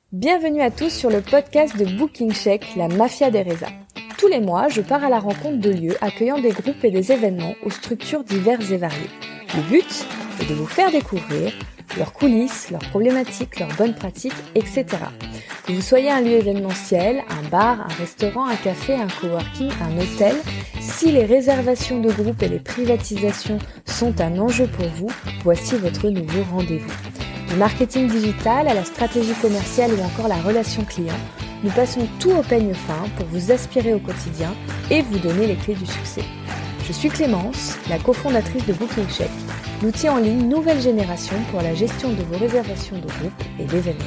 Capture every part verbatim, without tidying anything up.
Bienvenue à tous sur le podcast de Booking Check, la mafia des résas. Tous les mois, je pars à la rencontre de lieux accueillant des groupes et des événements aux structures diverses et variées. Le but est de vous faire découvrir leurs coulisses, leurs problématiques, leurs bonnes pratiques, et cetera. Que vous soyez un lieu événementiel, un bar, un restaurant, un café, un coworking, un hôtel, si les réservations de groupes et les privatisations sont un enjeu pour vous, voici votre nouveau rendez-vous. Du marketing digital à la stratégie commerciale ou encore la relation client, nous passons tout au peigne fin pour vous aspirer au quotidien et vous donner les clés du succès. Je suis Clémence, la cofondatrice de Booking Check, l'outil en ligne nouvelle génération pour la gestion de vos réservations de groupe et d'événements.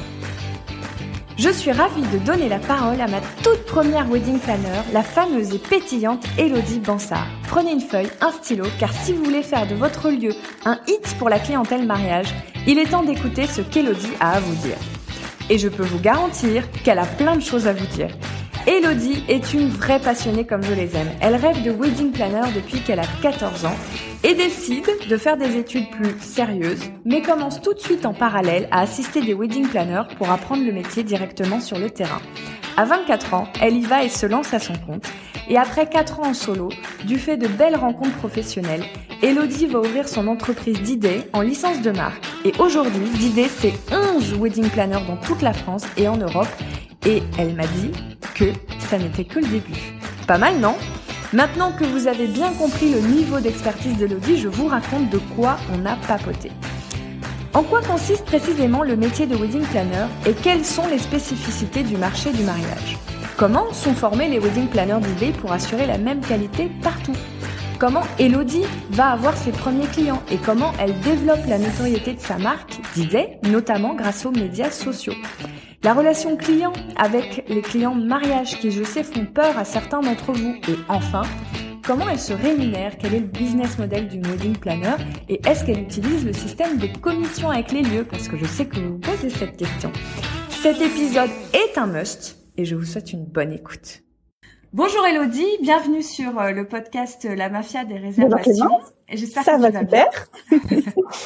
Je suis ravie de donner la parole à ma toute première wedding planner, la fameuse et pétillante Élodie Bansard. Prenez une feuille, un stylo, car si vous voulez faire de votre lieu un hit pour la clientèle mariage, il est temps d'écouter ce qu'Élodie a à vous dire. Et je peux vous garantir qu'elle a plein de choses à vous dire. Élodie est une vraie passionnée comme je les aime. Elle rêve de wedding planner depuis qu'elle a quatorze ans et décide de faire des études plus sérieuses, mais commence tout de suite en parallèle à assister des wedding planners pour apprendre le métier directement sur le terrain. À vingt-quatre ans, elle y va et se lance à son compte. Et après quatre ans en solo, du fait de belles rencontres professionnelles, Élodie va ouvrir son entreprise d'idées en licence de marque. Et aujourd'hui, d'idées, c'est onze wedding planners dans toute la France et en Europe. Et elle m'a dit que ça n'était que le début. Pas mal, non ? Maintenant que vous avez bien compris le niveau d'expertise d'Élodie, je vous raconte de quoi on a papoté. En quoi consiste précisément le métier de wedding planner et quelles sont les spécificités du marché du mariage ? Comment sont formés les wedding planners d'idées pour assurer la même qualité partout ? Comment Élodie va avoir ses premiers clients et comment elle développe la notoriété de sa marque d'idées, notamment grâce aux médias sociaux ? La relation client avec les clients mariage qui, je sais, font peur à certains d'entre vous. Et enfin, comment elle se rémunère ? Quel est le business model d'une wedding planner ? Et est-ce qu'elle utilise le système de commission avec les lieux ? Parce que je sais que vous vous posez cette question. Cet épisode est un must et je vous souhaite une bonne écoute. Bonjour Élodie, bienvenue sur le podcast La Mafia des réservations. Bonjour Et j'espère Ça que va tu vas super. bien.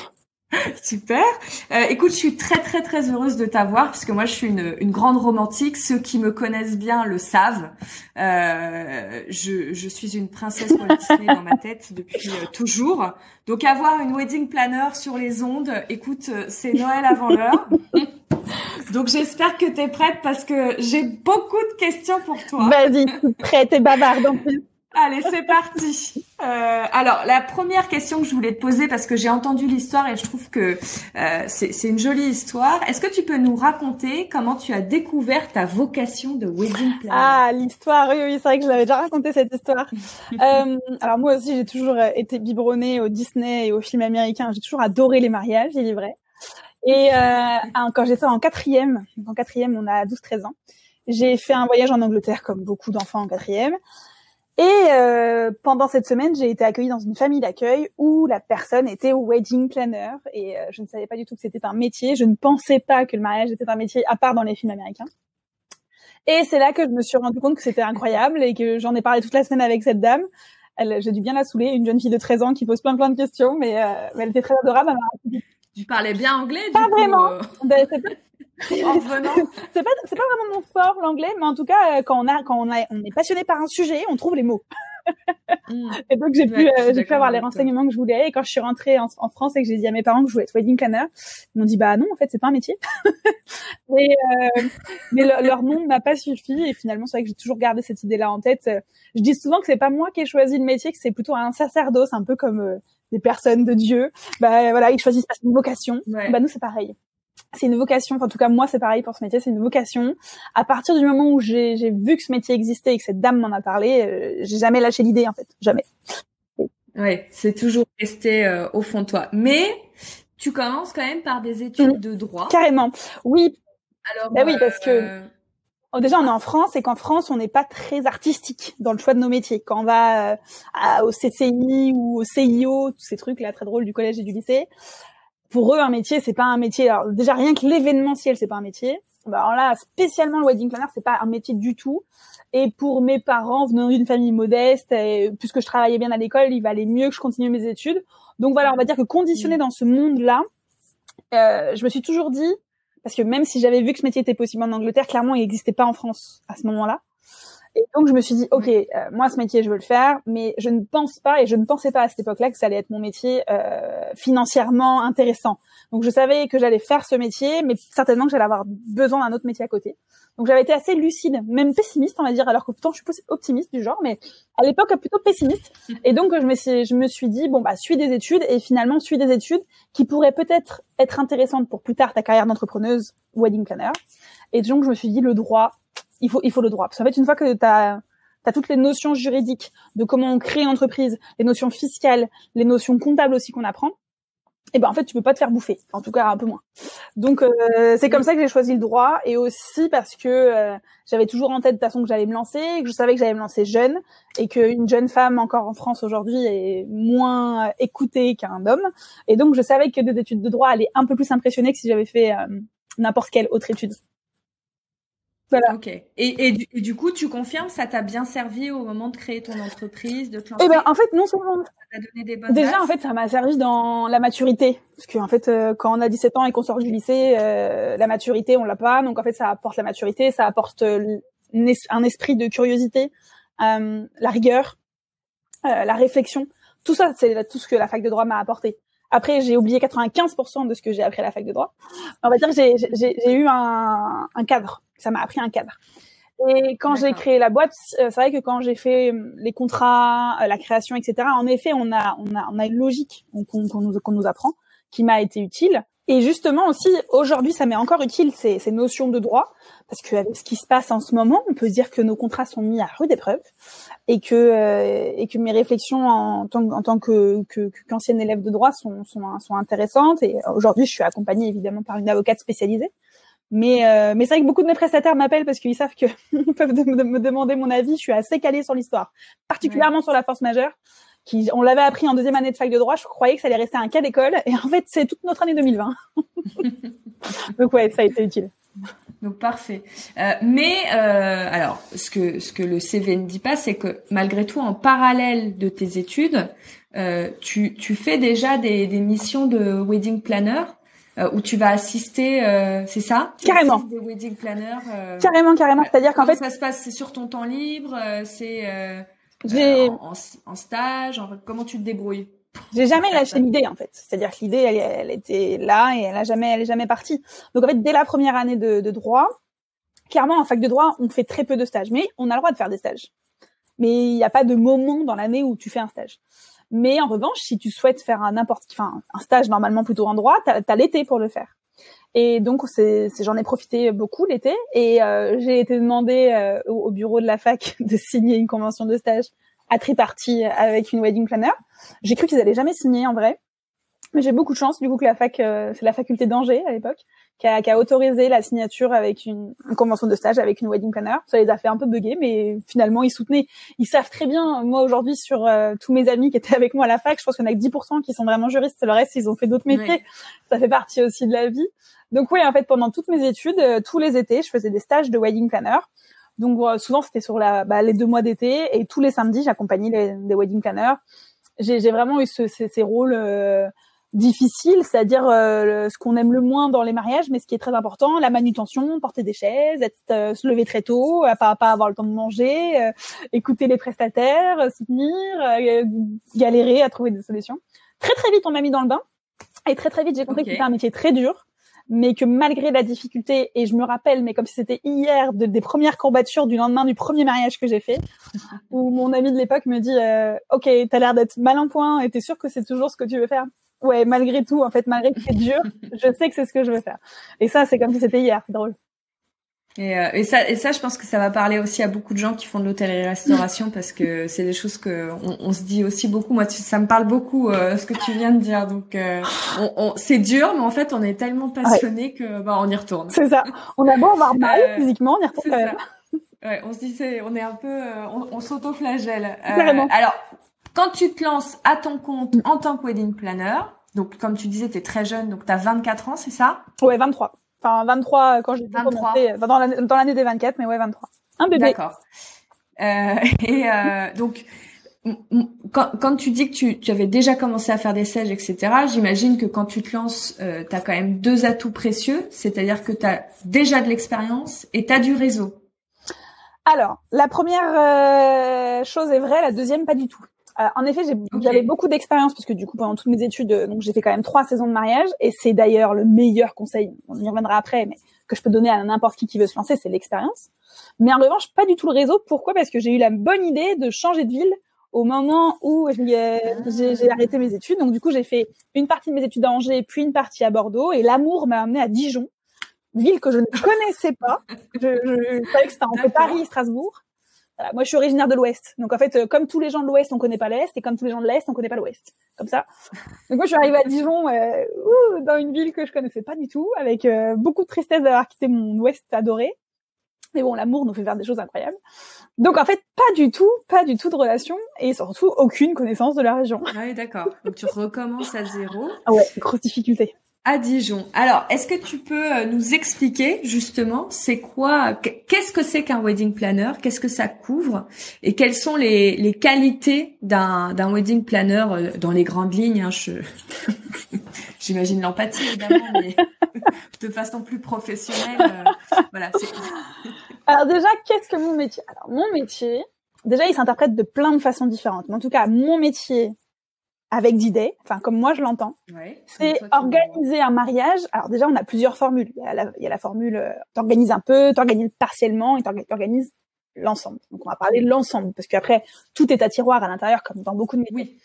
Super. Euh, écoute, je suis très très très heureuse de t'avoir parce que moi je suis une, une grande romantique. Ceux qui me connaissent bien le savent. Euh, je, je suis une princesse Walt Disney dans ma tête depuis euh, toujours. Donc avoir une wedding planner sur les ondes, écoute, c'est Noël avant l'heure. Donc j'espère que t'es prête parce que j'ai beaucoup de questions pour toi. Vas-y, prête et bavarde en plus. Allez, c'est parti. Euh, alors, la première question que je voulais te poser, parce que j'ai entendu l'histoire et je trouve que euh, c'est, c'est une jolie histoire. Est-ce que tu peux nous raconter comment tu as découvert ta vocation de wedding planner ? Ah, l'histoire, oui, oui, c'est vrai que je l'avais déjà raconté cette histoire. euh, alors moi aussi, j'ai toujours été biberonnée au Disney et aux films américains. J'ai toujours adoré les mariages, il est vrai. Et euh, quand j'étais en quatrième, en quatrième, on a douze treize ans, j'ai fait un voyage en Angleterre comme beaucoup d'enfants en quatrième. Et euh, pendant cette semaine, j'ai été accueillie dans une famille d'accueil où la personne était wedding planner et euh, je ne savais pas du tout que c'était un métier. Je ne pensais pas que le mariage était un métier à part dans les films américains. Et c'est là que je me suis rendu compte que c'était incroyable et que j'en ai parlé toute la semaine avec cette dame. Elle, j'ai dû bien la saouler, une jeune fille de treize ans qui pose plein plein de questions, mais, euh, mais elle était très adorable. Elle m'a... Tu parlais bien anglais du Pas coup, vraiment. Euh... Ben, c'est pas... en venant. c'est pas c'est pas vraiment mon fort l'anglais, mais en tout cas quand on a quand on a on est passionné par un sujet, on trouve les mots. Mmh. Et donc j'ai pu ouais, euh, j'ai pu avoir les renseignements toi. que je voulais. Et quand je suis rentrée en, en France et que j'ai dit à mes parents que je voulais être wedding planner, ils m'ont dit bah non, en fait c'est pas un métier. et, euh, mais le, leur nom m'a pas suffi et finalement c'est vrai que j'ai toujours gardé cette idée-là en tête. Je dis souvent que c'est pas moi qui ai choisi le métier, que c'est plutôt un sacerdoce, un peu comme euh, des personnes de Dieu. Bah voilà, ils choisissent pas une vocation. Ouais. Bah nous c'est pareil. C'est une vocation, enfin, en tout cas moi c'est pareil pour ce métier, c'est une vocation. À partir du moment où j'ai, j'ai vu que ce métier existait et que cette dame m'en a parlé, euh, j'ai jamais lâché l'idée en fait, jamais. Ouais, c'est toujours resté euh, au fond de toi. Mais tu commences quand même par des études mmh. de droit. Carrément, oui. Alors, bah euh, oui, parce que euh... oh, déjà on est en France et qu'en France on n'est pas très artistique dans le choix de nos métiers. Quand on va euh, à, au C C I ou au C I O, tous ces trucs là très drôles du collège et du lycée. Pour eux, un métier, c'est pas un métier. Alors, déjà, rien que l'événementiel, c'est pas un métier. Bah, alors là, spécialement le wedding planner, c'est pas un métier du tout. Et pour mes parents, venant d'une famille modeste, et puisque je travaillais bien à l'école, il valait mieux que je continue mes études. Donc voilà, on va dire que conditionnée dans ce monde-là, euh, je me suis toujours dit, parce que même si j'avais vu que ce métier était possible en Angleterre, clairement, il n'existait pas en France à ce moment-là. Et donc, je me suis dit, OK, euh, moi, ce métier, je veux le faire, mais je ne pense pas, et je ne pensais pas à cette époque-là que ça allait être mon métier euh, financièrement intéressant. Donc, je savais que j'allais faire ce métier, mais certainement que j'allais avoir besoin d'un autre métier à côté. Donc, j'avais été assez lucide, même pessimiste, on va dire, alors que pourtant, je suis optimiste du genre, mais à l'époque, plutôt pessimiste. Et donc, je me suis, je me suis dit, bon, bah, suis des études, et finalement, suis des études qui pourraient peut-être être intéressantes pour plus tard ta carrière d'entrepreneuse, wedding planner. Et donc, je me suis dit, le droit, il faut, il faut le droit. Parce qu'en fait, une fois que t'as, t'as toutes les notions juridiques de comment on crée une entreprise, les notions fiscales, les notions comptables aussi qu'on apprend, et ben, en fait, tu peux pas te faire bouffer. En tout cas, un peu moins. Donc, euh, c'est comme ça que j'ai choisi le droit, et aussi parce que euh, j'avais toujours en tête de toute façon que j'allais me lancer, que je savais que j'allais me lancer jeune, et qu'une jeune femme encore en France aujourd'hui est moins écoutée qu'un homme. Et donc, je savais que des études de droit allaient un peu plus impressionner que si j'avais fait euh, n'importe quelle autre étude. Voilà. Ok. Et, et, du, et du coup, tu confirmes, ça t'a bien servi au moment de créer ton entreprise, de te lancer? Eh ben, en fait, non seulement. Ça t'a donné des bonnes Déjà, bases. en fait, ça m'a servi dans la maturité. Parce que, en fait, euh, quand on a dix-sept ans et qu'on sort du lycée, euh, la maturité, on l'a pas. Donc, en fait, ça apporte la maturité, ça apporte euh, un esprit de curiosité, euh, la rigueur, euh, la réflexion. Tout ça, c'est tout ce que la fac de droit m'a apporté. Après, j'ai oublié quatre-vingt-quinze pour cent de ce que j'ai appris à la fac de droit. On va dire que j'ai, j'ai, j'ai eu un, un cadre. Ça m'a appris un cadre. Et quand D'accord. j'ai créé la boîte, c'est vrai que quand j'ai fait les contrats, la création, et cetera, en effet, on a, on a, on a une logique qu'on, qu'on, nous, qu'on nous apprend, qui m'a été utile. Et justement aussi, aujourd'hui, ça m'est encore utile ces, ces notions de droit, parce qu'avec ce qui se passe en ce moment, on peut dire que nos contrats sont mis à rude épreuve, et que euh, et que mes réflexions en tant, en tant que, que qu'ancienne élève de droit sont, sont, sont intéressantes. Et aujourd'hui, je suis accompagnée évidemment par une avocate spécialisée. Mais euh, mais c'est vrai que beaucoup de mes prestataires m'appellent parce qu'ils savent que ils peuvent de, de me demander mon avis. Je suis assez calée sur l'histoire, particulièrement ouais. sur la force majeure. Qui, on l'avait appris en deuxième année de fac de droit. Je croyais que ça allait rester un cas d'école, et en fait, c'est toute notre année deux mille vingt. Donc ouais, ça a été utile. Donc parfait. Euh, mais euh, alors, ce que ce que le C V ne dit pas, c'est que malgré tout, en parallèle de tes études, euh, tu tu fais déjà des des missions de wedding planner. Euh, où tu vas assister, euh, c'est ça? Carrément. Des wedding planners. Euh, carrément, carrément. C'est-à-dire qu'en fait, ça se passe, c'est sur ton temps libre, euh, c'est euh, j'ai... Euh, en, en, en stage. En, comment tu te débrouilles? J'ai jamais lâché l'idée en fait. C'est-à-dire que l'idée, elle, elle était là et elle a jamais, elle est jamais partie. Donc en fait, dès la première année de, de droit, clairement en fac de droit, on fait très peu de stages, mais on a le droit de faire des stages. Mais il n'y a pas de moment dans l'année où tu fais un stage. Mais en revanche, si tu souhaites faire un n'importe, enfin un stage normalement plutôt en droit, t'as, t'as l'été pour le faire. Et donc c'est, c'est j'en ai profité beaucoup l'été et euh, j'ai été demandée euh, au, au bureau de la fac de signer une convention de stage à tripartie avec une wedding planner. J'ai cru qu'ils allaient jamais signer en vrai, mais j'ai beaucoup de chance du coup que la fac, euh, c'est la faculté d'Angers à l'époque, qui a, qui a autorisé la signature avec une, une convention de stage avec une wedding planner. Ça les a fait un peu bugger, mais finalement ils soutenaient. Ils savent très bien. Moi aujourd'hui sur euh, tous mes amis qui étaient avec moi à la fac, je pense qu'il y en a que dix pour cent qui sont vraiment juristes. Le reste ils ont fait d'autres métiers. Oui. Ça fait partie aussi de la vie. Donc oui, en fait pendant toutes mes études, euh, tous les étés, je faisais des stages de wedding planner. Donc euh, souvent c'était sur la bah, les deux mois d'été et tous les samedis j'accompagnais les, les wedding planners. J'ai, j'ai vraiment eu ce, ces, ces rôles euh, difficiles, c'est-à-dire euh, le, ce qu'on aime le moins dans les mariages, mais ce qui est très important, la manutention, porter des chaises, être, euh, se lever très tôt, euh, pas pas avoir le temps de manger, euh, écouter les prestataires, euh, soutenir, euh, galérer à trouver des solutions. Très très vite on m'a mis dans le bain et très très vite j'ai compris okay. que c'était un métier très dur. Mais que malgré la difficulté, et je me rappelle, mais comme si c'était hier, de, des premières courbatures du lendemain du premier mariage que j'ai fait, où mon ami de l'époque me dit euh, « Ok, t'as l'air d'être mal en point, et t'es sûr que c'est toujours ce que tu veux faire ?» Ouais, malgré tout, en fait, malgré que c'est dur, je sais que c'est ce que je veux faire. Et ça, c'est comme si c'était hier, c'est drôle. Et, euh, et ça, et ça, je pense que ça va parler aussi à beaucoup de gens qui font de l'hôtellerie-restauration parce que c'est des choses que on, on se dit aussi beaucoup. Moi, tu, ça me parle beaucoup euh, ce que tu viens de dire. Donc, euh, on, on, c'est dur, mais en fait, on est tellement passionné ouais. que bah, on y retourne. C'est ça. On a beau avoir mal euh, physiquement, on y retourne. C'est ça. Ouais, on se dit, c'est, on est un peu, euh, on, on s'auto-flagelle. Euh, alors, quand tu te lances à ton compte en tant que wedding planner, donc comme tu disais, t'es très jeune, donc t'as vingt-quatre ans, c'est ça? Ouais, vingt-trois. Enfin, vingt-trois quand j'ai commencé, enfin, dans l'année, dans l'année des vingt-quatre, mais ouais, vingt-trois. Un bébé. D'accord. Euh, et euh, donc, quand, quand tu dis que tu, tu avais déjà commencé à faire des stages, et cetera, j'imagine que quand tu te lances, euh, tu as quand même deux atouts précieux, c'est-à-dire que tu as déjà de l'expérience et tu as du réseau. Alors, la première euh, chose est vraie, la deuxième pas du tout. Euh, en effet, j'ai, okay. j'avais beaucoup d'expérience parce que du coup, pendant toutes mes études, donc j'ai fait quand même trois saisons de mariage et c'est d'ailleurs le meilleur conseil, on y reviendra après, mais que je peux donner à n'importe qui qui veut se lancer, c'est l'expérience. Mais en revanche, pas du tout le réseau. Pourquoi ? Parce que j'ai eu la bonne idée de changer de ville au moment où je, euh, j'ai, j'ai arrêté mes études. Donc du coup, j'ai fait une partie de mes études à Angers, puis une partie à Bordeaux et l'amour m'a amenée à Dijon, ville que je ne connaissais pas. Je, je, je savais que c'était entre Paris et Strasbourg. Voilà, moi, je suis originaire de l'Ouest. Donc, en fait, euh, comme tous les gens de l'Ouest, on connaît pas l'Est, et comme tous les gens de l'Est, on connaît pas l'Ouest. Comme ça. Donc, moi, je suis arrivée à Dijon, euh, ouh, dans une ville que je connaissais pas du tout, avec euh, beaucoup de tristesse d'avoir quitté mon Ouest adoré. Mais bon, l'amour nous fait faire des choses incroyables. Donc, en fait, pas du tout, pas du tout de relation, et surtout, aucune connaissance de la région. Ah oui, d'accord. Donc, tu recommences à zéro. Ah ouais, grosse difficulté. À Dijon. Alors, est-ce que tu peux nous expliquer justement, c'est quoi, qu'est-ce que c'est qu'un wedding planner, qu'est-ce que ça couvre et quelles sont les, les qualités d'un, d'un wedding planner dans les grandes lignes, hein, je, j'imagine l'empathie évidemment, mais de façon plus professionnelle, euh, voilà. C'est... Alors déjà, qu'est-ce que mon métier ? Alors mon métier, déjà, il s'interprète de plein de façons différentes. Mais en tout cas, mon métier, avec d'idées, enfin comme moi je l'entends, ouais, c'est organiser un mariage. Alors déjà, on a plusieurs formules. Il y a la, il y a la formule euh, t'organises un peu, t'organises partiellement et t'organises l'ensemble. Donc on va parler de l'ensemble parce qu'après tout est à tiroir à l'intérieur comme dans beaucoup de métiers. Oui.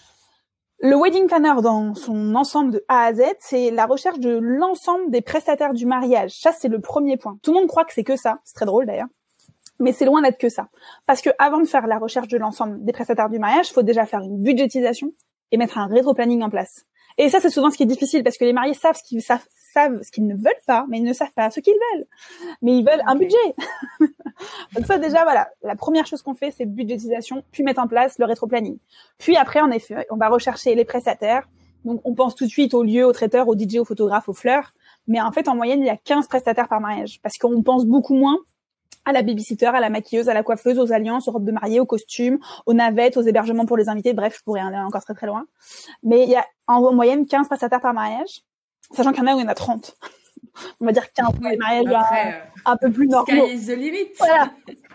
Le wedding planner dans son ensemble de A à Z, c'est la recherche de l'ensemble des prestataires du mariage. Ça c'est le premier point. Tout le monde croit que c'est que ça. C'est très drôle d'ailleurs. Mais c'est loin d'être que ça. Parce que avant de faire la recherche de l'ensemble des prestataires du mariage, il faut déjà faire une budgétisation et mettre un rétro-planning en place. Et ça, c'est souvent ce qui est difficile parce que les mariés savent ce qu'ils savent, savent ce qu'ils ne veulent pas, mais ils ne savent pas ce qu'ils veulent. Mais ils veulent okay. un budget. Donc ça, déjà, voilà. La première chose qu'on fait, c'est budgétisation, puis mettre en place le rétro-planning. Puis après, en effet, on va rechercher les prestataires. Donc, on pense tout de suite au lieu, au traiteur, au D J, au photographe, aux fleurs. Mais en fait, en moyenne, il y a quinze prestataires par mariage parce qu'on pense beaucoup moins à la babysitter, à la maquilleuse, à la coiffeuse, aux alliances, aux robes de mariée, aux costumes, aux navettes, aux hébergements pour les invités. Bref, je pourrais aller encore très très loin. Mais il y a en moyenne quinze prestataires par mariage, sachant qu'il y en a où il y en a trente. On va dire quinze pour les mariages Après, un, euh, un peu plus normaux. Sky is the limit. Voilà.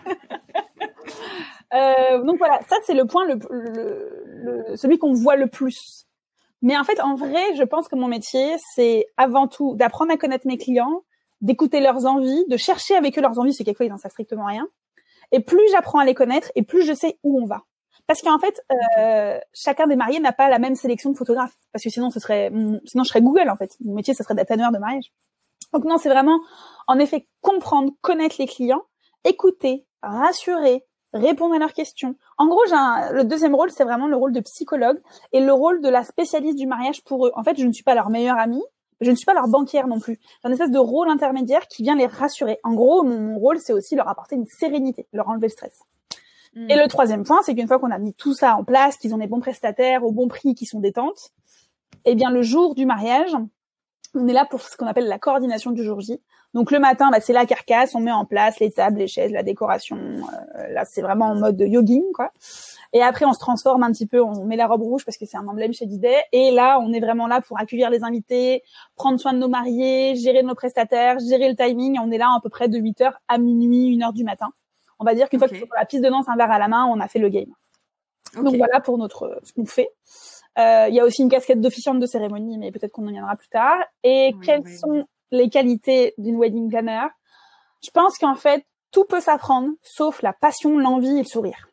euh, donc voilà, ça c'est le point, le, le, le celui qu'on voit le plus. Mais en fait, en vrai, je pense que mon métier, c'est avant tout d'apprendre à connaître mes clients, d'écouter leurs envies, de chercher avec eux leurs envies, c'est quelquefois ils n'en savent strictement rien. Et plus j'apprends à les connaître, et plus je sais où on va. Parce qu'en fait, euh, chacun des mariés n'a pas la même sélection de photographes. Parce que sinon, ce serait, sinon je serais Google en fait. Mon métier, ce serait d'être tanneur de mariage. Donc non, c'est vraiment, en effet, comprendre, connaître les clients, écouter, rassurer, répondre à leurs questions. En gros, j'ai un, le deuxième rôle, c'est vraiment le rôle de psychologue et le rôle de la spécialiste du mariage pour eux. En fait, je ne suis pas leur meilleure amie. Je ne suis pas leur banquière non plus. J'ai un espèce de rôle intermédiaire qui vient les rassurer. En gros, mon, mon rôle, c'est aussi leur apporter une sérénité, leur enlever le stress. Mmh. Et le troisième point, c'est qu'une fois qu'on a mis tout ça en place, qu'ils ont des bons prestataires, au bon prix, qui sont détentes, eh bien, le jour du mariage, on est là pour ce qu'on appelle la coordination du jour J. Donc, le matin, bah, c'est la carcasse, on met en place les tables, les chaises, la décoration. Euh, là, c'est vraiment en mode yogging, quoi. Et après, on se transforme un petit peu, on met la robe rouge parce que c'est un emblème chez Didet. Et là, on est vraiment là pour accueillir les invités, prendre soin de nos mariés, gérer nos prestataires, gérer le timing. On est là à peu près de huit heures à minuit, une heure du matin. On va dire qu'une okay. fois que sur la piste de danse, un verre à la main, on a fait le game. Okay. Donc voilà pour notre ce qu'on fait. Euh, il y a aussi une casquette d'officiante de cérémonie, mais peut-être qu'on en viendra plus tard. Et oui, quelles oui, sont oui. les qualités d'une wedding planner ? Je pense qu'en fait, tout peut s'apprendre, sauf la passion, l'envie et le sourire.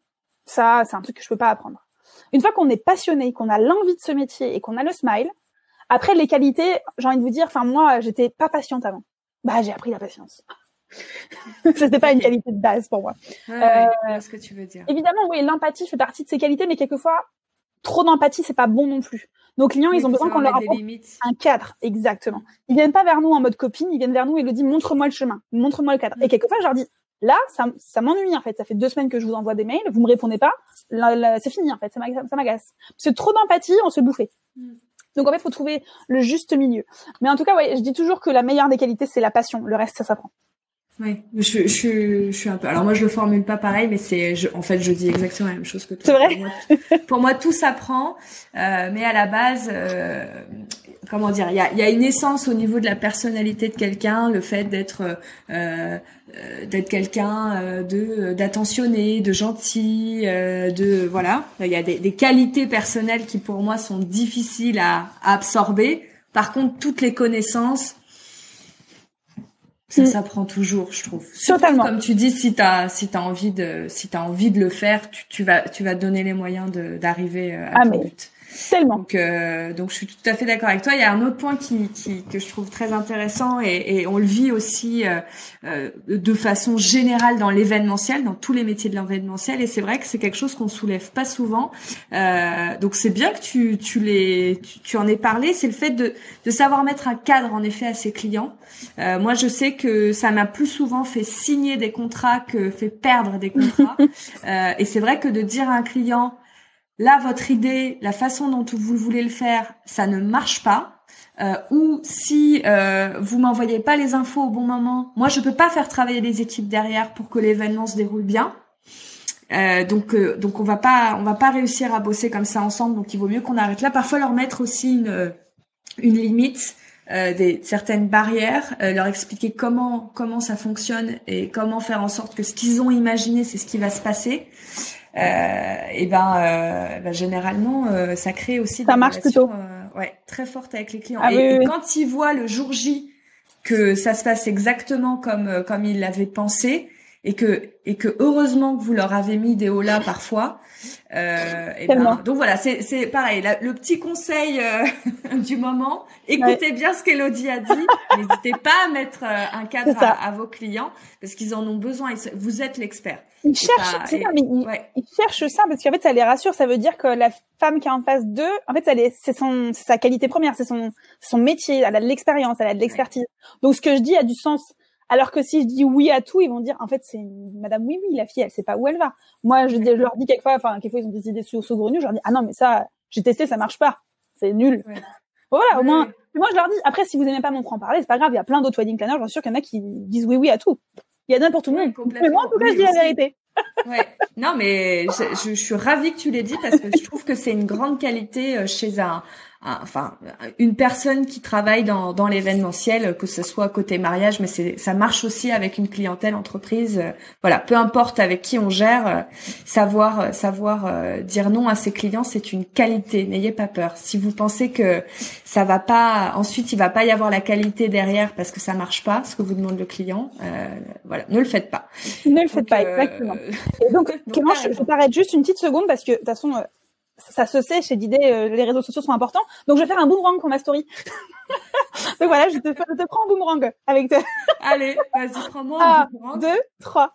Ça, c'est un truc que je peux pas apprendre. Une fois qu'on est passionné, qu'on a l'envie de ce métier et qu'on a le smile, après les qualités, j'ai envie de vous dire, enfin moi, j'étais pas patiente avant. Bah, j'ai appris la patience. C'était pas une qualité de base pour moi. Ouais, euh, ouais, ce que tu veux dire. Évidemment, oui, l'empathie fait partie de ces qualités, mais quelquefois, trop d'empathie, c'est pas bon non plus. Nos clients, oui, ils ont besoin qu'on leur apporte un cadre, exactement. Ils viennent pas vers nous en mode copine, ils viennent vers nous et ils nous disent montre-moi le chemin, montre-moi le cadre. Mmh. Et quelquefois, je leur dis là, ça, ça m'ennuie en fait. Ça fait deux semaines que je vous envoie des mails, vous me répondez pas, là, là, c'est fini en fait, ça m'agace. Ça m'agace. C'est trop d'empathie, on se bouffait. Mmh. Donc en fait, il faut trouver le juste milieu. Mais en tout cas, ouais, je dis toujours que la meilleure des qualités, c'est la passion. Le reste, ça s'apprend. Oui, je, je, je suis un peu. Alors moi, je le formule pas pareil, mais c'est, je, en fait, je dis exactement la même chose que toi. C'est vrai. Pour moi, pour moi, tout s'apprend, euh, mais à la base, euh, comment dire, il y a, il y a une essence au niveau de la personnalité de quelqu'un, le fait d'être, euh, d'être quelqu'un euh, de d'attentionné, de gentil, euh, de voilà. Il y a des, des qualités personnelles qui pour moi sont difficiles à, à absorber. Par contre, toutes les connaissances. Ça s'apprend toujours, je trouve. Surtout, Totalement. comme tu dis, si t'as, si t'as envie de, si t'as envie de le faire, tu, tu vas, tu vas te donner les moyens de, d'arriver à ah, ton mais but. Tellement. Donc, euh, donc, je suis tout à fait d'accord avec toi. Il y a un autre point qui, qui, que je trouve très intéressant et, et on le vit aussi euh, euh, de façon générale dans l'événementiel, dans tous les métiers de l'événementiel. Et c'est vrai que c'est quelque chose qu'on soulève pas souvent. Euh, donc, c'est bien que tu, tu les, tu, tu en aies parlé. C'est le fait de, de savoir mettre un cadre en effet à ses clients. Euh, moi, je sais que ça m'a plus souvent fait signer des contrats que fait perdre des contrats. euh, et c'est vrai que de dire à un client là, votre idée, la façon dont vous voulez le faire, ça ne marche pas. Euh, ou si euh, vous m'envoyez pas les infos au bon moment, moi je peux pas faire travailler les équipes derrière pour que l'événement se déroule bien. Euh, donc euh, donc on va pas on va pas réussir à bosser comme ça ensemble. Donc il vaut mieux qu'on arrête là. Parfois leur mettre aussi une une limite, euh, des certaines barrières, euh, leur expliquer comment comment ça fonctionne et comment faire en sorte que ce qu'ils ont imaginé c'est ce qui va se passer. Euh, et ben, euh, ben généralement euh, ça crée aussi ça des marche relations plutôt. euh, ouais très fortes avec les clients. Ah, et, oui, et oui. quand ils voient le jour J que ça se passe exactement comme comme ils l'avaient pensé et que et que heureusement que vous leur avez mis des holas parfois. Euh, et ben, donc voilà, c'est c'est pareil. La, le petit conseil euh, du moment, écoutez ouais. bien ce qu'Elodie a dit. N'hésitez pas à mettre euh, un cadre à, à vos clients parce qu'ils en ont besoin. Vous êtes l'expert. Ils cherchent, c'est ça, mais ils, ouais. ils cherchent ça parce qu'en fait, ça les rassure. Ça veut dire que la femme qui est en face d'eux, en fait, elle est, c'est son, c'est sa qualité première, c'est son, son métier. Elle a de l'expérience, elle a de l'expertise. Ouais. Donc, ce que je dis a du sens. Alors que si je dis oui à tout, ils vont dire, en fait, c'est Madame oui, oui, la fille, elle sait pas où elle va. Moi, je, je leur dis quelquefois, enfin, quelquefois, ils ont des idées saugrenues, je leur dis, ah non, mais ça, j'ai testé, ça marche pas. C'est nul. Ouais. Bon, voilà, ouais. au moins, moi, je leur dis, après, si vous aimez pas mon franc-parler, c'est pas grave, il y a plein d'autres wedding planners, j'en suis sûre qu'il y en a qui disent oui, oui à tout. Il y en a pour tout le monde. Ouais, mais moi, en tout cas, oui, je dis aussi. La vérité. Ouais. Non, mais je, je, je suis ravie que tu l'aies dit parce que je trouve que c'est une grande qualité chez un, un enfin, une personne qui travaille dans, dans l'événementiel, que ce soit côté mariage, mais c'est, ça marche aussi avec une clientèle entreprise. Voilà, peu importe avec qui on gère, savoir, savoir euh, dire non à ses clients, c'est une qualité. N'ayez pas peur. Si vous pensez que ça va pas, ensuite il va pas y avoir la qualité derrière parce que ça marche pas, ce que vous demande le client, euh, voilà, ne le faites pas. Ne le faites donc, pas, euh, exactement. Et donc, donc Clément, je, je t'arrête juste une petite seconde parce que de toute façon, euh, ça se sait chez Didé, euh, les réseaux sociaux sont importants. Donc, je vais faire un boomerang pour ma story. Donc voilà, je te, je te prends un boomerang avec toi. Allez, vas-y, prends-moi un, un boomerang. deux, trois.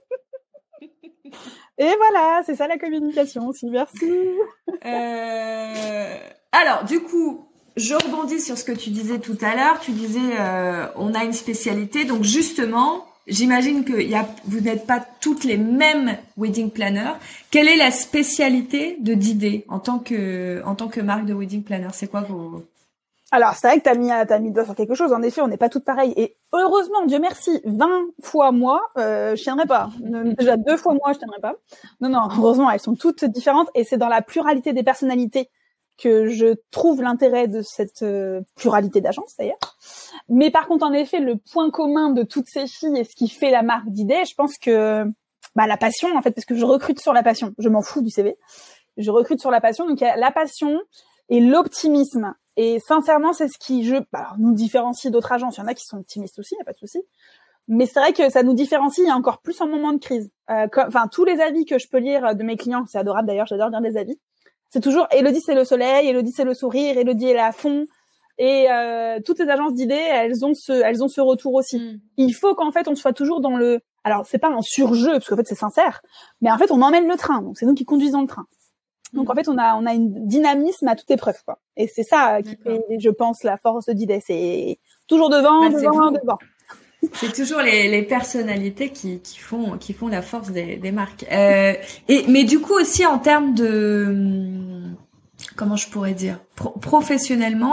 Et voilà, c'est ça la communication aussi. Merci. Euh... Alors, du coup, je rebondis sur ce que tu disais tout à l'heure. Tu disais, euh, on a une spécialité, donc justement. J'imagine que y a, vous n'êtes pas toutes les mêmes wedding planners. Quelle est la spécialité de Didé en tant que en tant que marque de wedding planner? C'est quoi vos... Alors, c'est vrai que t'as mis t'as mis le doigt sur quelque chose. En effet, on n'est pas toutes pareilles. Et heureusement, Dieu merci, vingt fois moi, euh, je tiendrai pas. Déjà deux fois moi, je tiendrai pas. Non, non, heureusement, elles sont toutes différentes. Et c'est dans la pluralité des personnalités que je trouve l'intérêt de cette euh, pluralité d'agences, d'ailleurs. Mais par contre, en effet, le point commun de toutes ces filles et ce qui fait la marque Didé, je pense que bah la passion, en fait, parce que je recrute sur la passion. Je m'en fous du C V. Je recrute sur la passion. Donc, il y a la passion et l'optimisme. Et sincèrement, c'est ce qui je, bah, alors, nous différencie d'autres agences. Il y en a qui sont optimistes aussi, il n'y a pas de souci. Mais c'est vrai que ça nous différencie encore plus en moment de crise. Euh, enfin, tous les avis que je peux lire de mes clients, c'est adorable d'ailleurs, j'adore lire des avis. C'est toujours Elodie c'est le soleil, Elodie c'est le sourire, Elodie elle est à fond. Et euh, toutes les agences d'idées, elles ont ce, elles ont ce retour aussi. Mm. Il faut qu'en fait on soit toujours dans le, alors c'est pas un surjeu parce qu'en fait c'est sincère, mais en fait on emmène le train, donc c'est nous qui conduisons le train. Donc mm. en fait on a, on a une dynamisme à toute épreuve quoi. Et c'est ça qui fait, je pense, la force de d'idées, c'est toujours devant, bah, devant, devant. C'est toujours les, les personnalités qui, qui font, qui font la force des, des marques. Euh, et mais du coup aussi en termes de, comment je pourrais dire, pro- professionnellement.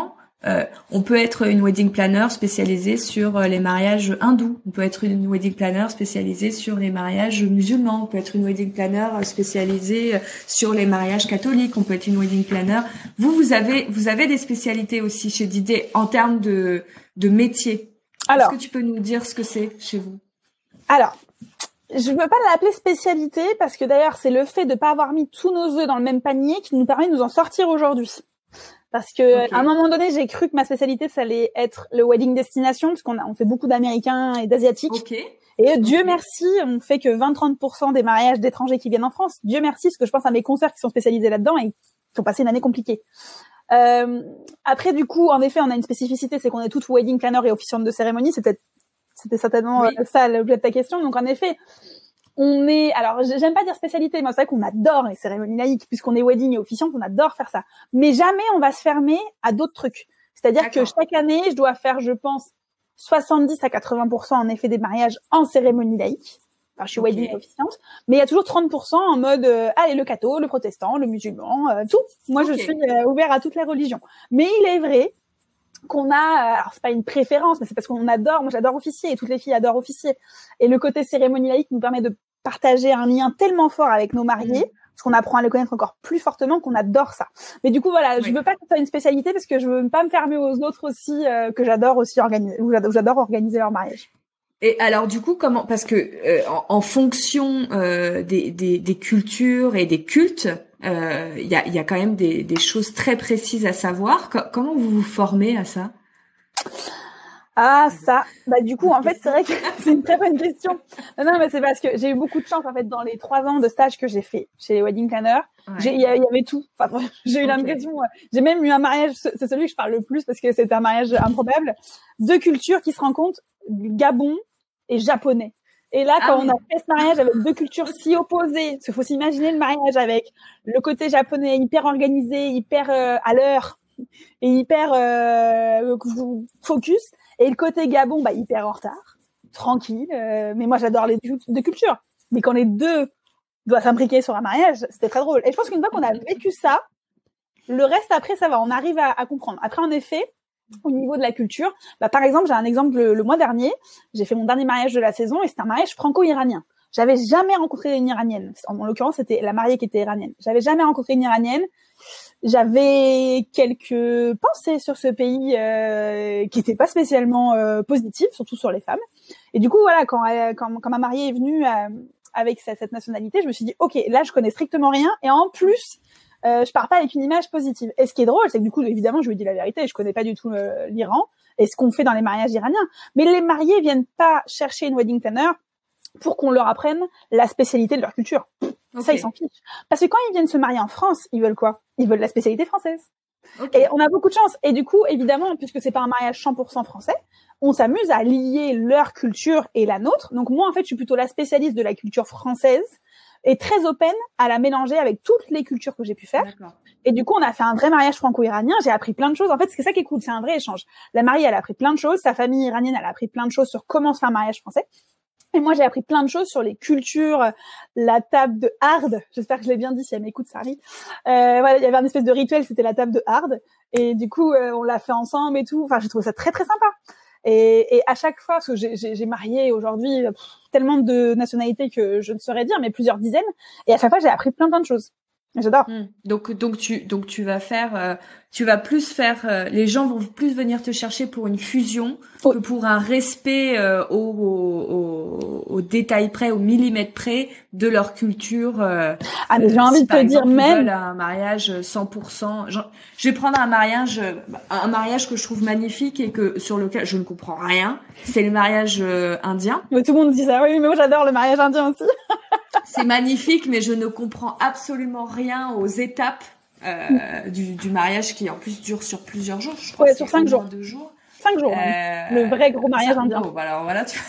euh, on peut être une wedding planner spécialisée sur les mariages hindous. On peut être une wedding planner spécialisée sur les mariages musulmans. On peut être une wedding planner spécialisée sur les mariages catholiques. On peut être une wedding planner. Vous, vous avez, vous avez des spécialités aussi chez Didet en termes de, de métier. Alors, est-ce que tu peux nous dire ce que c'est chez vous? Alors, je ne veux pas l'appeler spécialité parce que d'ailleurs, c'est le fait de ne pas avoir mis tous nos œufs dans le même panier qui nous permet de nous en sortir aujourd'hui. Parce que okay. à un moment donné, j'ai cru que ma spécialité, ça allait être le wedding destination, parce qu'on a, on fait beaucoup d'Américains et d'Asiatiques. Okay. Et okay. Dieu merci, on fait que vingt à trente pour cent des mariages d'étrangers qui viennent en France. Dieu merci, parce que je pense à mes consoeurs qui sont spécialisés là-dedans et qui ont passé une année compliquée. Euh, après, du coup, en effet, on a une spécificité, c'est qu'on est toutes wedding planner et officiantes de cérémonie. C'était, c'était certainement oui. ça l'objet de ta question. Donc, en effet, on est, alors, j'aime pas dire spécialité, mais c'est vrai qu'on adore les cérémonies laïques, puisqu'on est wedding et officiante, on adore faire ça. Mais jamais on va se fermer à d'autres trucs. C'est-à-dire D'accord. que chaque année, je dois faire, je pense, soixante-dix à quatre-vingts pour cent en effet des mariages en cérémonie laïque. Enfin, je suis okay. wedding et officiante. Mais il y a toujours trente pour cent en mode, euh, allez, le catho, le protestant, le musulman, euh, tout. Moi, okay. je suis euh, ouvert à toutes les religions. Mais il est vrai qu'on a, alors c'est pas une préférence, mais c'est parce qu'on adore, moi j'adore officier et toutes les filles adorent officier. Et le côté cérémonie laïque nous permet de partager un lien tellement fort avec nos mariés, mmh. parce qu'on apprend à les connaître encore plus fortement qu'on adore ça. Mais du coup voilà, oui. je veux pas que ce soit une spécialité parce que je veux pas me fermer aux autres aussi, euh, que j'adore aussi organiser, ou j'adore, j'adore organiser leur mariage. Et alors du coup comment, parce que euh, en, en fonction euh, des, des, des cultures et des cultes, il euh, y, a, y a quand même des, des choses très précises à savoir. Co- comment vous vous formez à ça? Ah ça, bah du coup en fait c'est vrai que c'est une très bonne question. Non non mais c'est parce que j'ai eu beaucoup de chance en fait dans les trois ans de stage que j'ai fait chez les wedding planners. Ouais. J'ai il y, y avait tout. Enfin j'ai eu okay. l'impression, j'ai même eu un mariage, c'est celui que je parle le plus parce que c'est un mariage improbable, deux cultures qui se rencontrent, Gabon et japonais. Et là, quand ah, on a fait ce mariage avec deux cultures si opposées, parce qu'il faut s'imaginer le mariage avec le côté japonais hyper organisé, hyper euh, à l'heure et hyper euh, focus, et le côté Gabon, bah hyper en retard, tranquille. Euh, mais moi, j'adore les deux cultures. Mais quand les deux doivent s'imbriquer sur un mariage, c'était très drôle. Et je pense qu'une fois qu'on a vécu ça, le reste après, ça va, on arrive à, à comprendre. Après, en effet, au niveau de la culture, bah par exemple, j'ai un exemple le, le mois dernier, j'ai fait mon dernier mariage de la saison et c'était un mariage franco-iranien. J'avais jamais rencontré une iranienne. En, en l'occurrence, c'était la mariée qui était iranienne. J'avais jamais rencontré une iranienne. J'avais quelques pensées sur ce pays euh, qui n'étaient pas spécialement euh, positives, surtout sur les femmes. Et du coup, voilà, quand, quand, quand ma mariée est venue euh, avec cette, cette nationalité, je me suis dit, ok, là, je connais strictement rien. Et en plus, Euh, je pars pas avec une image positive. Et ce qui est drôle, c'est que du coup, évidemment, je lui dis la vérité, je connais pas du tout euh, l'Iran et ce qu'on fait dans les mariages iraniens. Mais les mariés viennent pas chercher une wedding planner pour qu'on leur apprenne la spécialité de leur culture. Okay. Ça, ils s'en fichent. Parce que quand ils viennent se marier en France, ils veulent quoi? Ils veulent la spécialité française. Okay. Et on a beaucoup de chance. Et du coup, évidemment, puisque c'est pas un mariage cent pour cent français, on s'amuse à lier leur culture et la nôtre. Donc moi, en fait, je suis plutôt la spécialiste de la culture française et très open à la mélanger avec toutes les cultures que j'ai pu faire. D'accord. Et du coup, on a fait un vrai mariage franco-iranien. J'ai appris plein de choses. En fait, c'est ça qui est cool, c'est un vrai échange. La mariée, elle a appris plein de choses. Sa famille iranienne, elle a appris plein de choses sur comment se faire un mariage français. Et moi, j'ai appris plein de choses sur les cultures, la table de hard. J'espère que je l'ai bien dit si elle m'écoute, Sari. Euh, voilà, il y avait un espèce de rituel, c'était la table de hard. Et du coup, euh, on l'a fait ensemble et tout. Enfin, j'ai trouvé ça très, très sympa. Et, et à chaque fois, parce que j'ai, j'ai, j'ai marié aujourd'hui pff, tellement de nationalités que je ne saurais dire, mais plusieurs dizaines. Et à chaque fois, j'ai appris plein, plein de choses. J'adore. Mmh. Donc, donc tu, donc tu vas faire, euh, tu vas plus faire, euh, les gens vont plus venir te chercher pour une fusion oh. que pour un respect euh, au, au, au, au détail près, au millimètre près de leur culture. Euh, ah mais j'ai envie si de te exemple, dire même un mariage cent pour cent. Genre, je vais prendre un mariage, un mariage que je trouve magnifique et que sur lequel je ne comprends rien. C'est le mariage euh, indien. Mais tout le monde dit ça. Oui, mais moi j'adore le mariage indien aussi. C'est magnifique, mais je ne comprends absolument rien aux étapes euh, du, du mariage qui en plus dure sur plusieurs jours. Je crois ouais, que sur cinq jours. Deux jours. Cinq jours. Euh, hein. Le vrai gros mariage indien. Oh, voilà, voilà. Tu...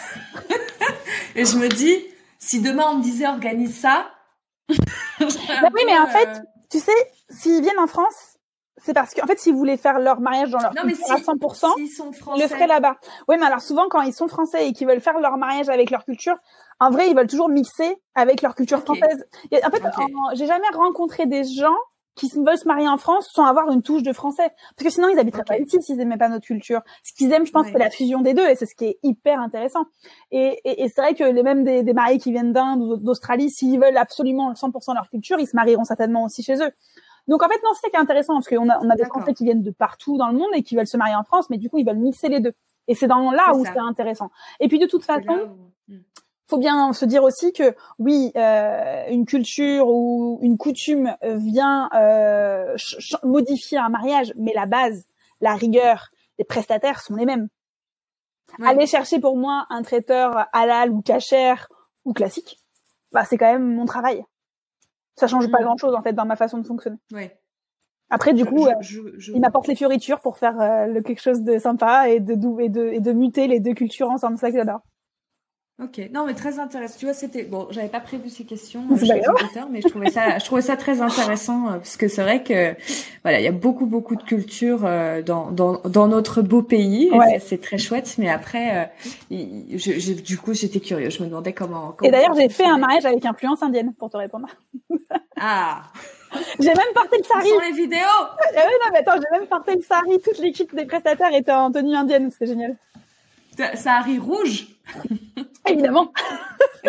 Et je me dis, si demain on me disait organise ça. bah oui, mais en fait, tu sais, s'ils viennent en France, c'est parce qu'en fait, s'ils voulaient faire leur mariage dans leur non, culture mais si, à cent pour cent, ils sont ils le feraient là-bas. Oui, mais alors souvent, quand ils sont français et qu'ils veulent faire leur mariage avec leur culture, en vrai, ils veulent toujours mixer avec leur culture okay. française. Et en fait, okay. en, j'ai jamais rencontré des gens qui veulent se marier en France sans avoir une touche de français. Parce que sinon, ils habiteraient okay. pas ici s'ils aimaient pas notre culture. Ce qu'ils aiment, je pense, ouais. c'est la fusion des deux, et c'est ce qui est hyper intéressant. Et, et, et c'est vrai que les mêmes des, des mariés qui viennent d'Inde ou d'Australie, s'ils veulent absolument cent pour cent leur culture, ils se marieront certainement aussi chez eux. Donc en fait, non, c'est ça qui est intéressant, parce qu'on a, on a des Français qui viennent de partout dans le monde et qui veulent se marier en France, mais du coup, ils veulent mixer les deux. Et c'est dans là c'est où ça. C'est intéressant. Et puis de toute façon, où... faut bien se dire aussi que oui, euh, une culture ou une coutume vient euh, ch- modifier un mariage, mais la base, la rigueur, les prestataires sont les mêmes. Ouais. Aller chercher pour moi un traiteur halal ou cachère ou classique, bah c'est quand même mon travail. Ça change mmh. pas grand-chose en fait dans ma façon de fonctionner. Ouais. Après du coup, je, je, je... il m'apporte les fioritures pour faire euh, le, quelque chose de sympa et de et de et de muter les deux cultures ensemble, c'est ça que j'adore. Ok, non mais très intéressant. Tu vois, c'était bon, j'avais pas prévu ces questions, euh, chez les auditeurs, mais je trouvais ça, je trouvais ça très intéressant euh, parce que c'est vrai que voilà, il y a beaucoup beaucoup de culture euh, dans dans dans notre beau pays. Ouais. Et c'est, c'est très chouette, mais après, euh, je, je, du coup, j'étais curieuse. Je me demandais comment. comment et d'ailleurs, j'ai fait un mariage avec influence indienne pour te répondre. Ah. J'ai même porté le sari. Sur les vidéos. Ah oui, non mais attends, j'ai même porté le sari. Toute l'équipe des prestataires était en tenue indienne, c'était génial. Sari rouge. Évidemment. euh,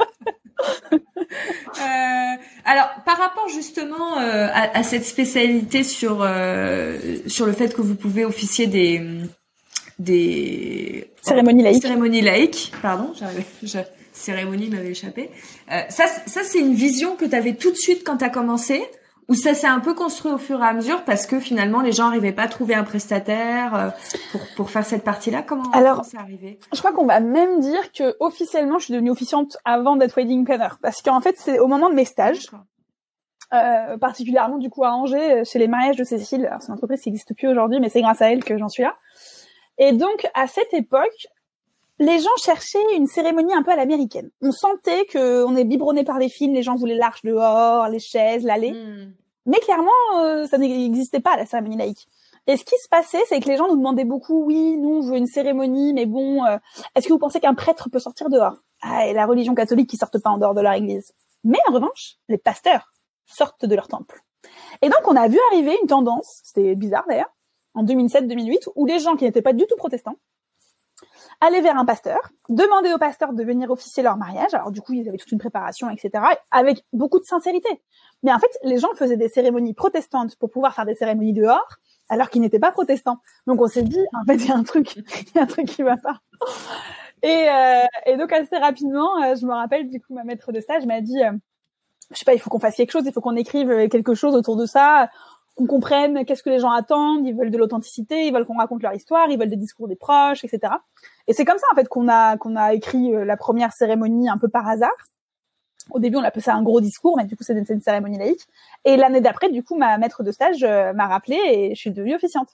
alors, par rapport justement euh, à, à cette spécialité sur euh, sur le fait que vous pouvez officier des des cérémonies laïques. Cérémonies laïques, pardon, j'arrivais, je, cérémonie m'avait échappé. Euh, ça, ça c'est une vision que tu avais tout de suite quand tu as commencé. Ou ça s'est un peu construit au fur et à mesure parce que finalement les gens n'arrivaient pas à trouver un prestataire euh, pour pour faire cette partie-là. Comment, Alors, comment c'est arrivé? Je crois qu'on va même dire que officiellement je suis devenue officiante avant d'être wedding planner parce qu'en fait c'est au moment de mes stages, euh, particulièrement du coup à Angers chez les mariages de Cécile. Alors, c'est une entreprise qui n'existe plus aujourd'hui, mais c'est grâce à elle que j'en suis là. Et donc à cette époque, les gens cherchaient une cérémonie un peu à l'américaine. On sentait que on est biberonné par les films, les gens voulaient l'arche dehors, les chaises, l'allée. Mm. Mais clairement, euh, ça n'existait pas, la cérémonie laïque. Et ce qui se passait, c'est que les gens nous demandaient beaucoup, oui, nous, on veut une cérémonie, mais bon, euh, est-ce que vous pensez qu'un prêtre peut sortir dehors? Ah, et la religion catholique qui sortent pas en dehors de leur église. Mais en revanche, les pasteurs sortent de leur temple. Et donc, on a vu arriver une tendance, c'était bizarre d'ailleurs, en deux mille sept deux mille huit, où les gens qui n'étaient pas du tout protestants aller vers un pasteur, demander au pasteur de venir officier leur mariage. Alors du coup, ils avaient toute une préparation, et cetera, avec beaucoup de sincérité. Mais en fait, les gens faisaient des cérémonies protestantes pour pouvoir faire des cérémonies dehors, alors qu'ils n'étaient pas protestants. Donc on s'est dit, en fait, il y a un truc, il y a un truc qui va pas. Et, euh, et donc assez rapidement, euh, je me rappelle, du coup, ma maître de stage m'a dit, euh, je sais pas, il faut qu'on fasse quelque chose, il faut qu'on écrive quelque chose autour de ça, qu'on comprenne qu'est-ce que les gens attendent, ils veulent de l'authenticité, ils veulent qu'on raconte leur histoire, ils veulent des discours des proches, et cetera. Et c'est comme ça en fait qu'on a qu'on a écrit euh, la première cérémonie un peu par hasard. Au début, on appelait ça un gros discours, mais du coup, c'est une, c'est une cérémonie laïque. Et l'année d'après, du coup, ma maître de stage euh, m'a rappelé et je suis devenue officiante.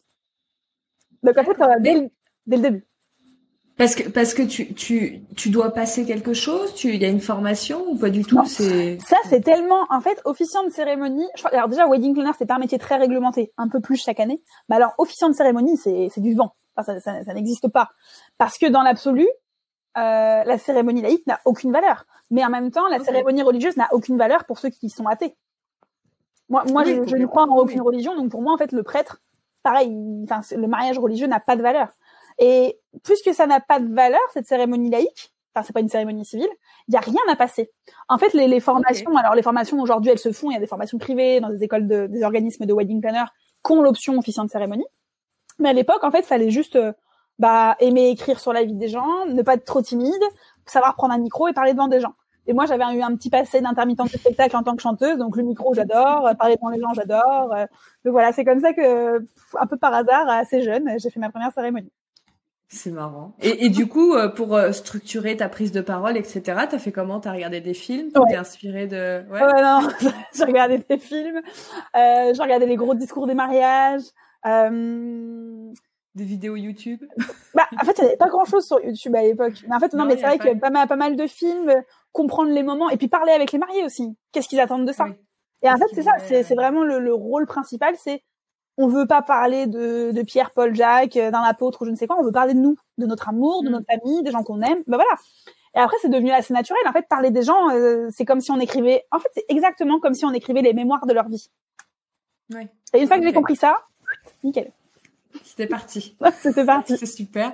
Donc en fait, euh, dès, le, dès le début. Parce que parce que tu tu tu dois passer quelque chose, tu il y a une formation ou pas du tout? Non. C'est ça c'est tellement en fait officiant de cérémonie. Je crois, alors déjà wedding planner c'est pas un métier très réglementé, un peu plus chaque année. Mais alors officiant de cérémonie c'est c'est du vent. Enfin, ça, ça ça n'existe pas parce que dans l'absolu euh, la cérémonie laïque n'a aucune valeur. Mais en même temps la okay. cérémonie religieuse n'a aucune valeur pour ceux qui sont athées. Moi moi oui, je, je ne crois en aucune oui. religion, donc pour moi en fait le prêtre pareil, enfin le mariage religieux n'a pas de valeur. Et puisque ça n'a pas de valeur, cette cérémonie laïque, enfin c'est pas une cérémonie civile, il y a rien à passer. En fait, les, les formations, okay. alors les formations aujourd'hui, elles se font. Il y a des formations privées dans des écoles de, des organismes de wedding planner qui ont l'option officiant de cérémonie. Mais à l'époque, en fait, fallait juste euh, bah aimer écrire sur la vie des gens, ne pas être trop timide, savoir prendre un micro et parler devant des gens. Et moi, j'avais eu un petit passé d'intermittente de spectacle en tant que chanteuse, donc le micro, j'adore, parler devant les gens, j'adore. Donc voilà, c'est comme ça que, un peu par hasard, assez jeune, j'ai fait ma première cérémonie. C'est marrant. Et, et du coup, pour structurer ta prise de parole, et cetera, t'as fait comment? T'as regardé des films? Ouais. T'es inspiré de... Ouais, ouais non, j'ai regardé des films. Euh, j'ai regardé les gros discours des mariages. Euh... Des vidéos YouTube? Bah, en fait, il n'y avait pas grand-chose sur YouTube à l'époque. Mais en fait, non, non mais c'est vrai qu'il y a pas mal, pas mal de films, comprendre les moments, et puis parler avec les mariés aussi. Qu'est-ce qu'ils attendent de ça? Oui. Et en fait, c'est ça, c'est, c'est vraiment le, le rôle principal, c'est on veut pas parler de, de Pierre, Paul, Jacques, d'un apôtre ou je ne sais quoi. On veut parler de nous, de notre amour, de mmh. notre famille, des gens qu'on aime. Ben voilà. Et après, c'est devenu assez naturel. En fait, parler des gens, euh, c'est comme si on écrivait. En fait, c'est exactement comme si on écrivait les mémoires de leur vie. Ouais. Et une fois que okay. j'ai compris ça, nickel. C'était parti. C'était parti. C'est super.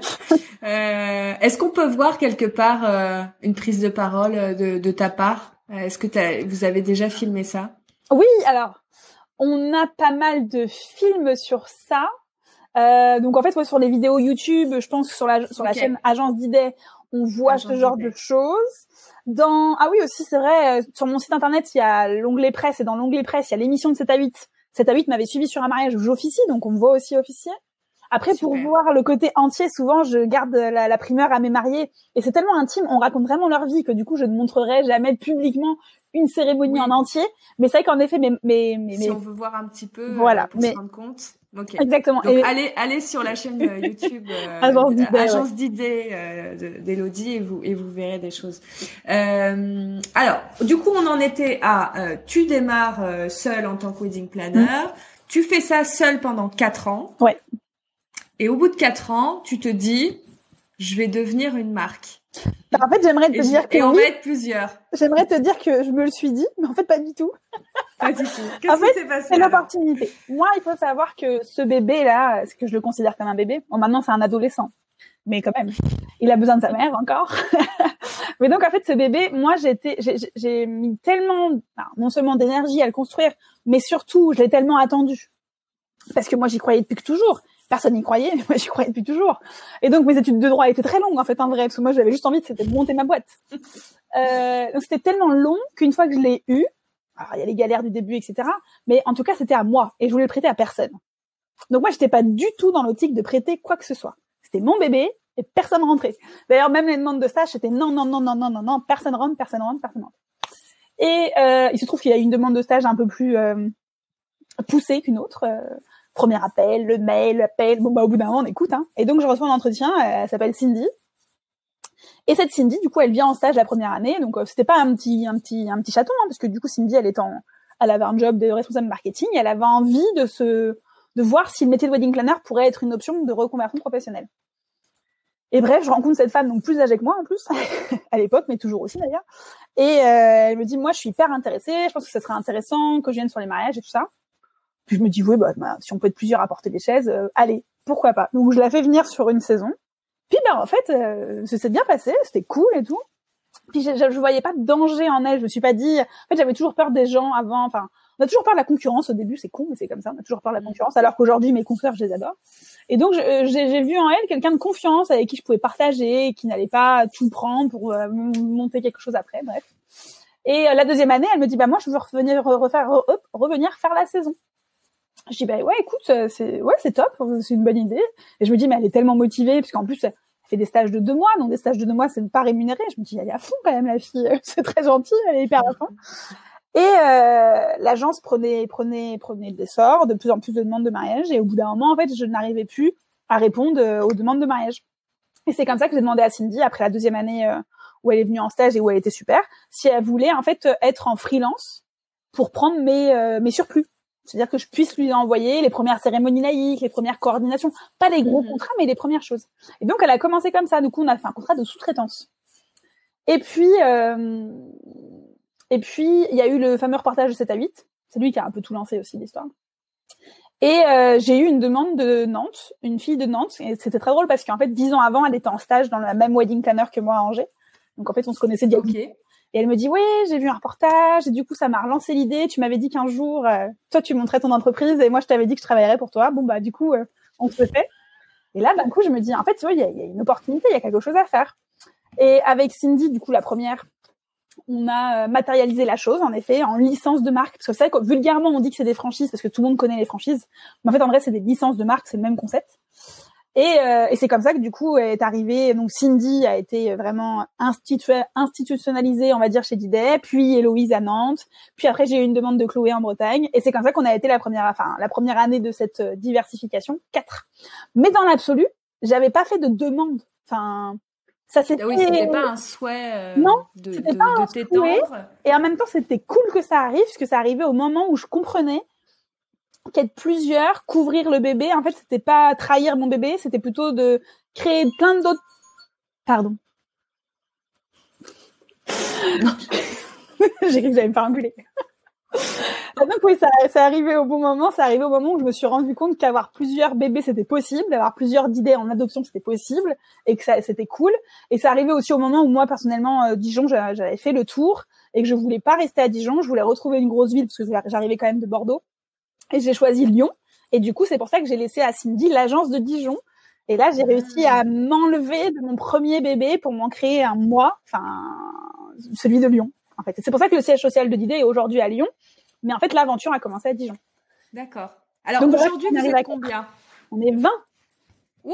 Euh, est-ce qu'on peut voir quelque part euh, une prise de parole de, de ta part? Est-ce que t'as, vous avez déjà filmé ça? Oui, alors, on a pas mal de films sur ça. Euh, donc en fait, ouais, sur les vidéos YouTube, je pense que sur la sur okay. la chaîne Agence d'idées, on voit Agence ce genre d'idées. de choses. Dans ah oui aussi c'est vrai, sur mon site internet, il y a l'onglet presse et dans l'onglet presse, il y a l'émission de sept à huit. sept à huit m'avait suivi sur un mariage où j'officie, donc on me voit aussi officier. Après, Super. Pour voir le côté entier, souvent, je garde la, la primeur à mes mariés. Et c'est tellement intime, on raconte vraiment leur vie que du coup, je ne montrerai jamais publiquement une cérémonie oui. en entier. Mais c'est vrai qu'en effet, mes, mes, mes, si mes... on veut voir un petit peu voilà, euh, pour mais... se rendre compte. Okay. Exactement. Donc, et... allez, allez sur la chaîne euh, YouTube euh, Agence d'idées, Agence ouais. d'idées euh, d'Élodie et vous, et vous verrez des choses. Euh, alors, du coup, on en était à euh, tu démarres euh, seule en tant que wedding planner. Mmh. Tu fais ça seule pendant quatre ans. Ouais. Et au bout de quatre ans, tu te dis, je vais devenir une marque. Bah, en fait, j'aimerais te et dire je, que et on oui, va être plusieurs. J'aimerais te dire que je me le suis dit, mais en fait, pas du tout. Pas du tout. Qu'est-ce en qui fait, s'est passé? C'est l'opportunité. Moi, il faut savoir que ce bébé-là, c'est que je le considère comme un bébé. Bon, maintenant, c'est un adolescent. Mais quand même, il a besoin de sa mère encore. Mais donc, en fait, ce bébé, moi, j'ai été, j'ai, j'ai mis tellement, enfin, non seulement d'énergie à le construire, mais surtout, je l'ai tellement attendu. Parce que moi, j'y croyais depuis que toujours. Personne n'y croyait, mais moi, j'y croyais depuis toujours. Et donc, mes études de droit étaient très longues, en fait, en vrai, parce que moi, j'avais juste envie, c'était de monter ma boîte. Euh, donc, c'était tellement long qu'une fois que je l'ai eu, alors, il y a les galères du début, et cetera, mais en tout cas, c'était à moi, et je voulais le prêter à personne. Donc, moi, j'étais pas du tout dans l'optique de prêter quoi que ce soit. C'était mon bébé, et personne rentrait. D'ailleurs, même les demandes de stage, c'était non, non, non, non, non, non, non, personne rentre, personne rentre, personne rentre. Et euh, il se trouve qu'il y a une demande de stage un peu plus euh, poussée qu'une autre. Euh, premier appel, le mail, l'appel. Bon, bah, au bout d'un moment, on écoute, hein. Et donc, je reçois un entretien. Elle s'appelle Cindy. Et cette Cindy, du coup, elle vient en stage la première année. Donc, euh, c'était pas un petit, un petit, un petit chaton, hein, parce que du coup, Cindy, elle est en, elle avait un job de responsable marketing. Elle avait envie de se, de voir si le métier de wedding planner pourrait être une option de reconversion professionnelle. Et bref, je rencontre cette femme, donc plus âgée que moi, en plus, à l'époque, mais toujours aussi, d'ailleurs. Et, euh, elle me dit, moi, je suis hyper intéressée. Je pense que ça serait intéressant que je vienne sur les mariages et tout ça. Puis je me dis, oui, bah, bah si on peut être plusieurs à porter des chaises, euh, allez, pourquoi pas. Donc je la fais venir sur une saison. Puis bah en fait, euh, ça s'est bien passé, c'était cool et tout. Puis je, je, je voyais pas de danger en elle. Je me suis pas dit, en fait, j'avais toujours peur des gens avant. Enfin, on a toujours peur de la concurrence au début, c'est con, mais c'est comme ça. On a toujours peur de la concurrence, alors qu'aujourd'hui mes consoeurs, je les adore. Et donc je, j'ai, j'ai vu en elle quelqu'un de confiance avec qui je pouvais partager, qui n'allait pas tout prendre pour euh, monter quelque chose après. Bref. Et euh, la deuxième année, elle me dit, bah moi je veux revenir refaire, hop, revenir faire la saison. Je dis, bah ouais, écoute, c'est, ouais, c'est top, c'est une bonne idée. Et je me dis, mais elle est tellement motivée, parce qu'en plus, elle fait des stages de deux mois, donc des stages de deux mois, c'est pas rémunéré. Je me dis, elle est à fond quand même, la fille, c'est très gentil, elle est hyper à fond. Et euh, l'agence prenait, prenait, prenait l'essor, de plus en plus de demandes de mariage, et au bout d'un moment, en fait, je n'arrivais plus à répondre aux demandes de mariage. Et c'est comme ça que j'ai demandé à Cindy, après la deuxième année euh, où elle est venue en stage et où elle était super, si elle voulait, en fait, être en freelance pour prendre mes, euh, mes surplus. C'est-à-dire que je puisse lui envoyer les premières cérémonies laïques, les premières coordinations, pas les gros mmh. contrats, mais les premières choses. Et donc, elle a commencé comme ça. Du coup, on a fait un contrat de sous-traitance. Et puis, euh, et puis, il y a eu le fameux reportage de sept à huit. C'est lui qui a un peu tout lancé aussi, l'histoire. Et euh, j'ai eu une demande de Nantes, une fille de Nantes. Et c'était très drôle parce qu'en fait, dix ans avant, elle était en stage dans la même wedding planner que moi à Angers. Donc, en fait, on se connaissait d'il y a okay. Et elle me dit, oui, j'ai vu un reportage, et du coup, ça m'a relancé l'idée. Tu m'avais dit qu'un jour, euh, toi, tu montrais ton entreprise, et moi, je t'avais dit que je travaillerais pour toi. Bon, bah, du coup, euh, on se le fait. Et là, d'un coup, je me dis, en fait, tu vois, il y a, y a une opportunité, il y a quelque chose à faire. Et avec Cindy, du coup, la première, on a euh, matérialisé la chose, en effet, en licence de marque. Parce que c'est vrai que vulgairement, on dit que c'est des franchises, parce que tout le monde connaît les franchises. Mais en fait, en vrai, c'est des licences de marque, c'est le même concept. Et, euh, et c'est comme ça que du coup est arrivé. Donc Cindy a été vraiment institu- institutionnalisée, on va dire, chez Didet, puis Héloïse à Nantes, puis après j'ai eu une demande de Chloé en Bretagne, et c'est comme ça qu'on a été la première, enfin la première année de cette diversification, quatre. Mais dans l'absolu, j'avais pas fait de demande. Enfin, ça s'était. Ah oui, c'était pas un souhait. Euh, non, de, c'était de, pas un de t'étendre. Souhait. Et en même temps, c'était cool que ça arrive, parce que ça arrivait au moment où je comprenais qu'être plusieurs, couvrir le bébé, en fait, c'était pas trahir mon bébé, c'était plutôt de créer plein d'autres... Pardon. J'ai cru que j'allais me faire engueuler. Donc oui, ça, c'est arrivé au bon moment. C'est arrivé au moment où je me suis rendu compte qu'avoir plusieurs bébés c'était possible, d'avoir plusieurs idées en adoption c'était possible et que ça c'était cool. Et c'est arrivé aussi au moment où moi personnellement, euh, Dijon, j'avais fait le tour et que je voulais pas rester à Dijon. Je voulais retrouver une grosse ville parce que j'arrivais quand même de Bordeaux et j'ai choisi Lyon. Et du coup, c'est pour ça que j'ai laissé à Cindy l'agence de Dijon. Et là, j'ai réussi à m'enlever de mon premier bébé pour m'en créer un moi, enfin celui de Lyon. En fait, et c'est pour ça que le siège social de Didet est aujourd'hui à Lyon. Mais en fait, l'aventure a commencé à Dijon. D'accord. Alors donc, aujourd'hui, vous êtes combien? On est vingt. Wouh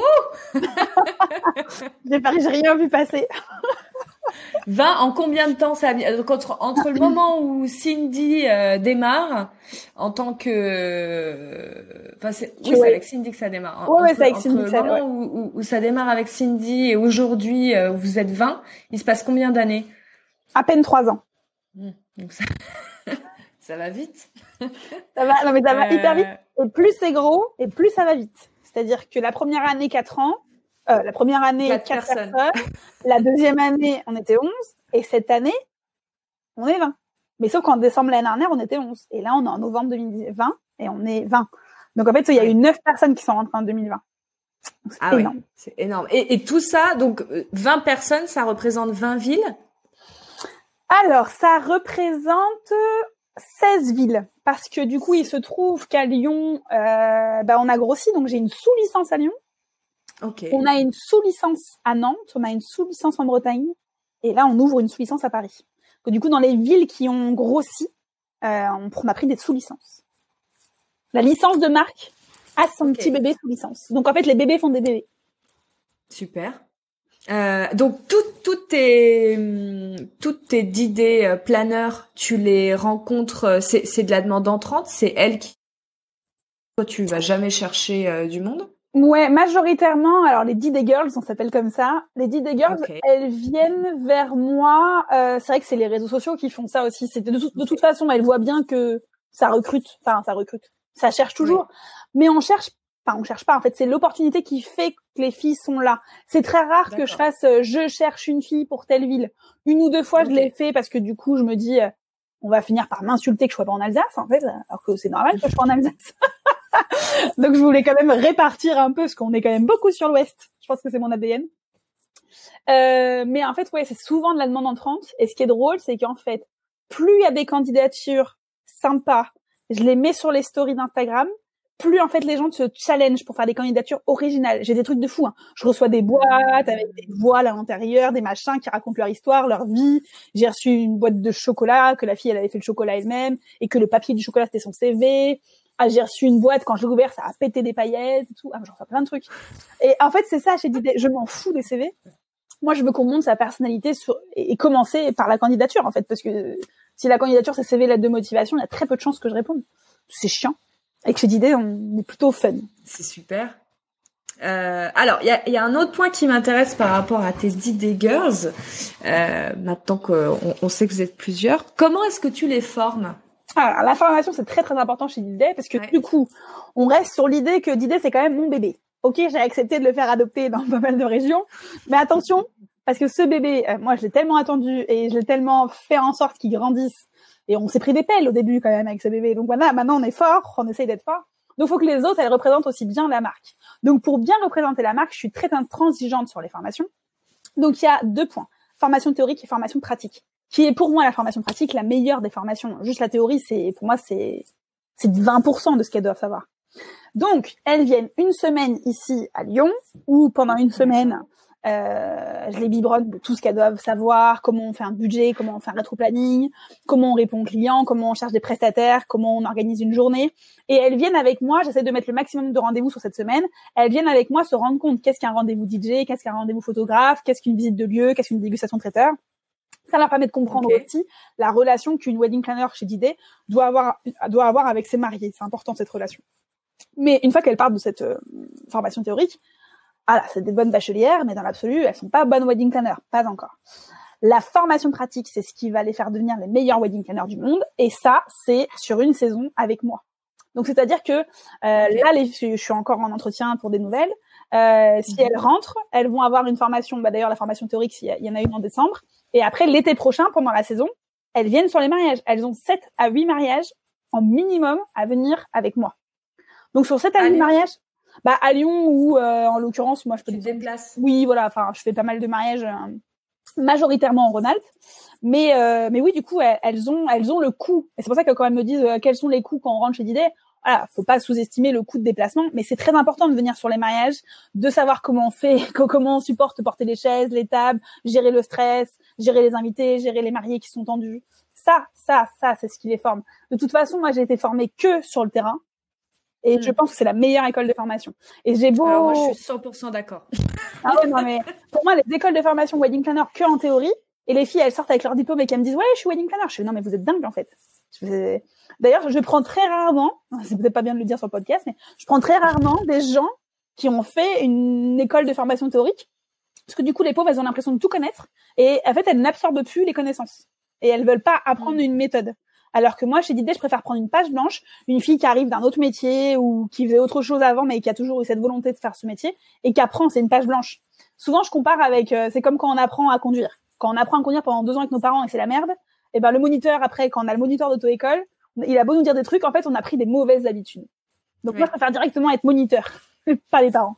J'ai pas, j'ai rien vu passer. vingt en combien de temps ça a mis? Donc, entre, entre le moment où Cindy euh, démarre en tant que, enfin c'est, oui, ouais. c'est avec Cindy que ça démarre. Oui, ouais, c'est avec entre Cindy. Le moment ouais. où, où, où ça démarre avec Cindy et aujourd'hui euh, où vous êtes vingt, il se passe combien d'années? À peine trois ans. Mmh, donc ça, ça va vite. Ça va, non mais ça va euh... hyper vite. Et plus c'est gros, et plus ça va vite. C'est-à-dire que la première année, quatre ans. Euh, la première année, quatre, quatre personnes. personnes. La deuxième année, on était onze. Et cette année, on est vingt. Mais sauf qu'en décembre l'année dernière, on était onze. Et là, on est en novembre deux mille vingt et on est vingt. Donc en fait, il y a eu neuf personnes qui sont rentrées en deux mille vingt. Donc, c'est ah énorme. Oui, c'est énorme. Et, et tout ça, donc vingt personnes, ça représente vingt villes? Alors, ça représente seize villes. Parce que du coup, il se trouve qu'à Lyon, euh, bah, on a grossi. Donc j'ai une sous-licence à Lyon. Okay. On a une sous-licence à Nantes, on a une sous-licence en Bretagne, et là, on ouvre une sous-licence à Paris. Donc, du coup, dans les villes qui ont grossi, euh, on a pris des sous-licences. La licence de marque a son okay. petit bébé sous-licence. Donc, en fait, les bébés font des bébés. Super. Euh, donc, toutes tout tes, toutes tes idées euh, planeurs, tu les rencontres, c'est, c'est de la demande entrante, c'est elle qui... Toi, tu vas jamais chercher euh, du monde? Ouais, majoritairement, alors les D-Day Girls, on s'appelle comme ça. Les D-Day Girls, okay. elles viennent vers moi. Euh, c'est vrai que c'est les réseaux sociaux qui font ça aussi. C'est de, de, de okay. toute façon, elles voient bien que ça recrute. Enfin, ça recrute. Ça cherche toujours. Oui. Mais on cherche, enfin, on cherche pas. En fait, c'est l'opportunité qui fait que les filles sont là. C'est très rare D'accord. que je fasse, euh, je cherche une fille pour telle ville. Une ou deux fois, okay. je l'ai fait parce que du coup, je me dis, euh, on va finir par m'insulter que je sois pas en Alsace, en fait, alors que c'est normal que je sois en Alsace. Donc, je voulais quand même répartir un peu, parce qu'on est quand même beaucoup sur l'Ouest. Je pense que c'est mon A D N. Euh, mais en fait, ouais, c'est souvent de la demande entrante. Et ce qui est drôle, c'est qu'en fait, plus il y a des candidatures sympas, je les mets sur les stories d'Instagram, plus en fait les gens se challenge pour faire des candidatures originales. J'ai des trucs de fou, hein. Je reçois des boîtes avec des voiles à l'intérieur, des machins qui racontent leur histoire, leur vie. J'ai reçu une boîte de chocolat, que la fille, elle avait fait le chocolat elle-même, et que le papier du chocolat, c'était son C V. Ah, j'ai reçu une boîte, quand je l'ai ouvert, ça a pété des paillettes et tout. Ah, j'en reçois plein de trucs. Et en fait, c'est ça, j'ai dit, je m'en fous des C V. Moi, je veux qu'on monte sa personnalité sur, et commencer par la candidature, en fait, parce que si la candidature, c'est C V, lettre de motivation, il y a très peu de chances que je réponde. C'est chiant. Et que chez Didet, on est plutôt fun. C'est super. Euh, alors, il y a, y a un autre point qui m'intéresse par rapport à tes Didet Girls. Euh, maintenant qu'on on sait que vous êtes plusieurs. Comment est-ce que tu les formes? Alors, la formation, c'est très, très important chez Didet parce que ouais. du coup, on reste sur l'idée que Didet, c'est quand même mon bébé. Ok, j'ai accepté de le faire adopter dans pas mal de régions. Mais attention, parce que ce bébé, euh, moi, je l'ai tellement attendu et je l'ai tellement fait en sorte qu'il grandisse. Et on s'est pris des pelles au début quand même avec ce bébé. Donc voilà, maintenant on est fort, on essaye d'être fort. Donc il faut que les autres, elles représentent aussi bien la marque. Donc pour bien représenter la marque, je suis très intransigeante sur les formations. Donc il y a deux points, formation théorique et formation pratique, qui est pour moi la formation pratique la meilleure des formations. Juste la théorie, c'est pour moi c'est c'est vingt pour cent de ce qu'elles doivent savoir. Donc elles viennent une semaine ici à Lyon, ou pendant une semaine, Euh, je les biberonne de tout ce qu'elles doivent savoir, comment on fait un budget, comment on fait un rétro-planning, comment on répond aux clients, comment on cherche des prestataires, comment on organise une journée. Et elles viennent avec moi, j'essaie de mettre le maximum de rendez-vous sur cette semaine, elles viennent avec moi se rendre compte qu'est-ce qu'un rendez-vous D J, qu'est-ce qu'un rendez-vous photographe, qu'est-ce qu'une visite de lieu, qu'est-ce qu'une dégustation traiteur. Ça leur permet de comprendre okay. aussi la relation qu'une wedding planner chez Didet doit avoir, doit avoir avec ses mariés. C'est important cette relation. Mais une fois qu'elles partent de cette euh, formation théorique, ah là, c'est des bonnes bachelières, mais dans l'absolu, elles sont pas bonnes wedding planners, pas encore. La formation pratique, c'est ce qui va les faire devenir les meilleurs wedding planners du monde, et ça, c'est sur une saison avec moi. Donc, c'est-à-dire que euh, okay. là, les, je suis encore en entretien pour des nouvelles. Euh, si mm-hmm. elles rentrent, elles vont avoir une formation. Bah d'ailleurs, la formation théorique, il y en a une en décembre, et après l'été prochain, pendant la saison, elles viennent sur les mariages. Elles ont sept à huit mariages en minimum à venir avec moi. Donc sur cette année de mariage, bah à Lyon ou euh, en l'occurrence moi je peux tu te déplaces. Oui, voilà, enfin je fais pas mal de mariages euh, majoritairement en Rhône-Alpes, mais euh, mais oui du coup elles, elles ont elles ont le coût. Et c'est pour ça que quand elles me disent euh, quels sont les coûts quand on rentre chez Didet, voilà, faut pas sous-estimer le coût de déplacement, mais c'est très important de venir sur les mariages, de savoir comment on fait, comment on supporte porter les chaises, les tables, gérer le stress, gérer les invités, gérer les mariés qui sont tendus. Ça, ça, ça, c'est ce qui les forme. De toute façon, moi, j'ai été formée que sur le terrain, et mmh. je pense que c'est la meilleure école de formation. Et j'ai beau. Alors moi, je suis cent pour cent d'accord. Ah ouais, non mais pour moi, les écoles de formation wedding planner que en théorie, et les filles, elles sortent avec leur diplôme et qu'elles me disent ouais, je suis wedding planner. Je fais non mais vous êtes dingue en fait. Je fais... D'ailleurs, je prends très rarement, c'est peut-être pas bien de le dire sur le podcast, mais je prends très rarement des gens qui ont fait une école de formation théorique, parce que du coup, les pauvres, elles ont l'impression de tout connaître, et en fait, elles n'absorbent plus les connaissances, et elles veulent pas apprendre une méthode. Alors que moi, chez Didet, je préfère prendre une page blanche, une fille qui arrive d'un autre métier ou qui faisait autre chose avant, mais qui a toujours eu cette volonté de faire ce métier, et qui apprend, c'est une page blanche. Souvent, je compare avec, euh, c'est comme quand on apprend à conduire. Quand on apprend à conduire pendant deux ans avec nos parents et c'est la merde, et ben le moniteur, après, quand on a le moniteur d'auto-école, il a beau nous dire des trucs, en fait, on a pris des mauvaises habitudes. Donc oui. Moi, je préfère directement être moniteur, pas les parents.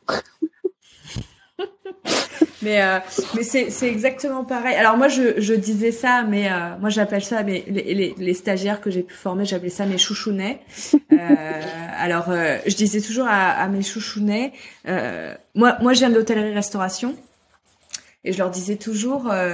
mais euh, mais c'est c'est exactement pareil. Alors moi, je je disais ça, mais euh, moi j'appelle ça mais les, les les stagiaires que j'ai pu former, j'appelais ça mes chouchounets. Euh, alors euh, je disais toujours à, à mes chouchounets, euh, moi moi je viens de l'hôtellerie-restauration et je leur disais toujours. Euh,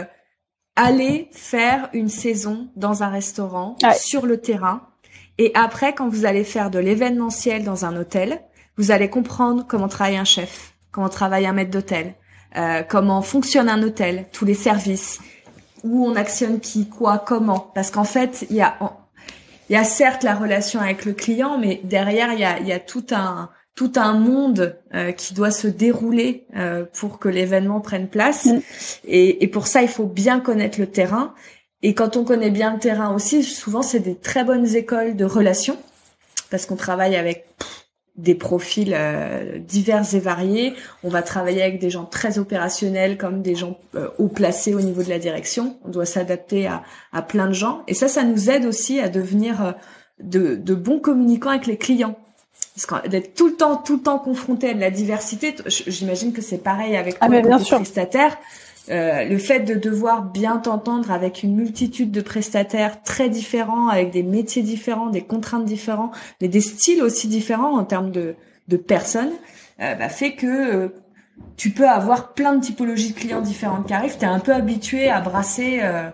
Allez faire une saison dans un restaurant, ouais. sur le terrain. Et après, quand vous allez faire de l'événementiel dans un hôtel, vous allez comprendre comment travaille un chef, comment travaille un maître d'hôtel, euh, comment fonctionne un hôtel, tous les services, où on actionne qui, quoi, comment. Parce qu'en fait, il y a, il y a certes la relation avec le client, mais derrière, il y a, il y a tout un, tout un monde euh, qui doit se dérouler euh, pour que l'événement prenne place. Mmh. Et, et pour ça, il faut bien connaître le terrain. Et quand on connaît bien le terrain aussi, souvent, c'est des très bonnes écoles de relations parce qu'on travaille avec pff, des profils euh, divers et variés. On va travailler avec des gens très opérationnels comme des gens euh, haut placés au niveau de la direction. On doit s'adapter à, à plein de gens. Et ça, ça nous aide aussi à devenir euh, de, de bons communicants avec les clients. Parce que d'être tout le temps, tout le temps confronté à de la diversité, j'imagine que c'est pareil avec toi, ah, bien sûr. prestataire. Euh, le fait de devoir bien t'entendre avec une multitude de prestataires très différents, avec des métiers différents, des contraintes différentes, mais des styles aussi différents en termes de, de personnes, euh, bah, fait que euh, tu peux avoir plein de typologies de clients différentes qui arrivent. T'es un peu habitué à brasser euh,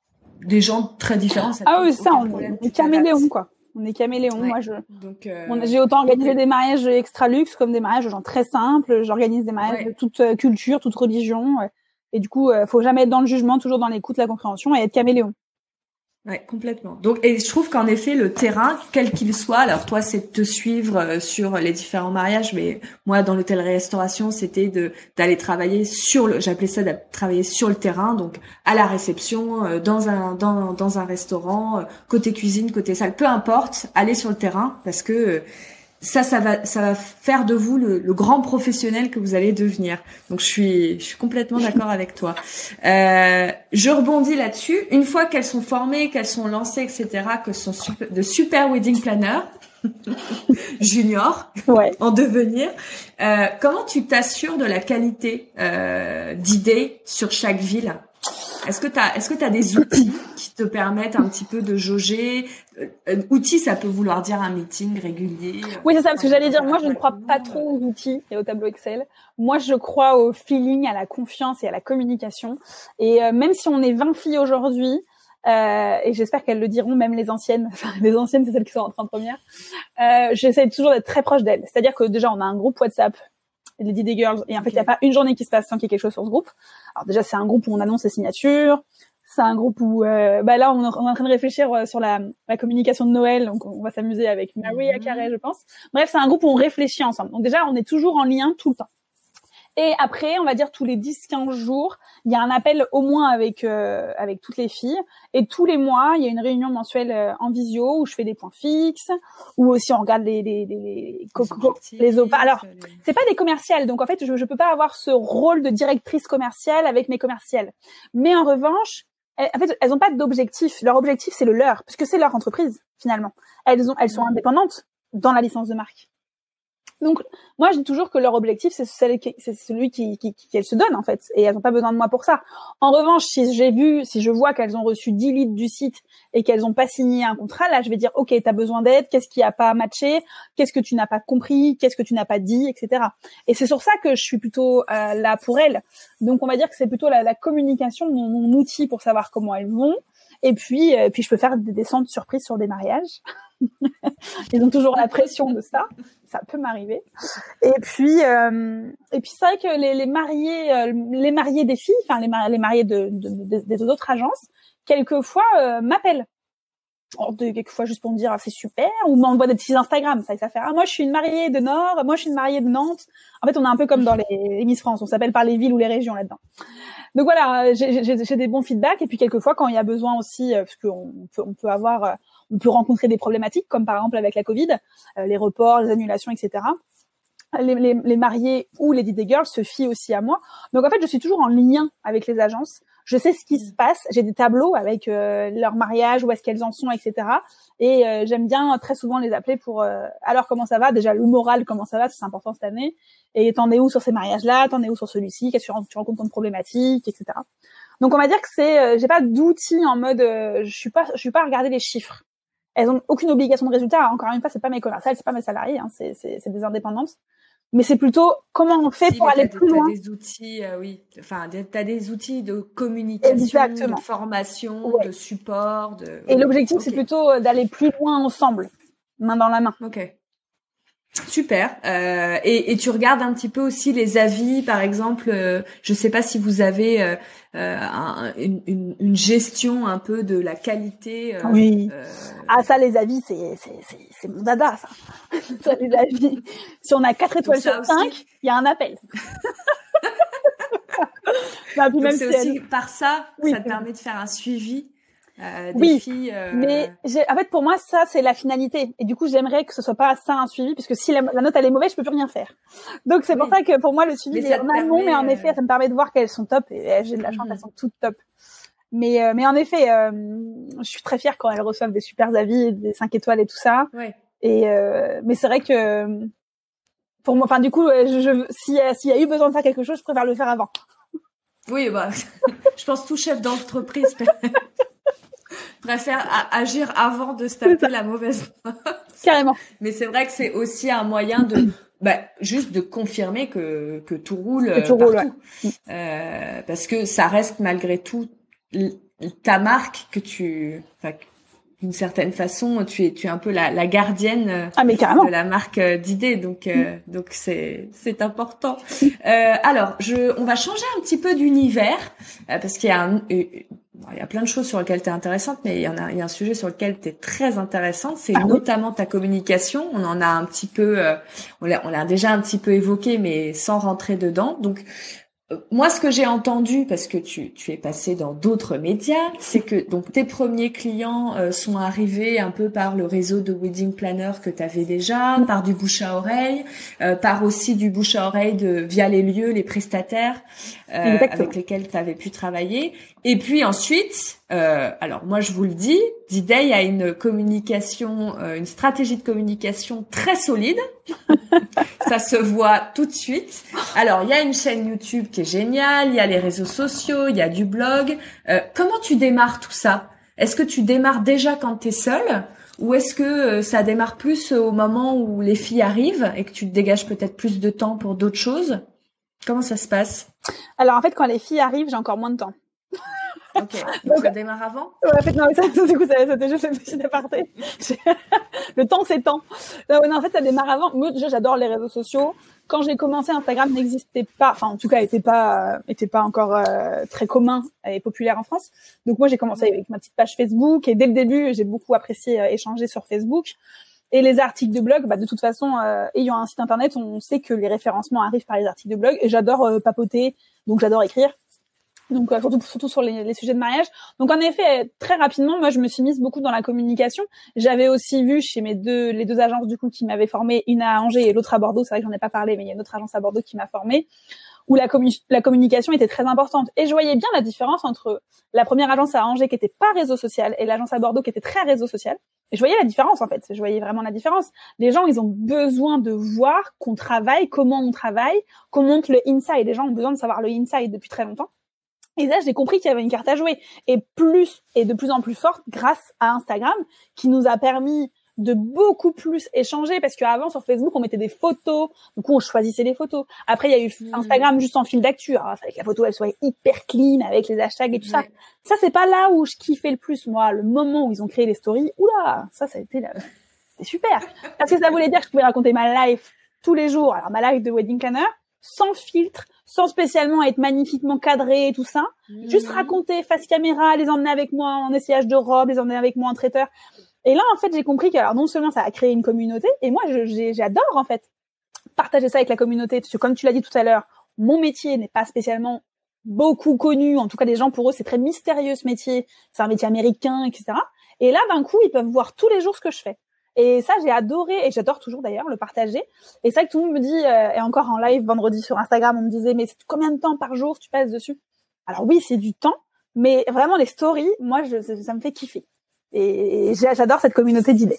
des gens très différents. Ça ah oui, ça, on est caméléon, quoi. On est caméléon. Ouais. Moi, je, Donc, euh... on, j'ai autant organisé des mariages extra luxe comme des mariages de gens très simples. J'organise des mariages ouais. de toute euh, culture, toute religion. Ouais. Et du coup, euh, faut jamais être dans le jugement, toujours dans l'écoute, la compréhension et être caméléon. Ouais, complètement. Donc, et je trouve qu'en effet, le terrain, quel qu'il soit, alors toi, c'est de te suivre sur les différents mariages, mais moi, dans l'hôtellerie-restauration, c'était de d'aller travailler sur le, j'appelais ça de travailler sur le terrain, donc à la réception, dans un dans dans un restaurant, côté cuisine, côté salle, peu importe, aller sur le terrain, parce que ça, ça va, ça va faire de vous le, le grand professionnel que vous allez devenir. Donc, je suis, je suis complètement d'accord avec toi. Euh, je rebondis là-dessus. Une fois qu'elles sont formées, qu'elles sont lancées, et cetera, que ce sont super, de super wedding planners junior ouais. en devenir, euh, comment tu t'assures de la qualité euh, d'idées sur chaque ville? Est-ce que t'as, est-ce que t'as des outils qui te permettent un petit peu de jauger? Euh, outils, ça peut vouloir dire un meeting régulier. Oui, c'est ça, parce que j'allais dire, moi, je ne crois pas trop aux outils et au tableau Excel. Moi, je crois au feeling, à la confiance et à la communication. Et euh, même si on est vingt filles aujourd'hui, euh, et j'espère qu'elles le diront, même les anciennes, enfin, les anciennes, c'est celles qui sont en train de première, euh, j'essaie toujours d'être très proche d'elles. C'est-à-dire que déjà, on a un groupe WhatsApp, les Didet Girls, et en fait, il okay. n'y a pas une journée qui se passe sans qu'il y ait quelque chose sur ce groupe. Alors déjà, c'est un groupe où on annonce les signatures, c'est un groupe où, euh, bah là, on est en train de réfléchir sur la, la communication de Noël, donc on va s'amuser avec Maria mm-hmm. Carré, je pense. Bref, c'est un groupe où on réfléchit ensemble. Donc déjà, on est toujours en lien tout le temps. Et après, on va dire tous les dix quinze jours, il y a un appel au moins avec euh, avec toutes les filles. Et tous les mois, il y a une réunion mensuelle euh, en visio où je fais des points fixes, ou aussi on regarde les les les les, les, les opas. Alors, c'est pas des commerciales, donc en fait, je je peux pas avoir ce rôle de directrice commerciale avec mes commerciales. Mais en revanche, elles, en fait, elles ont pas d'objectif. Leur objectif, c'est le leur, puisque c'est leur entreprise finalement. Elles ont, elles sont indépendantes dans la licence de marque. Donc, moi, je dis toujours que leur objectif, c'est celui qui, c'est celui qui, qui, qui, qu'elles se donnent, en fait. Et elles n'ont pas besoin de moi pour ça. En revanche, si j'ai vu, si je vois qu'elles ont reçu dix leads du site et qu'elles n'ont pas signé un contrat, là, je vais dire, OK, t'as besoin d'aide, qu'est-ce qui a pas matché, qu'est-ce que tu n'as pas compris, qu'est-ce que tu n'as pas dit, et cetera. Et c'est sur ça que je suis plutôt euh, là pour elles. Donc, on va dire que c'est plutôt la, la communication, mon, mon outil pour savoir comment elles vont. Et puis, euh, puis je peux faire des descentes surprises sur des mariages. Ils ont toujours la pression de ça. Ça peut m'arriver. Et puis, euh, et puis c'est vrai que les, les mariés, euh, les mariés des filles, enfin les, mar- les mariés de, de, de, des autres agences, quelquefois euh, m'appellent. Alors, de, quelquefois juste pour me dire ah, c'est super, ou m'envoient des petits Instagram. Ça, ça fait ah moi je suis une mariée de Nord, moi je suis une mariée de Nantes. En fait, on est un peu comme dans les, les Miss France, on s'appelle par les villes ou les régions là-dedans. Donc voilà, j'ai, j'ai, j'ai des bons feedbacks. Et puis quelquefois quand il y a besoin aussi, parce qu'on peut, on peut avoir on peut rencontrer des problématiques, comme par exemple avec la Covid, euh, les reports, les annulations, et cetera. Les, les, les mariés ou les D J girls se fient aussi à moi. Donc en fait, je suis toujours en lien avec les agences. Je sais ce qui se passe. J'ai des tableaux avec euh, leur mariage, où est-ce qu'elles en sont, et cetera. Et euh, j'aime bien très souvent les appeler pour euh, alors comment ça va. Déjà le moral, comment ça va, c'est important cette année. Et t'en es où sur ces mariages-là, t'en es où sur celui-ci, qu'est-ce que tu rencontres comme problématique, et cetera. Donc on va dire que c'est, euh, j'ai pas d'outils en mode, euh, je suis pas, je suis pas à regarder les chiffres. Elles ont aucune obligation de résultat. Encore une fois, c'est pas mes commerciales, c'est pas mes salariés, hein, c'est, c'est, c'est des indépendantes. Mais c'est plutôt comment on fait si, pour aller plus loin. T'as des outils, euh, oui. Enfin, t'as des outils de communication, Exactement. de formation, ouais. de support. De... Et l'objectif, okay. c'est plutôt d'aller plus loin ensemble, main dans la main. Ok. Super. Euh, et, et tu regardes un petit peu aussi les avis, par exemple. Euh, je sais pas si vous avez euh, euh, un, une, une, une gestion un peu de la qualité. Euh, oui. Euh... Ah ça, les avis, c'est c'est c'est, c'est mon dada, ça. Ça, les avis. Si on a quatre étoiles sur cinq, il y a un appel. bah, puis même c'est si aussi elle... par ça, oui. ça te permet de faire un suivi. Euh, des oui, filles, euh... mais j'ai, en fait pour moi ça c'est la finalité et du coup j'aimerais que ce soit pas ça un suivi puisque si la, la note elle est mauvaise je peux plus rien faire. Donc c'est oui. pour ça que pour moi le suivi est en amont mais en effet euh... ça me permet de voir qu'elles sont top et j'ai de la chance mm-hmm. elles sont toutes top. Mais euh, mais en effet euh, je suis très fière quand elles reçoivent des super avis, des cinq étoiles et tout ça. Ouais. Et euh, mais c'est vrai que pour moi enfin du coup je, je si s'il y a eu besoin de faire quelque chose je préfère le faire avant. Oui bah je pense tout chef d'entreprise préfère agir avant de se taper la mauvaise note. Carrément. Mais c'est vrai que c'est aussi un moyen de, bah, juste de confirmer que, que tout roule que tout partout. Roule, ouais. euh, parce que ça reste malgré tout ta marque que tu, enfin, d'une certaine façon, tu es, tu es un peu la, la gardienne ah, mais carrément. de la marque d'idées. Donc, euh, mm. donc c'est, c'est important. euh, alors, je, on va changer un petit peu d'univers, euh, parce qu'il y a un, euh, il y a plein de choses sur lesquelles tu es intéressante, mais il y en a, il y a un sujet sur lequel tu es très intéressante, c'est ah, notamment oui. ta communication. On en a un petit peu, euh, on l'a, on l'a déjà un petit peu évoqué, mais sans rentrer dedans. Donc, euh, moi, ce que j'ai entendu, parce que tu, tu es passé dans d'autres médias, c'est que donc tes premiers clients euh, sont arrivés un peu par le réseau de wedding planner que tu avais déjà, par du bouche à oreille, euh, par aussi du bouche à oreille de via les lieux, les prestataires euh, avec lesquels tu avais pu travailler. Et puis ensuite, euh, alors moi je vous le dis, D-Day a une communication, euh, une stratégie de communication très solide. Ça se voit tout de suite. Alors il y a une chaîne YouTube qui est géniale, il y a les réseaux sociaux, il y a du blog. Euh, comment tu démarres tout ça ? Est-ce que tu démarres déjà quand tu es seule ? Ou est-ce que euh, ça démarre plus au moment où les filles arrivent et que tu te dégages peut-être plus de temps pour d'autres choses ? Comment ça se passe ? Alors en fait quand les filles arrivent, j'ai encore moins de temps. Ok, donc ça démarre avant ? Ouais, en fait, non, mais ça, du coup, ça, c'était juste une petite aparté. Le temps, c'est temps. Non, non, en fait, ça démarre avant. Moi, déjà, j'adore les réseaux sociaux. Quand j'ai commencé, Instagram n'existait pas, enfin, en tout cas, était pas, euh, était pas encore euh, très commun et populaire en France. Donc, moi, j'ai commencé avec ma petite page Facebook et dès le début, j'ai beaucoup apprécié euh, échanger sur Facebook. Et les articles de blog, bah, de toute façon, euh, ayant un site internet, on sait que les référencements arrivent par les articles de blog et j'adore euh, papoter, donc j'adore écrire. Donc euh, surtout surtout sur les, les sujets de mariage. Donc en effet, très rapidement, moi je me suis mise beaucoup dans la communication. J'avais aussi vu chez mes deux les deux agences du coup qui m'avaient formée, une à Angers et l'autre à Bordeaux. C'est vrai que j'en ai pas parlé, mais il y a une autre agence à Bordeaux qui m'a formée. où la, commu- la communication était très importante. Et je voyais bien la différence entre la première agence à Angers qui était pas réseau social et l'agence à Bordeaux qui était très réseau social. Et je voyais la différence, en fait. Je voyais vraiment la différence. Les gens, ils ont besoin de voir qu'on travaille, comment on travaille, qu'on monte le inside. Les gens ont besoin de savoir le inside depuis très longtemps. Et là, j'ai compris qu'il y avait une carte à jouer. Et plus, et de plus en plus forte grâce à Instagram, qui nous a permis de beaucoup plus échanger, parce qu'avant, sur Facebook, on mettait des photos. Du coup, on choisissait les photos. Après, il y a eu Instagram juste en fil d'actu. Alors, il fallait que la photo, elle soit hyper clean, avec les hashtags et tout ouais. ça. Ça, c'est pas là où je kiffais le plus, moi. Le moment où ils ont créé les stories, oula, ça, ça a été, la... c'était super. Parce que ça voulait dire que je pouvais raconter ma life tous les jours. Alors, ma life de wedding planner, sans filtre, sans spécialement être magnifiquement cadré et tout ça. Mmh. Juste raconter face caméra, les emmener avec moi en essayage de robe, les emmener avec moi en traiteur. Et là, en fait, j'ai compris que, alors, non seulement ça a créé une communauté, et moi, je, j'ai, j'adore, en fait, partager ça avec la communauté, parce que comme tu l'as dit tout à l'heure, mon métier n'est pas spécialement beaucoup connu, en tout cas, les gens, pour eux, c'est très mystérieux, ce métier, c'est un métier américain, et cetera. Et là, d'un coup, ils peuvent voir tous les jours ce que je fais. Et ça, j'ai adoré, et j'adore toujours d'ailleurs le partager. Et ça que tout le monde me dit, euh, et encore en live vendredi sur Instagram, on me disait, mais c'est combien de temps par jour tu passes dessus? Alors oui, c'est du temps, mais vraiment les stories, moi, je, ça, ça me fait kiffer. Et j'adore cette communauté d'idées.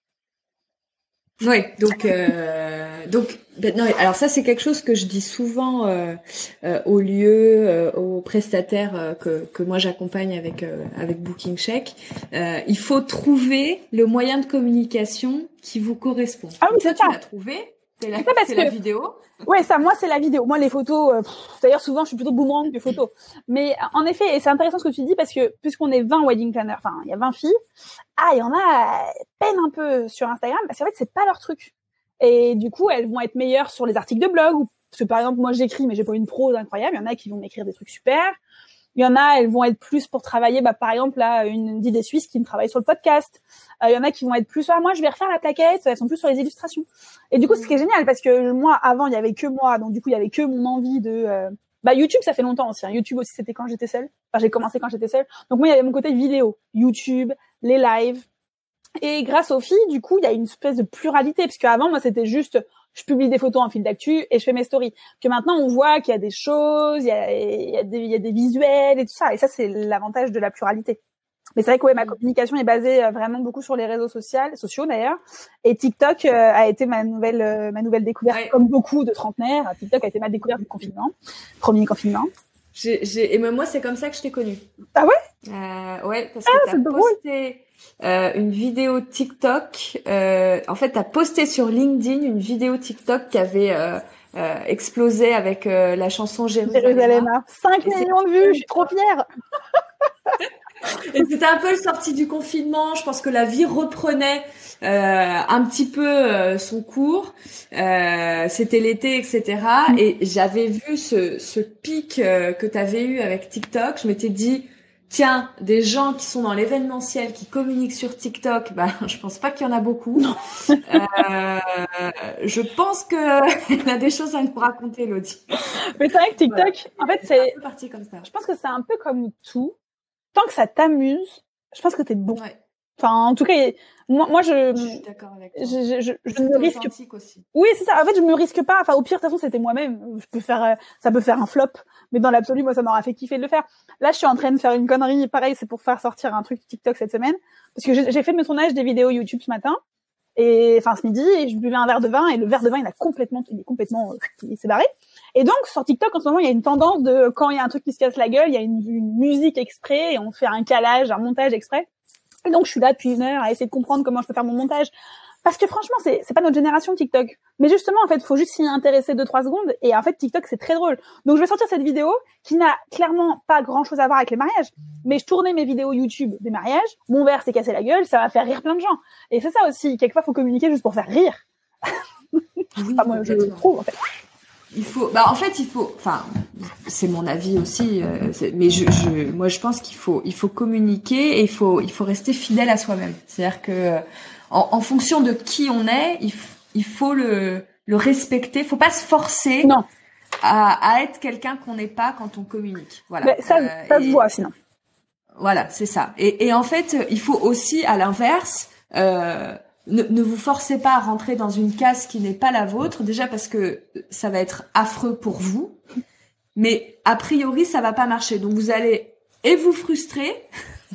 Oui, donc euh, donc ben non, alors ça c'est quelque chose que je dis souvent euh, euh, aux lieux, euh, aux prestataires euh, que que moi j'accompagne avec euh, avec Booking Check. Euh, il faut trouver le moyen de communication qui vous correspond. Ah oui, c'est ça. Tu l'as trouvé. C'est la, c'est c'est que... la vidéo. Ouais, ça, moi, c'est la vidéo. Moi, les photos, euh, pff, d'ailleurs, souvent, je suis plutôt boomerang que photo. Mais, en effet, et c'est intéressant ce que tu dis parce que, puisqu'on est vingt wedding planners, enfin, il y a vingt filles, ah, il y en a, peine un peu sur Instagram, parce qu'en fait, c'est pas leur truc. Et du coup, elles vont être meilleures sur les articles de blog, ou, parce que par exemple, moi, j'écris, mais j'ai pas une prose incroyable. Il y en a qui vont m'écrire des trucs super. Il y en a, elles vont être plus pour travailler, bah, par exemple, là, une d'idées suisses qui me travaille sur le podcast. Euh, il y en a qui vont être plus, ah, moi, je vais refaire la plaquette. Elles sont plus sur les illustrations. Et du coup, ce qui est génial, parce que moi, avant, il y avait que moi. Donc, du coup, il y avait que mon envie de, euh... bah, YouTube, ça fait longtemps aussi, hein. YouTube aussi, c'était quand j'étais seule. Enfin, j'ai commencé quand j'étais seule. Donc, moi, il y avait mon côté vidéo. YouTube, les lives. Et grâce aux filles, du coup, il y a une espèce de pluralité. Parce qu'avant, moi, c'était juste, je publie des photos en fil d'actu et je fais mes stories. Que maintenant, on voit qu'il y a des choses, il y a, il y a des, il y a des visuels et tout ça. Et ça, c'est l'avantage de la pluralité. Mais c'est vrai que ouais, ma communication est basée vraiment beaucoup sur les réseaux sociaux, sociaux d'ailleurs. Et TikTok euh, a été ma nouvelle, euh, ma nouvelle découverte, ouais. Comme beaucoup de trentenaires. TikTok a été ma découverte du confinement, premier confinement. J'ai, j'ai, et même moi, c'est comme ça que je t'ai connue. Ah ouais? Euh, ouais, parce ah, que t'as posté euh, une vidéo TikTok. Euh, en fait, t'as posté sur LinkedIn une vidéo TikTok qui avait euh, euh, explosé avec euh, la chanson Jérusalem. Jérusalem. cinq millions de vues, je suis trop fière. Et c'était un peu le sorti du confinement. Je pense que la vie reprenait euh, un petit peu euh, son cours. Euh, c'était l'été, et cetera. Mm. Et j'avais vu ce, ce pic euh, que tu avais eu avec TikTok. Je m'étais dit, tiens, des gens qui sont dans l'événementiel, qui communiquent sur TikTok, bah, je pense pas qu'il y en a beaucoup. euh, je pense que il y a des choses à nous raconter, Lottie. Mais c'est vrai que TikTok, voilà. En fait, c'est, c'est parti comme ça. Je pense que c'est un peu comme tout. Tant que ça t'amuse, je pense que t'es bon. Ouais. Enfin, en tout cas, moi, moi, je, je suis d'accord avec toi. Je, je, je, je me risque. Aussi. Oui, c'est ça. En fait, je me risque pas. Enfin, au pire, de toute façon, c'était moi-même. Je peux faire, ça peut faire un flop, mais dans l'absolu, moi, ça m'aura fait kiffer de le faire. Là, je suis en train de faire une connerie. Pareil, c'est pour faire sortir un truc TikTok cette semaine, parce que j'ai, j'ai fait mes tournages des vidéos YouTube ce matin. Et, enfin, ce midi, et je buvais un verre de vin, et le verre de vin, il a complètement, il est complètement, il s'est barré. Et donc, sur TikTok, en ce moment, il y a une tendance de, quand il y a un truc qui se casse la gueule, il y a une, une musique exprès, et on fait un calage, un montage exprès. Et donc, je suis là depuis une heure à essayer de comprendre comment je peux faire mon montage. Parce que franchement, c'est, c'est pas notre génération TikTok. Mais justement, en fait, faut juste s'y intéresser deux, trois secondes. Et en fait, TikTok, c'est très drôle. Donc, je vais sortir cette vidéo qui n'a clairement pas grand chose à voir avec les mariages. Mais je tournais mes vidéos YouTube des mariages. Mon verre s'est cassé la gueule. Ça va faire rire plein de gens. Et c'est ça aussi. Quelquefois, faut communiquer juste pour faire rire. Oui, enfin, moi, je trouve, en fait. Il faut, bah, en fait, il faut, enfin, c'est mon avis aussi, euh, mais je, je, moi, je pense qu'il faut, il faut communiquer et il faut, il faut rester fidèle à soi-même. C'est-à-dire que, en, en fonction de qui on est, il, f- il faut le, le respecter. Faut pas se forcer non. À, à être quelqu'un qu'on n'est pas quand on communique. Voilà. Mais ça, euh, ça se voit sinon. Voilà, c'est ça. Et, et en fait, il faut aussi, à l'inverse, euh, Ne, ne vous forcez pas à rentrer dans une case qui n'est pas la vôtre, déjà parce que ça va être affreux pour vous, mais a priori, ça va pas marcher. Donc, vous allez et vous frustrer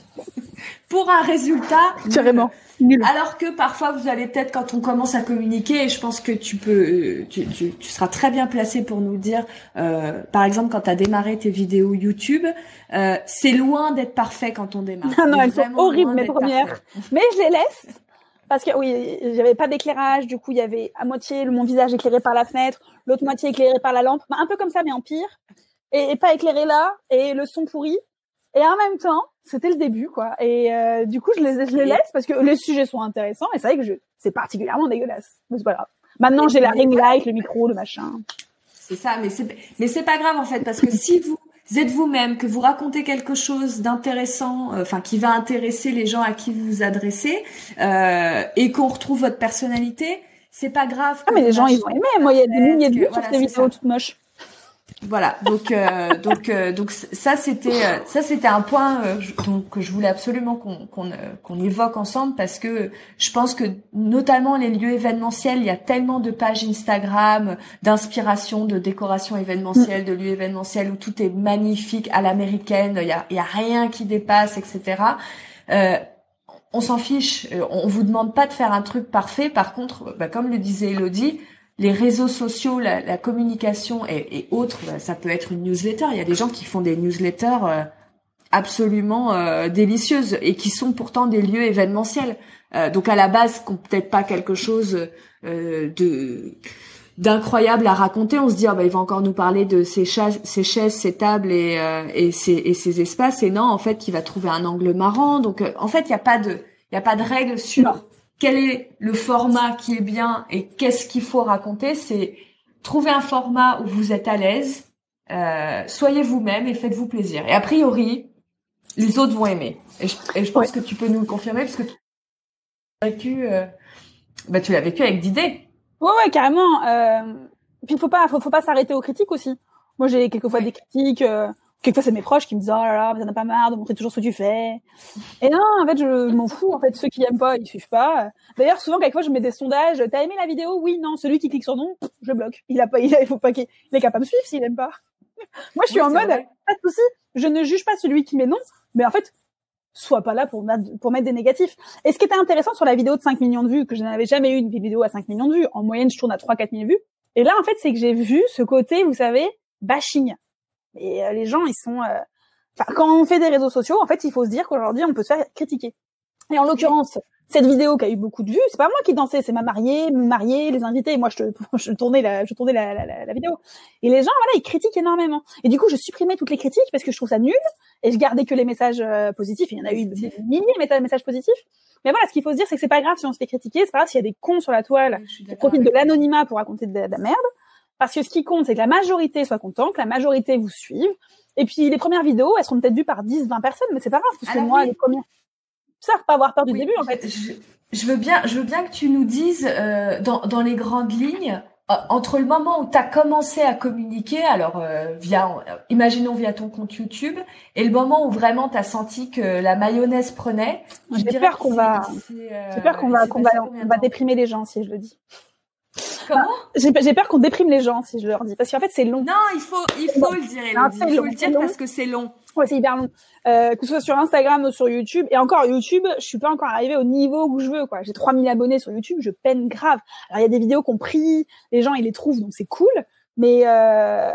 pour un résultat carrément nul. Alors que parfois, vous allez peut-être, quand on commence à communiquer, et je pense que tu peux, tu, tu, tu seras très bien placé pour nous dire, euh, par exemple, quand tu as démarré tes vidéos YouTube, euh, c'est loin d'être parfait quand on démarre. Non, non, elles sont horribles, mes premières. Parfait. Mais je les laisse. Parce que oui, il y avait pas d'éclairage, du coup il y avait à moitié mon visage éclairé par la fenêtre, l'autre moitié éclairé par la lampe, un peu comme ça mais en pire, et, et pas éclairé là, et le son pourri. Et en même temps, c'était le début quoi. Et euh, du coup je les je les laisse parce que les sujets sont intéressants, mais c'est vrai que je c'est particulièrement dégueulasse. Mais c'est pas grave. Maintenant j'ai la ring light, le micro, le machin. C'est ça, mais c'est mais c'est pas grave en fait parce que si vous Vous êtes vous-même, que vous racontez quelque chose d'intéressant, euh, enfin qui va intéresser les gens à qui vous vous adressez, euh, et qu'on retrouve votre personnalité, c'est pas grave. Ah mais les gens ils vont aimer. Moi il y a des milliers de vues sur ces vidéos toutes moches. Voilà, donc euh, donc euh, donc ça c'était euh, ça c'était un point euh, donc que je voulais absolument qu'on qu'on euh, qu'on évoque ensemble parce que je pense que notamment les lieux événementiels, il y a tellement de pages Instagram d'inspiration, de décoration événementielle, de lieux événementiels où tout est magnifique à l'américaine, il y a il y a rien qui dépasse, et cetera. Euh, on s'en fiche, on vous demande pas de faire un truc parfait. Par contre, bah, comme le disait Elodie, les réseaux sociaux, la, la communication et, et autres, ça peut être une newsletter. Il y a des gens qui font des newsletters euh, absolument euh, délicieuses et qui sont pourtant des lieux événementiels. Euh, donc à la base, qui n'ont peut-être pas quelque chose euh, de d'incroyable à raconter. On se dit ah bah il va encore nous parler de ces, chaises, ces chaises, ces tables et euh, et ces et ces espaces. Et non, en fait, il va trouver un angle marrant. Donc euh, en fait, il y a pas de il y a pas de règle sur non. Quel est le format qui est bien et qu'est-ce qu'il faut raconter. C'est trouver un format où vous êtes à l'aise, euh, soyez vous-même et faites-vous plaisir. Et a priori, les autres vont aimer. Et je, et je pense ouais. que tu peux nous le confirmer parce que tu l'as vécu, euh, bah tu l'as vécu avec Didé. Ouais, ouais, carrément. Euh, puis faut pas, faut, faut pas s'arrêter aux critiques aussi. Moi, j'ai quelquefois ouais. des critiques. Euh, quelquefois, c'est mes proches qui me disent oh là là, mais t'en as pas marre de montrer toujours ce que tu fais. Et non, en fait, je m'en fous. En fait, ceux qui aiment pas, ils suivent pas. D'ailleurs, souvent, quelquefois, je mets des sondages. T'as aimé la vidéo? Oui, non. Celui qui clique sur non, je bloque. Il a pas, il, a, il faut pas qu'il, il est capable de me suivre s'il aime pas. Moi, je suis oui, en mode, vrai. Pas de souci. Je ne juge pas celui qui met non, mais en fait, sois pas là pour mettre, pour mettre des négatifs. Et ce qui était intéressant sur la vidéo de cinq millions de vues, que je n'avais jamais eu une vidéo à cinq millions de vues. En moyenne, je tourne à trois, quatre mille vues. Et là, en fait, c'est que j'ai vu ce côté, vous savez, bashing. Et euh, les gens, ils sont, euh... enfin, quand on fait des réseaux sociaux, en fait, il faut se dire qu'aujourd'hui, on peut se faire critiquer. Et en l'occurrence, cette vidéo qui a eu beaucoup de vues, c'est pas moi qui dansais, c'est ma mariée, mon marié, les invités. Moi, je, je tournais la, je tournais la, la, la, la vidéo. Et les gens, voilà, ils critiquent énormément. Et du coup, je supprimais toutes les critiques parce que je trouve ça nul. Et je gardais que les messages euh, positifs. Il y en a eu des milliers de messages positifs. Mais voilà, ce qu'il faut se dire, c'est que c'est pas grave si on se fait critiquer. C'est pas grave s'il y a des cons sur la toile qui profitent de l'anonymat pour raconter de, de la merde. Parce que ce qui compte, c'est que la majorité soit contente, que la majorité vous suive. Et puis, les premières vidéos, elles seront peut-être vues par dix, vingt personnes, mais c'est pas grave, parce que Alors, moi, oui. les premières, ça, faut pas avoir peur du oui, début, en fait. Je, je veux bien, je veux bien que tu nous dises, euh, dans, dans les grandes lignes, euh, entre le moment où tu as commencé à communiquer, alors, euh, via, euh, imaginons via ton compte YouTube, et le moment où vraiment tu as senti que la mayonnaise prenait. J'ai peur qu'on va, euh, j'ai peur qu'on va, qu'on va, on va déprimer les gens, si je le dis. Comment j'ai, j'ai peur qu'on déprime les gens si je leur dis, parce qu'en fait c'est long. Non, il faut, il faut le dire, Elodie. Il faut le dire parce que c'est long. Ouais, c'est hyper long. Euh, que ce soit sur Instagram ou sur YouTube. Et encore YouTube, je suis pas encore arrivée au niveau où je veux, quoi. J'ai trois mille abonnés sur YouTube, je peine grave. Alors il y a des vidéos qu'on prie, les gens ils les trouvent, donc c'est cool. Mais euh,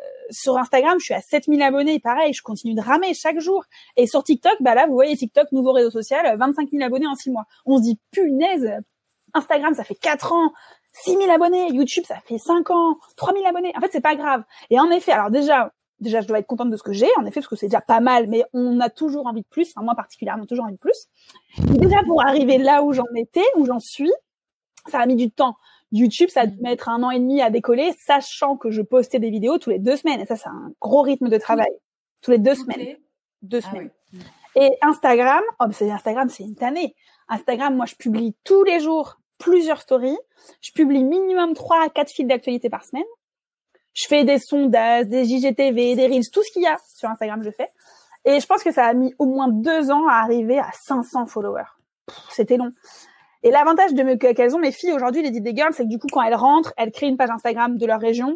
sur Instagram, je suis à sept mille abonnés, pareil, je continue de ramer chaque jour. Et sur TikTok, bah là, vous voyez TikTok, nouveau réseau social, vingt-cinq mille abonnés en six mois. On se dit punaise, Instagram ça fait quatre ans. six mille abonnés, YouTube, ça fait cinq ans, trois mille abonnés. En fait, c'est pas grave. Et en effet, alors déjà, déjà, je dois être contente de ce que j'ai, en effet, parce que c'est déjà pas mal, mais on a toujours envie de plus. Enfin, moi, particulièrement, toujours envie de plus. Et déjà, pour arriver là où j'en étais, où j'en suis, ça a mis du temps. YouTube, ça a dû mettre un an et demi à décoller, sachant que je postais des vidéos tous les deux semaines. Et ça, c'est un gros rythme de travail. Tous les deux okay. semaines. Deux ah semaines. Oui. Et Instagram, oh, c'est Instagram, c'est une tannée. Instagram, moi, je publie tous les jours plusieurs stories. Je publie minimum trois à quatre fils d'actualité par semaine. Je fais des sondages, des I G T V, des Reels, tout ce qu'il y a sur Instagram, je fais. Et je pense que ça a mis au moins deux ans à arriver à cinq cents followers. Pff, c'était long. Et l'avantage de me, qu'elles ont mes filles aujourd'hui, les Didé Girls, c'est que du coup, quand elles rentrent, elles créent une page Instagram de leur région.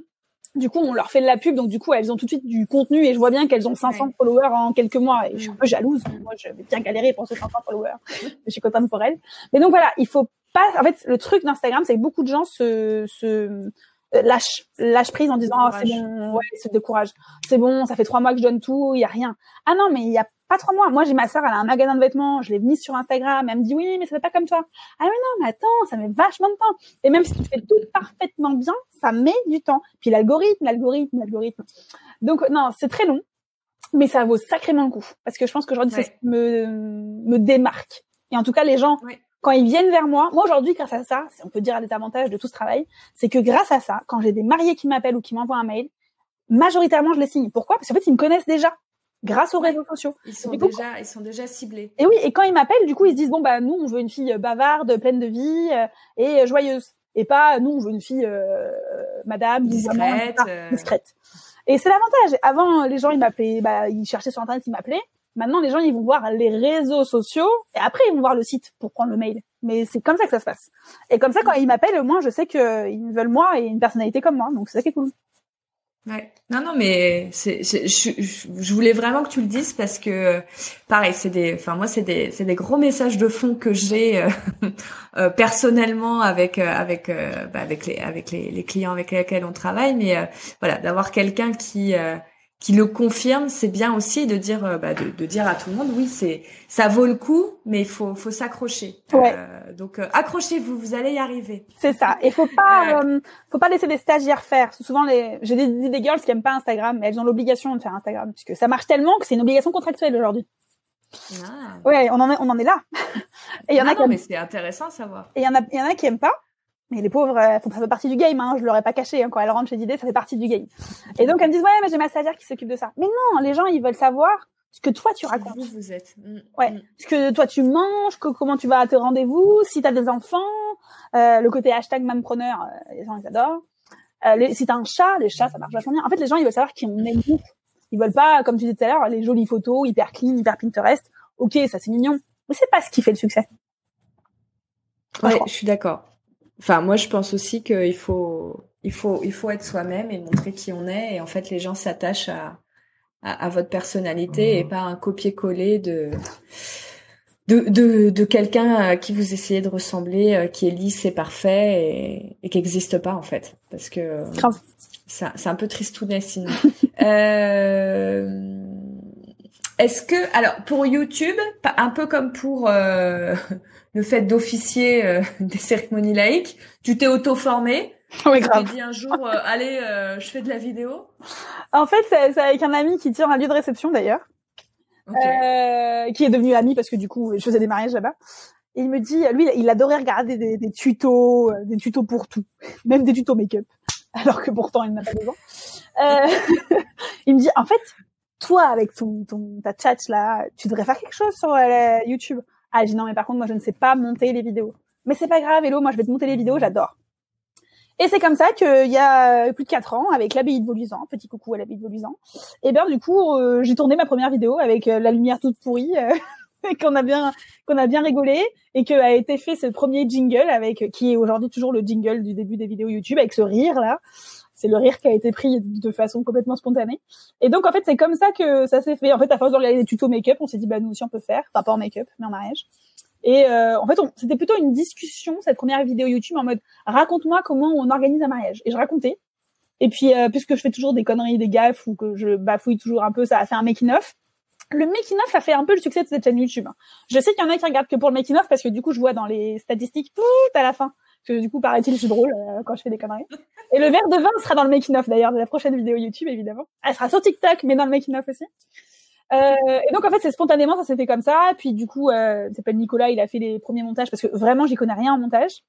Du coup, on leur fait de la pub, donc du coup, elles ont tout de suite du contenu et je vois bien qu'elles ont cinq cents ouais. followers en quelques mois et je suis un peu jalouse. Moi, je vais bien galérer pour ces cinq cents followers. Je suis contente pour elles. Mais donc voilà, il faut pas, en fait, le truc d'Instagram, c'est que beaucoup de gens se, se, lâchent, lâchent prise en disant, oh, c'est bon, ouais, c'est décourage. C'est bon, ça fait trois mois que je donne tout, il y a rien. Ah non, mais il y a pas trois mois. Moi, j'ai ma sœur, elle a un magasin de vêtements, je l'ai mise sur Instagram, elle me dit, oui, mais ça fait pas comme toi. Ah mais non, mais attends, ça met vachement de temps. Et même si tu fais tout parfaitement bien, ça met du temps. Puis l'algorithme, l'algorithme, l'algorithme. Donc, non, c'est très long, mais ça vaut sacrément le coup. Parce que je pense qu'aujourd'hui, ouais. c'est ce qui me, me démarque. Et en tout cas, les gens, ouais. quand ils viennent vers moi, moi aujourd'hui, grâce à ça, on peut dire un des avantages de tout ce travail, c'est que grâce à ça, quand j'ai des mariés qui m'appellent ou qui m'envoient un mail, majoritairement, je les signe. Pourquoi? Parce qu'en fait, ils me connaissent déjà. Grâce aux réseaux sociaux. Ils sont coup, déjà, ils sont déjà ciblés. Et oui, et quand ils m'appellent, du coup, ils se disent bon bah nous on veut une fille bavarde, pleine de vie euh, et joyeuse, et pas nous on veut une fille euh, madame discrète, euh... discrète. Et c'est l'avantage. Avant, les gens ils m'appelaient, bah ils cherchaient sur internet, ils m'appelaient. Maintenant, les gens ils vont voir les réseaux sociaux et après ils vont voir le site pour prendre le mail. Mais c'est comme ça que ça se passe. Et comme ça, quand ils m'appellent, au moins je sais que ils veulent moi et une personnalité comme moi. Donc c'est ça qui est cool. Ouais. Non, non, mais c'est, c'est je, je, je voulais vraiment que tu le dises parce que, pareil, c'est des, enfin moi c'est des, c'est des gros messages de fond que j'ai euh, euh, personnellement avec, euh, avec, euh, bah, avec les, avec les, les clients avec lesquels on travaille, mais euh, voilà, d'avoir quelqu'un qui, euh, qui le confirme, c'est bien aussi de dire, euh, bah, de, de dire à tout le monde, oui, c'est, ça vaut le coup, mais il faut, faut s'accrocher. Ouais. Euh, donc euh, accrochez-vous, vous allez y arriver. C'est ça. Et faut pas, euh, faut pas laisser les stagiaires faire. Souvent les, j'ai des, des girls qui aiment pas Instagram, mais elles ont l'obligation de faire Instagram puisque ça marche tellement que c'est une obligation contractuelle aujourd'hui. Ah. Ouais, on en est, on en est là. Et il y en non, a qui non, aiment... mais c'est intéressant à savoir. Et il y en a, il y en a qui aiment pas. Mais les pauvres, euh, ça fait partie du game, hein. Je leur ai pas caché, hein. Quand elles rentrent chez Didé, ça fait partie du game. Et donc, elles me disent, ouais, mais j'ai ma stagiaire qui s'occupe de ça. Mais non, les gens, ils veulent savoir ce que toi, tu racontes. Vous, vous êtes. Mmh. Ouais. Mmh. Ce que toi, tu manges, que, comment tu vas à tes rendez-vous, si t'as des enfants, euh, le côté hashtag mampreneur, euh, les gens, ils adorent. Euh, les, si t'as un chat, les chats, ça marche vachement bien. En fait, les gens, ils veulent savoir qui on aime nous. Ils veulent pas, comme tu disais tout à l'heure, les jolies photos, hyper clean, hyper Pinterest. Ok, ça, c'est mignon. Mais c'est pas ce qui fait le succès. Ouais, je suis d'accord. Enfin, moi, je pense aussi qu'il faut, il faut, il faut être soi-même et montrer qui on est. Et en fait, les gens s'attachent à, à, à votre personnalité et pas un copier-coller de, de, de, de quelqu'un à qui vous essayez de ressembler, qui est lisse et parfait et, et qui n'existe pas, en fait. Parce que c'est, c'est un peu tristounet, sinon. euh, est-ce que, alors, pour YouTube, un peu comme pour, euh, le fait d'officier euh, des cérémonies laïques, tu t'es auto-formé. Oui, tu grave. t'es dit un jour, euh, allez, euh, je fais de la vidéo. En fait, c'est, c'est avec un ami qui tient un lieu de réception d'ailleurs, okay. euh, qui est devenu ami parce que du coup, je faisais des mariages là-bas. Et il me dit, lui, il adorait regarder des, des tutos, des tutos pour tout, même des tutos make-up, alors que pourtant il n'a pas besoin. Euh, il me dit, en fait, toi avec ton, ton ta chat là, tu devrais faire quelque chose sur euh, YouTube. Ah, j'ai dit non, mais par contre, moi, je ne sais pas monter les vidéos. Mais c'est pas grave, Hello, moi, je vais te monter les vidéos, j'adore. Et c'est comme ça qu'il y a plus de quatre ans, avec l'abbaye de Vauluisant, petit coucou à l'abbaye de Vauluisant, et ben, du coup, euh, j'ai tourné ma première vidéo avec euh, la lumière toute pourrie, euh, et qu'on a bien, qu'on a bien rigolé, et que a été fait ce premier jingle avec, qui est aujourd'hui toujours le jingle du début des vidéos YouTube, avec ce rire, là. C'est le rire qui a été pris de façon complètement spontanée. Et donc, en fait, c'est comme ça que ça s'est fait. En fait, à force de regarder des tutos make-up, on s'est dit, bah, nous aussi, on peut faire. Enfin, pas en make-up, mais en mariage. Et euh, en fait, on, c'était plutôt une discussion, cette première vidéo YouTube, en mode, raconte-moi comment on organise un mariage. Et je racontais. Et puis, euh, puisque je fais toujours des conneries, des gaffes, ou que je bafouille toujours un peu, ça a fait un making-of. Le making-of a fait un peu le succès de cette chaîne YouTube. Je sais qu'il y en a qui regardent que pour le making-of, parce que du coup, je vois dans les statistiques tout à la fin. Parce que du coup, paraît-il, je suis drôle euh, quand je fais des conneries. Et le verre de vin sera dans le making-of, d'ailleurs, de la prochaine vidéo YouTube, évidemment. Elle sera sur TikTok, mais dans le making-of aussi. Euh, et donc, en fait, c'est spontanément, ça s'est fait comme ça. Puis, du coup, euh, il s'appelle Nicolas, il a fait les premiers montages, parce que vraiment, j'y connais rien en montage.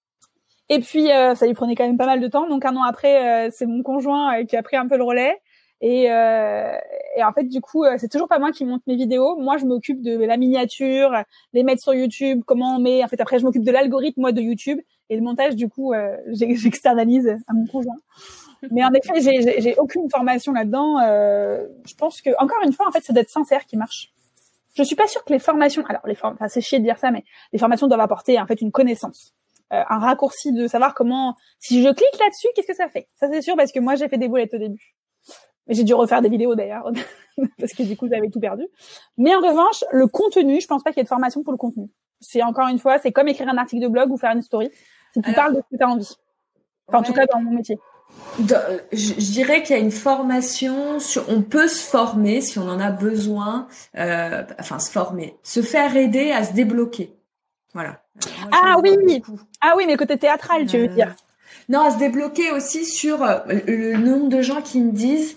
Et puis, euh, ça lui prenait quand même pas mal de temps. Donc, un an après, euh, c'est mon conjoint euh, qui a pris un peu le relais. Et, euh, et en fait, du coup, c'est toujours pas moi qui monte mes vidéos. Moi, je m'occupe de la miniature, les mettre sur YouTube, comment on met. En fait, après, je m'occupe de l'algorithme, moi, de YouTube. Et le montage, du coup, euh, j'externalise à mon conjoint. Mais en effet, j'ai, j'ai, j'ai aucune formation là-dedans. Euh, je pense que, encore une fois, en fait, c'est d'être sincère qui marche. Je suis pas sûre que les formations, alors les form... enfin, c'est chier de dire ça, mais les formations doivent apporter en fait une connaissance. euh, un raccourci de savoir comment, si je clique là-dessus, qu'est-ce que ça fait. Ça c'est sûr parce que moi j'ai fait des boulettes au début. Mais j'ai dû refaire des vidéos d'ailleurs parce que du coup j'avais tout perdu. Mais en revanche, le contenu, je pense pas qu'il y ait de formation pour le contenu. C'est encore une fois, c'est comme écrire un article de blog ou faire une story. Si tu Alors, parles de ce que tu as envie. Enfin, ouais. En tout cas dans mon métier. De, je, je dirais qu'il y a une formation sur, on peut se former si on en a besoin, euh, enfin se former, se faire aider à se débloquer. Voilà. Moi, ah oui, ah oui, mais le côté théâtral, euh, tu veux dire. Non, à se débloquer aussi sur le, le nombre de gens qui me disent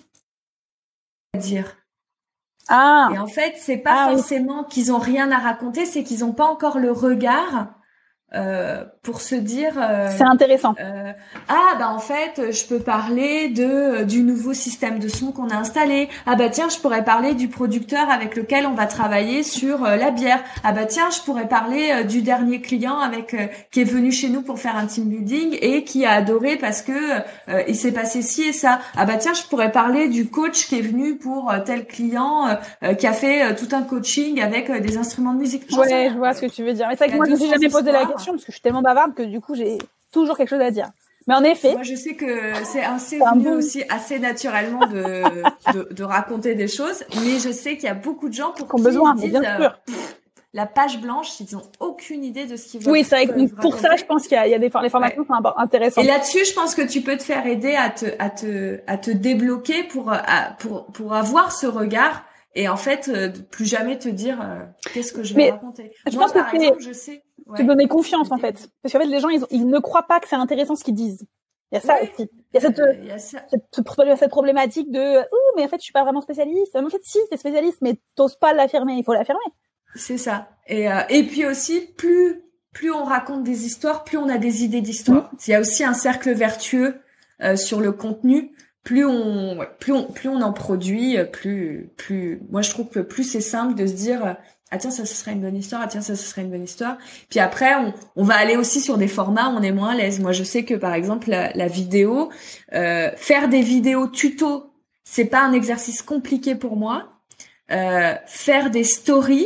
à dire. Ah. Et en fait, c'est pas ah, forcément oui. qu'ils ont rien à raconter, c'est qu'ils ont pas encore le regard Euh, pour se dire euh, c'est intéressant. Euh, ah bah en fait je peux parler de du nouveau système de son qu'on a installé. Ah bah tiens je pourrais parler du producteur avec lequel on va travailler sur euh, la bière. Ah bah tiens je pourrais parler euh, du dernier client avec euh, qui est venu chez nous pour faire un team building et qui a adoré parce que euh, il s'est passé ci et ça. Ah bah tiens je pourrais parler du coach qui est venu pour euh, tel client euh, qui a fait euh, tout un coaching avec euh, des instruments de musique. Ouais, sais, je vois ce que tu veux dire. Mais c'est vrai que moi je me suis jamais posé la question parce que je suis tellement bavarde que du coup j'ai toujours quelque chose à dire. Mais en effet, moi je sais que c'est assez venu bon... aussi assez naturellement de, de de raconter des choses, mais je sais qu'il y a beaucoup de gens pour qui, qui besoin, disent, bien sûr. Euh, la page blanche, ils ont aucune idée de ce qu'ils veulent. Oui, c'est vrai que pour ça, je pense qu'il y a, il y a des les formations ouais. sont intéressantes. Et là-dessus, je pense que tu peux te faire aider à te à te à te débloquer pour à, pour pour avoir ce regard. Et en fait, euh, plus jamais te dire euh, qu'est-ce que je vais mais raconter. Je Moi, pense par que exemple, je sais. Ouais. Te donner confiance en fait, parce qu'en fait les gens ils, ils ne croient pas que c'est intéressant ce qu'ils disent. Il y a ça ouais. aussi. Il y a cette, euh, il y a ça. cette, cette problématique de oh mais en fait je suis pas vraiment spécialiste. En fait si t'es spécialiste mais t'oses pas l'affirmer, il faut l'affirmer. C'est ça. Et euh, et puis aussi plus plus on raconte des histoires, plus on a des idées d'histoire. Mmh. Il y a aussi un cercle vertueux euh, sur le contenu. Plus on, ouais, plus on, plus on en produit, plus, plus. Moi, je trouve que plus c'est simple de se dire, ah tiens, ça, ce serait une bonne histoire. Ah tiens, ça, ce serait une bonne histoire. Puis après, on, on va aller aussi sur des formats où on est moins à l'aise. Moi, je sais que par exemple, la, la vidéo, euh, faire des vidéos tuto, c'est pas un exercice compliqué pour moi. Euh, faire des stories,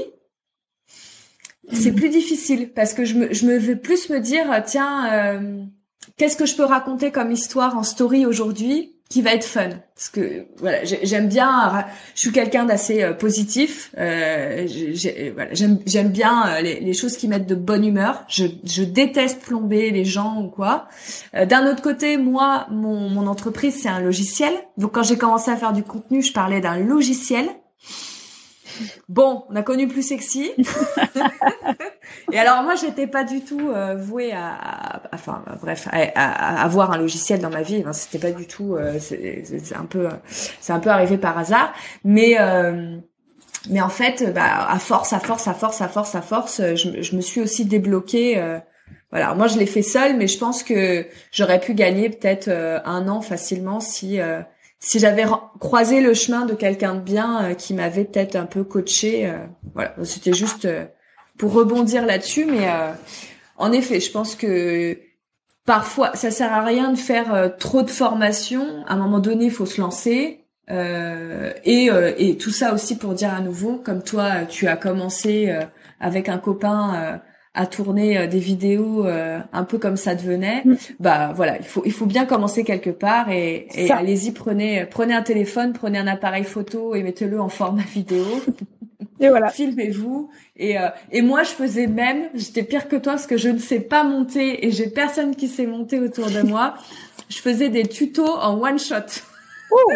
c'est plus difficile parce que je me, je me vais plus me dire, tiens, euh, qu'est-ce que je peux raconter comme histoire en story aujourd'hui qui va être fun, parce que voilà, j'aime bien, je suis quelqu'un d'assez euh, positif, euh, j'ai, voilà, j'aime j'aime bien euh, les, les choses qui mettent de bonne humeur. Je, je déteste plomber les gens ou quoi. Euh, d'un autre côté, moi, mon, mon entreprise c'est un logiciel, donc quand j'ai commencé à faire du contenu, je parlais d'un logiciel. Bon, on a connu plus sexy. Et alors moi, j'étais pas du tout euh, vouée à, à, à enfin bref, à, à, à avoir un logiciel dans ma vie. Enfin, c'était pas du tout. Euh, c'est, c'est un peu, c'est un peu arrivé par hasard. Mais euh, mais en fait, bah, à force, à force, à force, à force, à force, je, je me suis aussi débloquée. Euh, voilà, moi je l'ai fait seule, mais je pense que j'aurais pu gagner peut-être euh, un an facilement si. Euh, Si j'avais croisé le chemin de quelqu'un de bien euh, qui m'avait peut-être un peu coaché, euh, voilà, c'était juste euh, pour rebondir là-dessus. Mais euh, en effet, je pense que parfois, ça sert à rien de faire euh, trop de formation. À un moment donné, il faut se lancer. Euh, et, euh, et tout ça aussi pour dire à nouveau, comme toi, tu as commencé euh, avec un copain euh, à tourner euh, des vidéos euh, un peu comme ça devenait, mmh. bah voilà, il faut il faut bien commencer quelque part et, et allez-y, prenez prenez un téléphone, prenez un appareil photo et mettez-le en format vidéo. Et voilà. Filmez-vous. Et euh, et moi je faisais même, j'étais pire que toi parce que je ne sais pas monter et j'ai personne qui sait monter autour de moi. Je faisais des tutos en one shot. Ouh.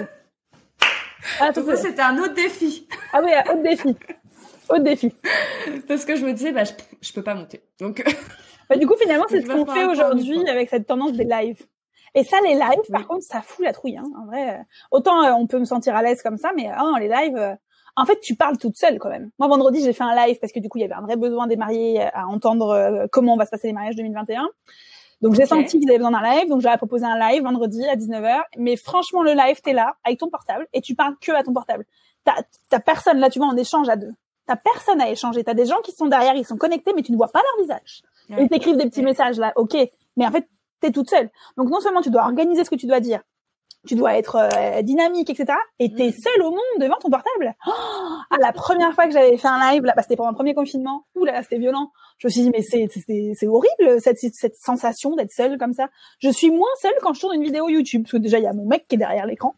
Ah, donc ça c'était un autre défi. Ah oui, un autre défi. Autre défi. Parce que je me disais, bah, je, je peux pas monter. Donc, bah, du coup, finalement, c'est ce qu'on fait aujourd'hui avec cette tendance des lives. Et ça, les lives, oui. Par contre, ça fout la trouille, hein. En vrai, autant euh, on peut me sentir à l'aise comme ça, mais oh, les lives, euh, en fait, tu parles toute seule quand même. Moi, vendredi, j'ai fait un live parce que du coup, il y avait un vrai besoin des mariés à entendre euh, comment on va se passer les mariages deux mille vingt et un. Donc, j'ai okay. senti qu'ils avaient besoin d'un live. Donc, j'avais proposé un live vendredi à dix-neuf heures. Mais franchement, le live, t'es là avec ton portable et tu parles que à ton portable. T'as, t'as personne là, tu vois, on échange à deux. T'as personne à échanger. T'as des gens qui sont derrière, ils sont connectés, mais tu ne vois pas leur visage. Ouais. Ils t'écrivent des petits ouais. messages là, ok. Mais en fait, t'es toute seule. Donc non seulement tu dois organiser ce que tu dois dire, tu dois être euh, dynamique, et cetera. Et t'es seule au monde devant ton portable. Oh, ah, la première fois que j'avais fait un live, là, bah, c'était pendant le premier confinement. Ouh là, là, c'était violent. Je me suis dit, mais c'est, c'est, c'est horrible, cette, cette sensation d'être seule comme ça. Je suis moins seule quand je tourne une vidéo YouTube, parce que déjà, il y a mon mec qui est derrière l'écran.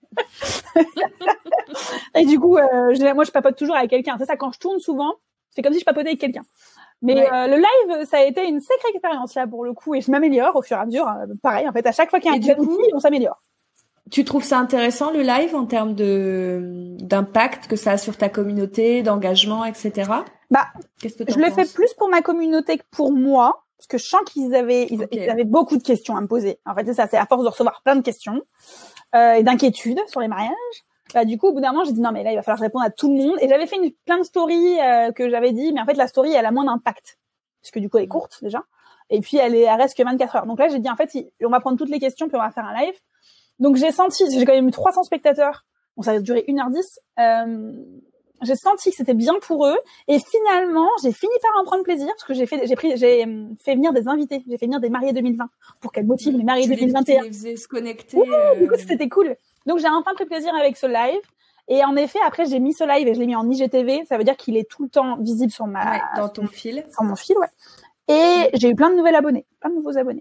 Et du coup, euh, je, moi, je papote toujours avec quelqu'un. C'est ça, quand je tourne souvent, c'est comme si je papotais avec quelqu'un. Mais ouais. euh, le live, ça a été une sacrée expérience là pour le coup, et je m'améliore au fur et à mesure. Euh, pareil, en fait, à chaque fois qu'il y a un nouvel outil, on s'améliore. Tu trouves ça intéressant le live en termes de d'impact que ça a sur ta communauté, d'engagement, et cetera. Bah, Qu'est-ce que je le fais plus pour ma communauté que pour moi, parce que je sens qu'ils avaient, ils, okay. ils avaient beaucoup de questions à me poser. En fait, c'est ça, c'est à force de recevoir plein de questions euh, et d'inquiétudes sur les mariages. Bah, du coup, au bout d'un moment, j'ai dit non, mais là, il va falloir répondre à tout le monde. Et j'avais fait une, plein de stories euh, que j'avais dit, mais en fait, la story, elle a moins d'impact. Parce que du coup, elle est courte, déjà. Et puis, elle est, elle reste que vingt-quatre heures. Donc là, j'ai dit, en fait, on va prendre toutes les questions, puis on va faire un live. Donc, j'ai senti, j'ai quand même eu trois cents spectateurs. Bon, ça a duré une heure dix. Euh, j'ai senti que c'était bien pour eux. Et finalement, j'ai fini par en prendre plaisir, parce que j'ai fait, j'ai pris, j'ai fait venir des invités. J'ai fait venir des mariés deux mille vingt pour qu'elles motivent les mariés tu deux mille vingt et un. Tu les faisais se connecter. Ouh, euh... du coup, c'était cool. Donc, j'ai enfin pris plaisir avec ce live. Et en effet, après, j'ai mis ce live et je l'ai mis en I G T V. Ça veut dire qu'il est tout le temps visible sur ma... Ouais, dans ton fil. Sur mon fil, ouais. Et j'ai eu plein de nouvelles abonnés. Plein de nouveaux abonnés.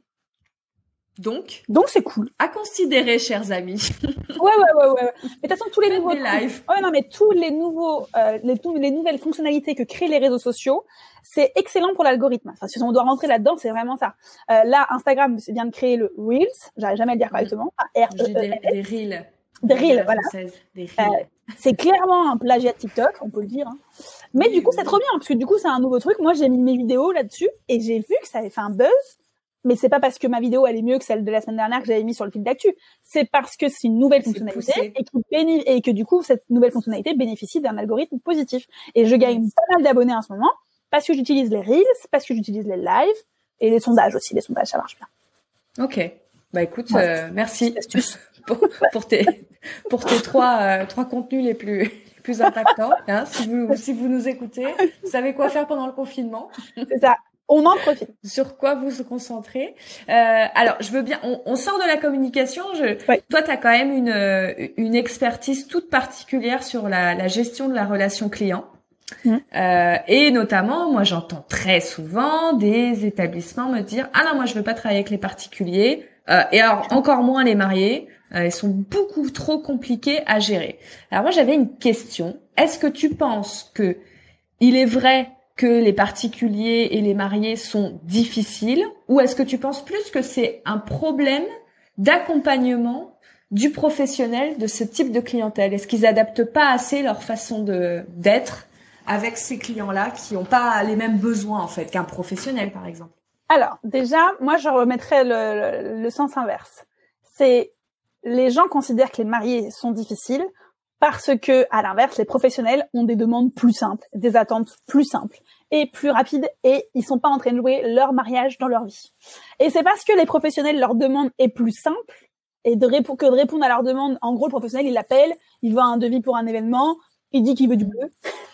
Donc Donc, c'est cool. À considérer, chers amis. ouais, ouais, ouais, ouais. Mais de toute façon, tous les Faites nouveaux... des lives. Ouais, non, mais tous les nouveaux... Euh, les, tous, les nouvelles fonctionnalités que créent les réseaux sociaux, c'est excellent pour l'algorithme. Enfin, si on doit rentrer là-dedans, c'est vraiment ça. Euh, là, Instagram vient de créer le Reels. J'arrive jamais à le dire correctement. R E E L. Des, des Reels. Des Reels, voilà. Des Reels. Euh, c'est clairement un plagiat de TikTok, on peut le dire. Hein. Mais oui, du coup, oui. c'est trop bien, parce que du coup, c'est un nouveau truc. Moi, j'ai mis mes vidéos là-dessus, et j'ai vu que ça avait fait un buzz. Mais c'est pas parce que ma vidéo, elle est mieux que celle de la semaine dernière que j'avais mis sur le fil d'actu. C'est parce que c'est une nouvelle fonctionnalité et, qui béné- et que du coup, cette nouvelle fonctionnalité bénéficie d'un algorithme positif. Et je gagne oui. pas mal d'abonnés en ce moment, parce que j'utilise les Reels, parce que j'utilise les lives, et les sondages aussi. Les sondages, ça marche bien. Ok. Bah écoute, ouais. euh, merci pour, pour tes pour tes trois euh, trois contenus les plus les plus impactants. Hein, si vous si vous nous écoutez, vous savez quoi faire pendant le confinement. C'est ça. On en profite. Sur quoi vous se concentrez. Euh, alors, je veux bien. On, on sort de la communication. Je, ouais. Toi, tu as quand même une une expertise toute particulière sur la, la gestion de la relation client. Mmh. Euh, et notamment, moi, j'entends très souvent des établissements me dire ah non, moi, je veux pas travailler avec les particuliers. Euh, et alors, encore moins les mariés. Euh, ils sont beaucoup trop compliqués à gérer. Alors moi, j'avais une question. Est-ce que tu penses que il est vrai que les particuliers et les mariés sont difficiles, ou est-ce que tu penses plus que c'est un problème d'accompagnement du professionnel de ce type de clientèle? Est-ce qu'ils adaptent pas assez leur façon de d'être avec ces clients-là qui n'ont pas les mêmes besoins en fait qu'un professionnel par exemple? Alors déjà, moi je remettrais le, le, le sens inverse. C'est les gens considèrent que les mariés sont difficiles parce que, à l'inverse, les professionnels ont des demandes plus simples, des attentes plus simples et plus rapides, et ils sont pas en train de jouer leur mariage dans leur vie. Et c'est parce que les professionnels, leur demande est plus simple, et de rép- que de répondre à leur demande, en gros, le professionnel, il l'appelle, il veut un devis pour un événement, il dit qu'il veut du bleu,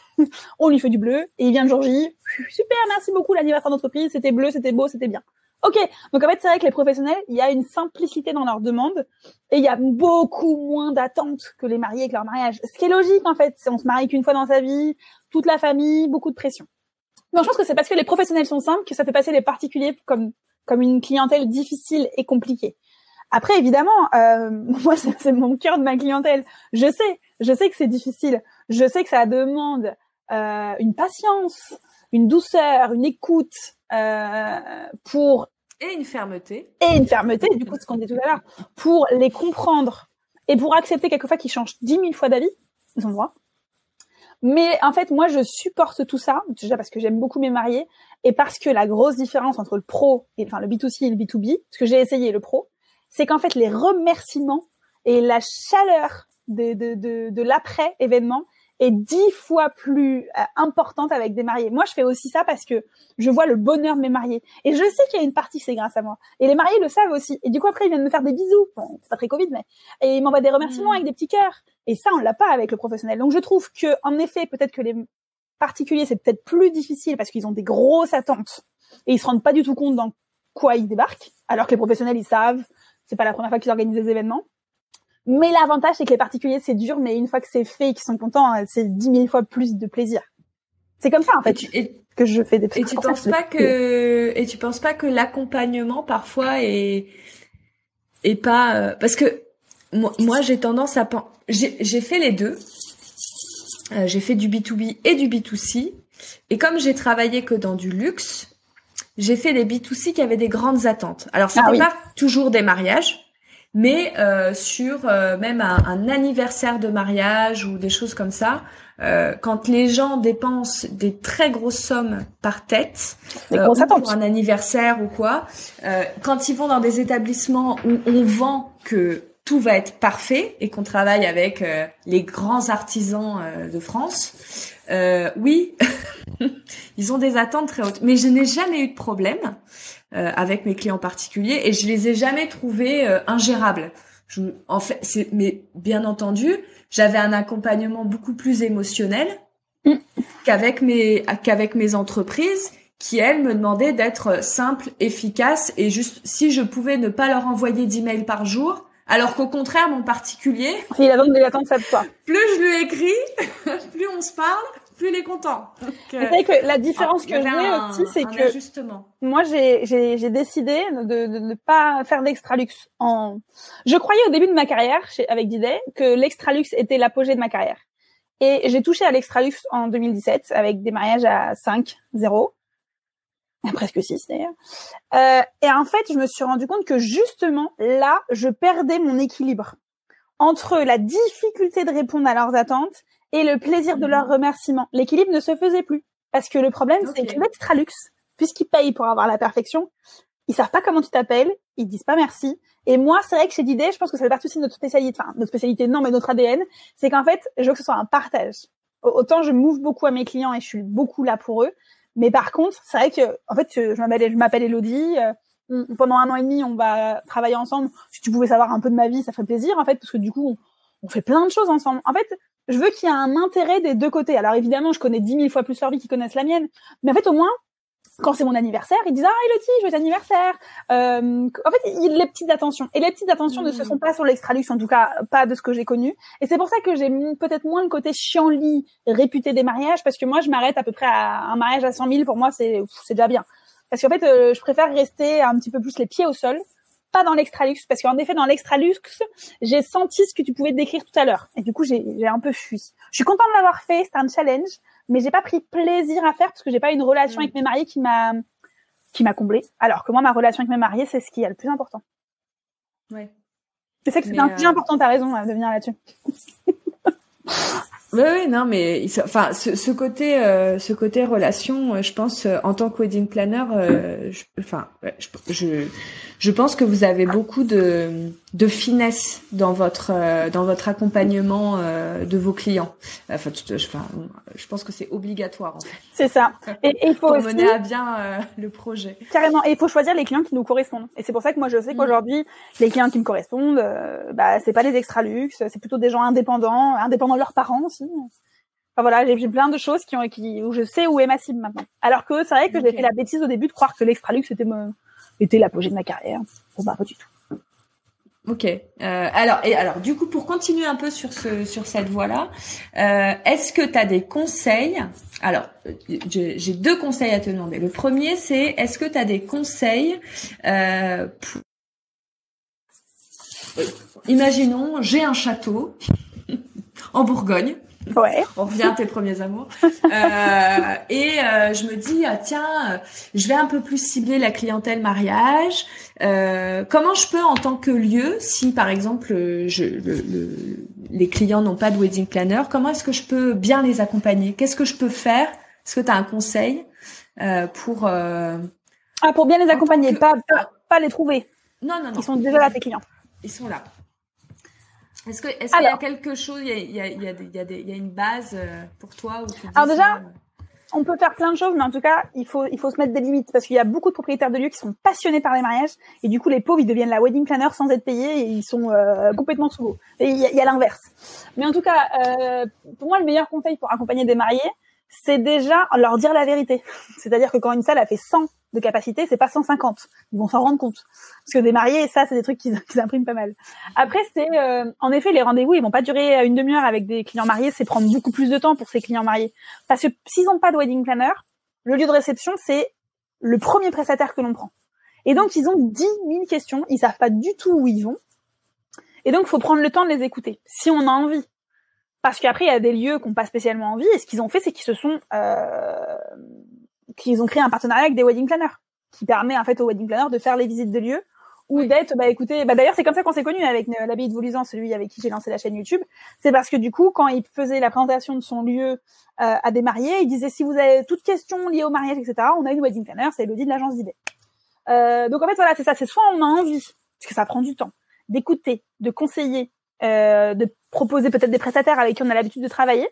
on lui fait du bleu, et il vient le jour J, super, merci beaucoup, l'anniversaire d'entreprise, c'était bleu, c'était beau, c'était bien. Ok, donc en fait, c'est vrai que les professionnels, il y a une simplicité dans leurs demandes et il y a beaucoup moins d'attentes que les mariés avec leur mariage. Ce qui est logique, en fait, c'est on se marie qu'une fois dans sa vie, toute la famille, beaucoup de pression. Donc je pense que c'est parce que les professionnels sont simples que ça fait passer les particuliers comme comme une clientèle difficile et compliquée. Après, évidemment, euh, moi, c'est, c'est mon cœur de ma clientèle. Je sais, je sais que c'est difficile. Je sais que ça demande euh, une patience, une douceur, une écoute euh, pour Et une fermeté. Et une fermeté, du coup, ce qu'on dit tout à l'heure, pour les comprendre et pour accepter quelquefois qu'ils changent dix mille fois d'avis, ils ont le droit. Mais en fait, moi, je supporte tout ça, déjà parce que j'aime beaucoup mes mariés et parce que la grosse différence entre le pro et enfin le B deux C et le B deux B, parce que j'ai essayé le pro, c'est qu'en fait, les remerciements et la chaleur de, de, de, de l'après-événement est dix fois plus euh, importante avec des mariés. Moi, je fais aussi ça parce que je vois le bonheur de mes mariés. Et je sais qu'il y a une partie, c'est grâce à moi. Et les mariés le savent aussi. Et du coup, après, ils viennent me faire des bisous. Bon, c'est pas très Covid, mais... Et ils m'envoient des remerciements mmh. avec des petits cœurs. Et ça, on l'a pas avec le professionnel. Donc, je trouve que, en effet, peut-être que les particuliers, c'est peut-être plus difficile parce qu'ils ont des grosses attentes. Et ils se rendent pas du tout compte dans quoi ils débarquent. Alors que les professionnels, ils savent. C'est pas la première fois qu'ils organisent des événements. Mais l'avantage, c'est que les particuliers, c'est dur, mais une fois que c'est fait et qu'ils sont contents, c'est dix mille fois plus de plaisir. C'est comme ça, en fait, et tu, et, que je fais des trucs. Et tu penses pas que, et tu penses pas que l'accompagnement, parfois, est, est pas, euh, parce que moi, moi, j'ai tendance à, j'ai, j'ai fait les deux. Euh, j'ai fait du B deux B et du B deux C. Et comme j'ai travaillé que dans du luxe, j'ai fait des B deux C qui avaient des grandes attentes. Alors, c'était ah, oui. pas toujours des mariages, mais euh, sur euh, même un, un anniversaire de mariage ou des choses comme ça, euh, quand les gens dépensent des très grosses sommes par tête euh, ou pour un anniversaire ou quoi, euh, quand ils vont dans des établissements où on vend que tout va être parfait et qu'on travaille avec euh, les grands artisans euh, de France, euh, oui, ils ont des attentes très hautes. Mais je n'ai jamais eu de problème euh, avec mes clients particuliers et je les ai jamais trouvés euh, ingérables. Je, en fait, c'est, mais bien entendu, j'avais un accompagnement beaucoup plus émotionnel mmh. qu'avec mes qu'avec mes entreprises qui elles me demandaient d'être simple, efficace et juste si je pouvais ne pas leur envoyer d'emails par jour. Alors qu'au contraire, mon particulier, il a donc des attentes à toi. Plus je lui écris, plus on se parle, plus il est content. Donc, euh, c'est vrai que la différence ah, que j'ai un, aussi, c'est que ajustement. moi, j'ai, j'ai, j'ai décidé de ne pas faire d'extra luxe. En, je croyais au début de ma carrière chez, avec Didet que l'extra luxe était l'apogée de ma carrière. Et j'ai touché à l'extra luxe en deux mille dix-sept avec des mariages à cinq, zéro. Presque six d'ailleurs. Euh, et en fait, je me suis rendu compte que justement, là, je perdais mon équilibre entre la difficulté de répondre à leurs attentes et le plaisir de leurs remerciements. L'équilibre ne se faisait plus. Parce que le problème, okay. c'est que l'extra luxe, puisqu'ils payent pour avoir la perfection, ils savent pas comment tu t'appelles, ils disent pas merci. Et moi, c'est vrai que chez Didet, je pense que ça fait partie aussi de notre spécialité, enfin, notre spécialité, non, mais notre A D N, c'est qu'en fait, je veux que ce soit un partage. Autant je m'ouvre beaucoup à mes clients et je suis beaucoup là pour eux. Mais par contre, c'est vrai que, en fait, je m'appelle, je m'appelle Elodie. Euh, on, pendant un an et demi, on va travailler ensemble. Si tu pouvais savoir un peu de ma vie, ça ferait plaisir, en fait, parce que du coup, on, on fait plein de choses ensemble. En fait, je veux qu'il y ait un intérêt des deux côtés. Alors évidemment, je connais dix mille fois plus leur vie qu'ils connaissent la mienne. Mais en fait, au moins, quand c'est mon anniversaire, ils disent « Ah, Elodie, joyeux anniversaire !» euh, En fait, il y a les petites attentions. Et les petites attentions mmh. ne se font pas sur l'extra-luxe, en tout cas, pas de ce que j'ai connu. Et c'est pour ça que j'ai peut-être moins le côté chiant-lit réputé des mariages, parce que moi, je m'arrête à peu près à un mariage à cent mille. Pour moi, c'est c'est déjà bien. Parce qu'en fait, euh, je préfère rester un petit peu plus les pieds au sol, pas dans l'extra-luxe. Parce qu'en effet, dans l'extra-luxe, j'ai senti ce que tu pouvais décrire tout à l'heure. Et du coup, j'ai, j'ai un peu fui. Je suis contente de l'avoir fait, c'est un challenge. Mais j'ai pas pris plaisir à faire parce que j'ai pas une relation mmh. avec mes mariés qui m'a qui m'a comblée. Alors que moi, ma relation avec mes mariés, c'est ce qui est le plus important. Ouais. C'est ça que c'est un euh... plus important. T'as raison de venir là-dessus. Oui, oui, non, mais enfin, ce, ce côté, euh, ce côté relation, je pense, euh, en tant que wedding planner, euh, je, enfin, je, je, je pense que vous avez beaucoup de, de finesse dans votre, euh, dans votre accompagnement euh, de vos clients. Enfin, je, enfin, je pense que c'est obligatoire en fait. C'est ça. Et il faut pour aussi mener à bien euh, le projet. Carrément. Et il faut choisir les clients qui nous correspondent. Et c'est pour ça que moi, je sais qu'aujourd'hui, mmh. les clients qui me correspondent, euh, bah, c'est pas les extra luxe, c'est plutôt des gens indépendants, indépendants de leurs parents aussi. Enfin voilà, j'ai, j'ai plein de choses qui ont, qui, où je sais où est ma cible maintenant. Alors que c'est vrai que okay. j'ai fait la bêtise au début de croire que l'extra luxe était me, était l'apogée de ma carrière. Bon bah pas du tout. Ok. Euh, alors et alors du coup pour continuer un peu sur ce sur cette voie-là, euh, est-ce que tu as des conseils? Alors j'ai, j'ai deux conseils à te demander. Le premier c'est est-ce que tu as des conseils euh, pour... Imaginons j'ai un château en Bourgogne. Ouais. On revient à tes premiers amours. Euh, et euh, je me dis, ah, tiens, je vais un peu plus cibler la clientèle mariage. Euh, comment je peux, en tant que lieu, si par exemple je, le, le, les clients n'ont pas de wedding planner, comment est-ce que je peux bien les accompagner? Qu'est-ce que je peux faire? Est-ce que tu as un conseil euh, pour... Euh, ah, pour bien les accompagner, que... pas, pas, pas les trouver. Non, non, non. Ils sont déjà là, tes clients. Ils sont là. Est-ce que est-ce qu'il y a quelque chose, il y a il y a il y a il y a, des, il y a une base pour toi où tu dis alors déjà, on peut faire plein de choses, mais en tout cas, il faut il faut se mettre des limites parce qu'il y a beaucoup de propriétaires de lieux qui sont passionnés par les mariages et du coup les pauvres ils deviennent la wedding planner sans être payés et ils sont euh, complètement sous l'eau. Et il y a, il y a l'inverse. Mais en tout cas, euh, pour moi le meilleur conseil pour accompagner des mariés, c'est déjà leur dire la vérité. C'est-à-dire que quand une salle a fait cent de capacité, c'est pas cent cinquante. Ils vont s'en rendre compte. Parce que des mariés, ça, c'est des trucs qu'ils, qu'ils impriment pas mal. Après, c'est, euh, en effet, les rendez-vous, ils vont pas durer une demi-heure avec des clients mariés, c'est prendre beaucoup plus de temps pour ces clients mariés. Parce que s'ils ont pas de wedding planner, le lieu de réception, c'est le premier prestataire que l'on prend. Et donc, ils ont dix mille questions, ils savent pas du tout où ils vont. Et donc, faut prendre le temps de les écouter, si on a envie. Parce qu'après, il y a des lieux qui n'ont pas spécialement envie, et ce qu'ils ont fait, c'est qu'ils se sont, euh, qu'ils ont créé un partenariat avec des wedding planners, qui permet, en fait, aux wedding planners de faire les visites de lieux, ou oui. d'être, bah, écoutez, bah, d'ailleurs, c'est comme ça qu'on s'est connus avec l'abbaye de Vaulusans, celui avec qui j'ai lancé la chaîne YouTube. C'est parce que, du coup, quand il faisait la présentation de son lieu, euh, à des mariés, il disait, si vous avez toute question liée au mariage, et cetera, on a une wedding planner, c'est Elodie de l'agence d'idées. Euh, donc, en fait, voilà, c'est ça, c'est soit on a envie, parce que ça prend du temps, d'écouter, de conseiller, euh, de proposer peut-être des prestataires avec qui on a l'habitude de travailler.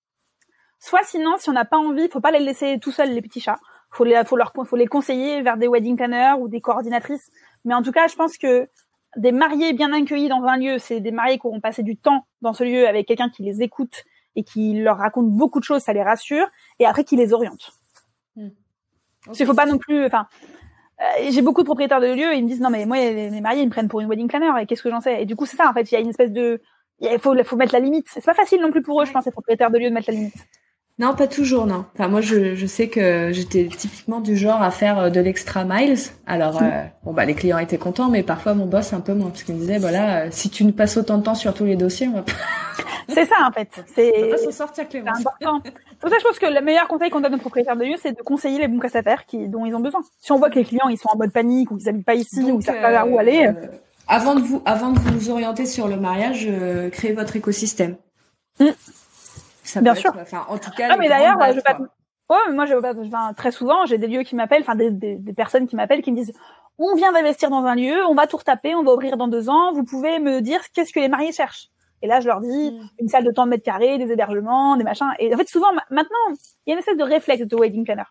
Soit sinon, si on n'a pas envie, faut pas les laisser tout seuls, les petits chats. Faut les, faut leur, faut les conseiller vers des wedding planners ou des coordinatrices. Mais en tout cas, je pense que des mariés bien accueillis dans un lieu, c'est des mariés qui auront passé du temps dans ce lieu avec quelqu'un qui les écoute et qui leur raconte beaucoup de choses, ça les rassure, et après qui les oriente. Mmh. Okay. Parce qu'il faut pas non plus, enfin, Euh, j'ai beaucoup de propriétaires de lieux et ils me disent non mais moi les, les mariés ils me prennent pour une wedding planner et qu'est-ce que j'en sais, et du coup c'est ça en fait, il y a une espèce de, il faut faut mettre la limite, c'est pas facile non plus pour eux, je pense, les propriétaires de lieux, de mettre la limite. Non, pas toujours, non. Enfin, moi, je, je sais que j'étais typiquement du genre à faire de l'extra miles. Alors, mmh. euh, bon, bah, les clients étaient contents, mais parfois mon boss un peu moins, parce qu'il me disait, voilà, euh, si tu ne passes autant de temps sur tous les dossiers, on va pas. C'est ça, en fait. C'est, on va pas s'en sortir, Clémence. C'est important. C'est pour ça que je pense que le meilleur conseil qu'on donne aux propriétaires de lieux, c'est de conseiller les bons prestataires qui, dont ils ont besoin. Si on voit que les clients, ils sont en mode panique, ou qu'ils habitent pas ici, donc, ou qu'ils savent pas vers où aller. Euh, avant de vous, avant de vous orienter sur le mariage, euh, créez votre écosystème. Mmh. Ça Bien peut sûr. Être, enfin, en tout cas, ah, mais d'ailleurs, je vais pas, ouais, mais moi, je, enfin, très souvent, j'ai des lieux qui m'appellent, enfin, des, des, des personnes qui m'appellent, qui me disent, on vient d'investir dans un lieu, on va tout retaper, on va ouvrir dans deux ans, vous pouvez me dire qu'est-ce que les mariés cherchent. Et là, je leur dis, mmh. une salle de tant de mètres carrés, des hébergements, des machins. Et en fait, souvent, maintenant, il y a une espèce de réflexe de wedding planner.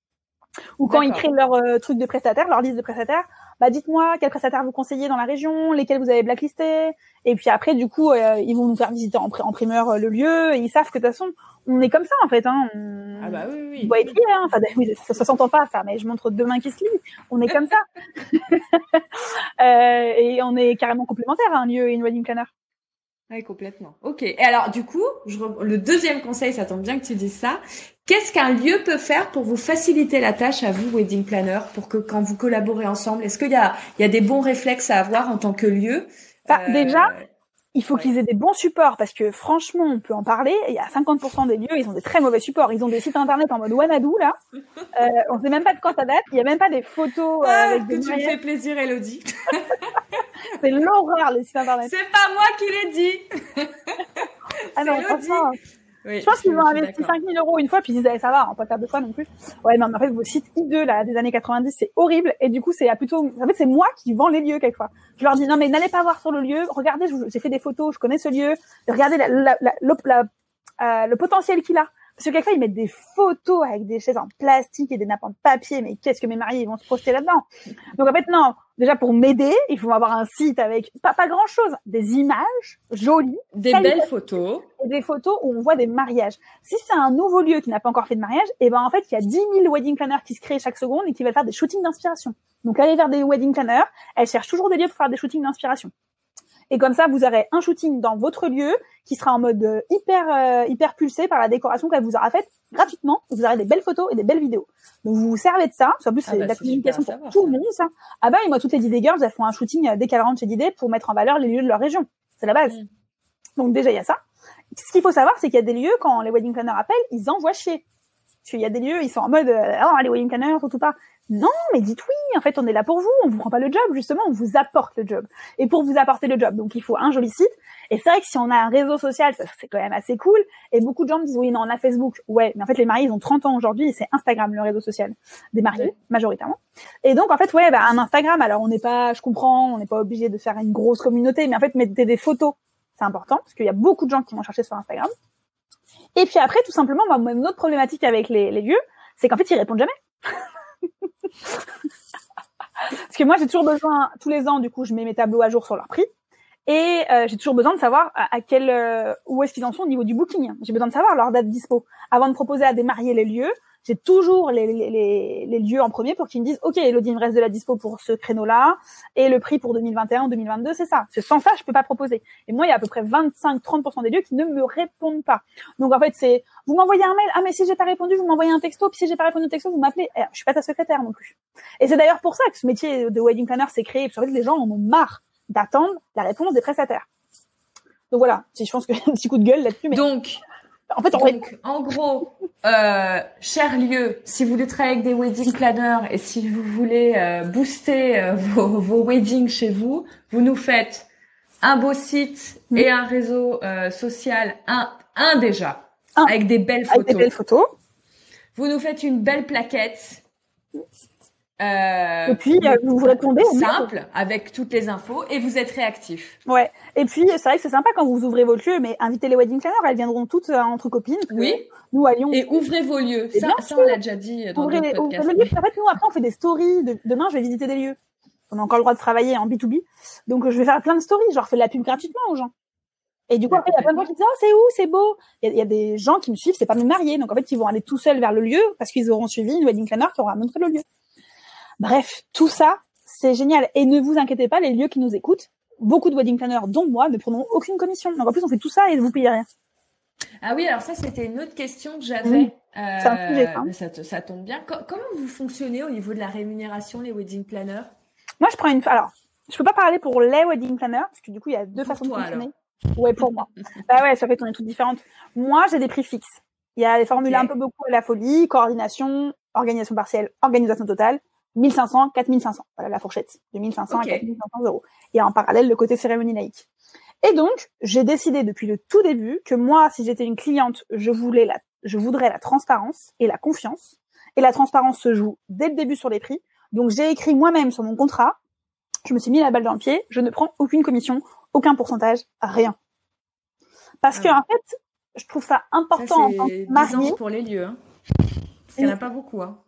Ou quand D'accord. ils créent leur euh, truc de prestataire, leur liste de prestataires, bah dites-moi quels prestataires vous conseillez dans la région, lesquels vous avez blacklistés. Et puis après, du coup, euh, ils vont nous faire visiter en, pr- en primeur euh, le lieu. Et ils savent que de toute façon, on est comme ça en fait. Hein. On... Ah bah oui, oui. On doit être liés, hein. Enfin, oui, ça, ça s'entend pas ça, mais je montre deux mains qui se lient. On est comme ça. euh, et on est carrément complémentaires à un lieu et une wedding planner. Oui, complètement. Ok. Et alors, du coup, je re... le deuxième conseil, ça tombe bien que tu dises ça. Qu'est-ce qu'un lieu peut faire pour vous faciliter la tâche à vous, wedding planner, pour que quand vous collaborez ensemble, est-ce qu'il y a, il y a des bons réflexes à avoir en tant que lieu? Bah, euh... Déjà, il faut ouais. qu'ils aient des bons supports, parce que franchement, on peut en parler. Il y a cinquante pour cent des lieux, ils ont des très mauvais supports. Ils ont des sites internet en mode Wanadu, là. Euh, on sait même pas de quand ça date. Il y a même pas des photos. Euh, ah, avec que des tu me fais plaisir, Elodie. C'est l'horreur, les sites internet. C'est pas moi qui l'ai dit. Ah non, franchement. Oui, je pense qu'ils ont investi cinq mille euros une fois, puis ils disaient, ça va, on peut pas faire deux fois non plus. Ouais, non, mais en fait, vos sites hideux, là, des années quatre-vingt-dix, c'est horrible. Et du coup, c'est plutôt, en fait, c'est moi qui vends les lieux, quelquefois. Je leur dis, non, mais n'allez pas voir sur le lieu. Regardez, j'ai fait des photos, je connais ce lieu. Regardez la, la, la, la, la euh, le potentiel qu'il a. Parce que quelquefois, ils mettent des photos avec des chaises en plastique et des nappes en papier. Mais qu'est-ce que mes mariés, ils vont se projeter là-dedans? Donc, en fait, non. Déjà, pour m'aider, il faut avoir un site avec pas, pas grand chose. Des images jolies. Des belles photos. Et des photos où on voit des mariages. Si c'est un nouveau lieu qui n'a pas encore fait de mariage, eh ben, en fait, il y a dix mille wedding planners qui se créent chaque seconde et qui veulent faire des shootings d'inspiration. Donc, allez vers des wedding planners. Elles cherchent toujours des lieux pour faire des shootings d'inspiration. Et comme ça, vous aurez un shooting dans votre lieu qui sera en mode euh, hyper euh, hyper pulsé par la décoration qu'elle vous aura faite gratuitement. Vous aurez des belles photos et des belles vidéos. Donc vous vous servez de ça. En plus, c'est ah bah, de la communication pour savoir, tout ça. Le monde, ça. Ah bah, et moi, toutes les D-Day Girls, elles font un shooting dès qu'elles rentrent chez D-Day pour mettre en valeur les lieux de leur région. C'est la base. Mm. Donc déjà, il y a ça. Ce qu'il faut savoir, c'est qu'il y a des lieux, quand les wedding planners appellent, ils envoient chier. Parce qu'il y a des lieux, ils sont en mode, euh, oh, les wedding planners, surtout pas. Non, mais dites oui, en fait, on est là pour vous, on vous prend pas le job, justement, on vous apporte le job. Et pour vous apporter le job, donc il faut un joli site. Et c'est vrai que si on a un réseau social, ça, c'est quand même assez cool. Et beaucoup de gens me disent, oui, non, on a Facebook. Ouais, mais en fait, les mariés, ils ont trente ans aujourd'hui et c'est Instagram, le réseau social des mariés, ouais. majoritairement. Et donc, en fait, ouais, bah, un Instagram, alors on n'est pas, je comprends, on n'est pas obligé de faire une grosse communauté, mais en fait, mettez des photos, c'est important, parce qu'il y a beaucoup de gens qui vont chercher sur Instagram. Et puis après, tout simplement, moi, une autre problématique avec les, les lieux, c'est qu'en fait, ils répondent jamais. Parce que moi, j'ai toujours besoin, tous les ans, du coup, je mets mes tableaux à jour sur leur prix. Et euh, j'ai toujours besoin de savoir à, à quel euh, où est-ce qu'ils en sont au niveau du booking. J'ai besoin de savoir leur date dispo. Avant de proposer à des mariés les lieux, j'ai toujours les, les, les, les lieux en premier pour qu'ils me disent « Ok, Elodie, il me reste de la dispo pour ce créneau-là, et le prix pour deux mille vingt et un, deux mille vingt-deux, c'est ça. » Parce que sans ça, je peux pas proposer. Et moi, il y a à peu près vingt-cinq à trente pour cent des lieux qui ne me répondent pas. Donc en fait, c'est « Vous m'envoyez un mail, ah mais si j'ai pas répondu, vous m'envoyez un texto, puis si j'ai pas répondu au texto, vous m'appelez. Eh, » Je suis pas ta secrétaire non plus. Et c'est d'ailleurs pour ça que ce métier de wedding planner s'est créé, parce qu'en fait, les gens en ont marre d'attendre la réponse des prestataires. Donc voilà, je pense que un petit coup de gueule là-dessus. Mais... Donc, en fait, donc vrai... en gros, euh, cher lieu, si vous voulez travailler avec des wedding planners et si vous voulez euh, booster euh, vos, vos weddings chez vous, vous nous faites un beau site mmh. et un réseau euh, social, un, un déjà, un. avec des belles photos. Avec des belles photos. Vous nous faites une belle plaquette. Euh, et puis euh, vous vous répondez simple avec toutes les infos et vous êtes réactif. Ouais. Et puis c'est vrai que c'est sympa quand vous ouvrez votre lieu, mais invitez les wedding planners, elles viendront toutes euh, entre copines. Oui. Nous à Lyon. Et ouvrez vos lieux. Ça, ça on l'a déjà dit dans ouvrez, d'autres podcasts. Ouvrez les lieux. En fait, nous après on fait des stories. De, demain, je vais visiter des lieux. On a encore le droit de travailler en B deux B, donc je vais faire plein de stories. Genre, je fais de la pub gratuitement aux gens. Et du coup, après, il y a plein de gens qui disent « Oh, c'est où? C'est beau !» Il y, y a des gens qui me suivent, c'est pas mes mariés. Donc, en fait, ils vont aller tout seuls vers le lieu parce qu'ils auront suivi une wedding planner qui aura montré le lieu. Bref, tout ça, c'est génial. Et ne vous inquiétez pas, les lieux qui nous écoutent, beaucoup de wedding planners, dont moi, ne prendront aucune commission. Donc, en plus, on fait tout ça et vous payez rien. Ah oui, alors ça, c'était une autre question que j'avais. Oui, euh, c'est un sujet, hein. ça, ça tombe bien. Co- comment vous fonctionnez au niveau de la rémunération, les wedding planners? Moi, je prends une... Alors, je peux pas parler pour les wedding planners, parce que du coup, il y a deux pour façons toi, de fonctionner. Alors. Ouais, pour moi. Bah ouais, ça fait on est toutes différentes. Moi, j'ai des prix fixes. Il y a des formules okay. un peu beaucoup à la folie, coordination, organisation partielle, organisation totale, mille cinq cents, quatre mille cinq cents. Voilà la fourchette, de mille cinq cents okay. à quatre mille cinq cents euros. Et en parallèle, le côté cérémonie laïque. Et donc, j'ai décidé depuis le tout début que moi, si j'étais une cliente, je voulais la, je voudrais la transparence et la confiance. Et la transparence se joue dès le début sur les prix. Donc, j'ai écrit moi-même sur mon contrat, je me suis mis la balle dans le pied, je ne prends aucune commission, aucun pourcentage, rien. Parce ah que, ouais. en fait, je trouve ça important ça, en tant que mariée. pour les lieux, hein. Parce qu'il n'y en a pas beaucoup, hein.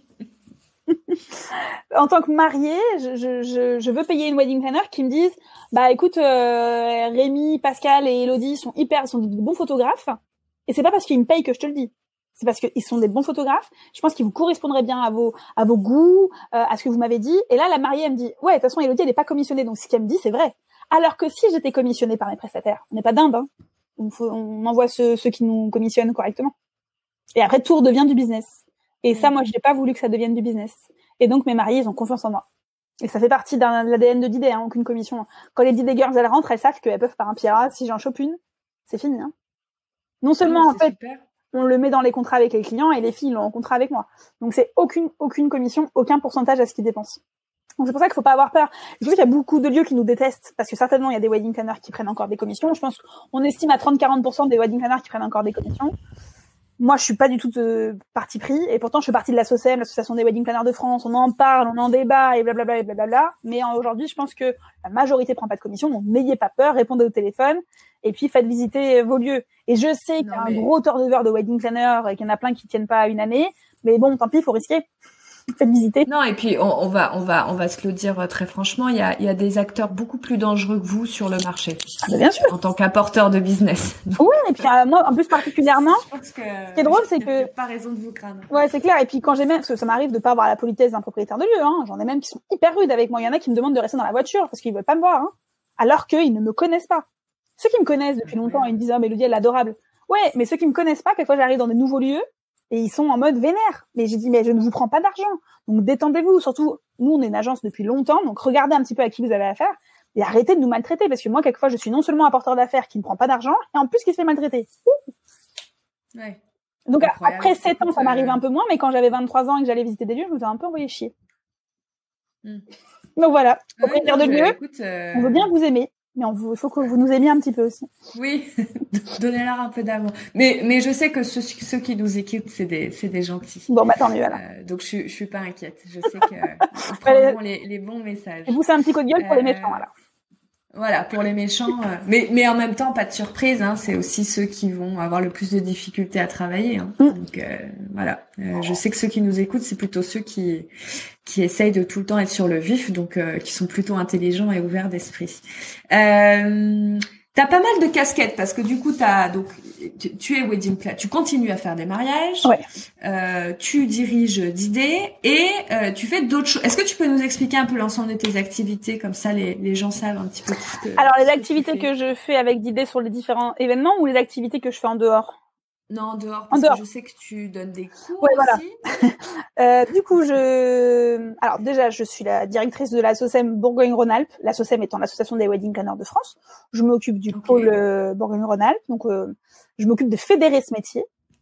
En tant que mariée, je, je, je, je veux payer une wedding planner qui me dise, bah, écoute, euh, Rémi, Pascal et Elodie sont hyper, sont de bons photographes. Et c'est pas parce qu'ils me payent que je te le dis. C'est parce qu'ils sont des bons photographes. Je pense qu'ils vous correspondraient bien à vos, à vos goûts, euh, à ce que vous m'avez dit. Et là, la mariée, elle me dit, ouais, de toute façon, Elodie, elle n'est pas commissionnée. Donc, ce qu'elle me dit, c'est vrai. Alors que si j'étais commissionnée par mes prestataires, on n'est pas d'Inde, hein. On, faut, on envoie ceux, ceux qui nous commissionnent correctement. Et après, tout redevient du business. Et ça, moi, je n'ai pas voulu que ça devienne du business. Et donc, mes mariés, ils ont confiance en moi. Et ça fait partie d'un, de l'A D N de Diday, hein, aucune commission. Quand les Diday Girls, elles rentrent, elles savent qu'elles peuvent par un pirate. Si j'en chope une, c'est fini, hein. Non seulement, oui, en fait, super. On le met dans les contrats avec les clients et les filles l'ont en contrat avec moi. Donc, c'est aucune, aucune commission, aucun pourcentage à ce qu'ils dépensent. Donc, c'est pour ça qu'il faut pas avoir peur. Je sais qu'il y a beaucoup de lieux qui nous détestent parce que certainement, il y a des wedding planners qui prennent encore des commissions. Je pense qu'on estime à trente à quarante pour cent des wedding planners qui prennent encore des commissions. Moi, je suis pas du tout de parti pris, et pourtant, je fais partie de l'Assocem, l'association des wedding planners de France. On en parle, on en débat, et blablabla, et blablabla. Mais euh, aujourd'hui, je pense que la majorité prend pas de commission, donc n'ayez pas peur, répondez au téléphone, et puis faites visiter vos lieux. Et je sais qu'il y a mais... un gros turnover de wedding planners, et qu'il y en a plein qui tiennent pas une année, mais bon, tant pis, faut risquer. Faites visiter. Non, et puis on, on va, on va, on va se le dire très franchement, il y a, il y a des acteurs beaucoup plus dangereux que vous sur le marché. Ah ben bien sûr. En tant qu'apporteur de business. Oui, et puis euh, moi, en plus particulièrement, je pense que ce qui est drôle, c'est que pas raison de vous craindre. Ouais, c'est clair. Et puis quand j'ai même, parce que ça m'arrive de pas avoir la politesse d'un propriétaire de lieu, hein. J'en ai même qui sont hyper rudes avec moi. Il y en a qui me demandent de rester dans la voiture parce qu'ils veulent pas me voir, hein. Alors qu'ils ne me connaissent pas. Ceux qui me connaissent depuis longtemps, ils me disent, ah, Mélodie, elle est adorable. Ouais, mais ceux qui me connaissent pas, quelquefois j'arrive dans des nouveaux lieux et ils sont en mode vénère. Mais j'ai dit, mais je ne vous prends pas d'argent. Donc détendez-vous. Surtout, nous, on est une agence depuis longtemps. Donc regardez un petit peu à qui vous avez affaire et arrêtez de nous maltraiter. Parce que moi, quelquefois, je suis non seulement un porteur d'affaires qui ne prend pas d'argent et en plus qui se fait maltraiter. Ouh. Ouais. Donc incroyable. Après sept ans, ça m'arrive un peu moins. Mais quand j'avais vingt-trois ans et que j'allais visiter des lieux, je me faisais un peu envoyer chier. Mm. Donc voilà. Propriétaire de lieu, écoute, euh... on veut bien vous aimer. Mais il faut que vous nous aimiez un petit peu aussi. Oui, donnez-leur un peu d'amour. Mais, mais je sais que ceux, ceux qui nous écoutent, c'est des, c'est des gentils. Bon, bah tant mieux, voilà. Euh, donc, je, je suis pas inquiète. Je sais qu'ils prendront les, les bons messages. Et vous, c'est un petit coup de gueule pour euh... les méchants, alors. Voilà, pour les méchants. Euh, mais, mais en même temps, pas de surprise. Hein, c'est aussi ceux qui vont avoir le plus de difficultés à travailler. Hein. Mm. Donc euh, voilà, euh, je sais que ceux qui nous écoutent, c'est plutôt ceux qui qui essayent de tout le temps être sur le vif, donc euh, qui sont plutôt intelligents et ouverts d'esprit. Euh, T'as pas mal de casquettes parce que du coup t'as donc tu, tu es wedding planner, tu continues à faire des mariages, ouais. euh, tu diriges d'idées et euh, tu fais d'autres choses. Est-ce que tu peux nous expliquer un peu l'ensemble de tes activités comme ça les les gens savent un petit peu ce que. Alors les activités que, que je fais avec d'idées sur les différents événements ou les activités que je fais en dehors? Non, en dehors, parce en dehors. que je sais que tu donnes des cours ouais, aussi. Voilà. euh, du coup, je, alors déjà, je suis la directrice de la SOCEM Bourgogne-Rhône-Alpes. La SOCEM étant l'association des wedding planners de France. Je m'occupe du okay. pôle euh, Bourgogne-Rhône-Alpes. Donc, euh, je m'occupe de fédérer ce métier,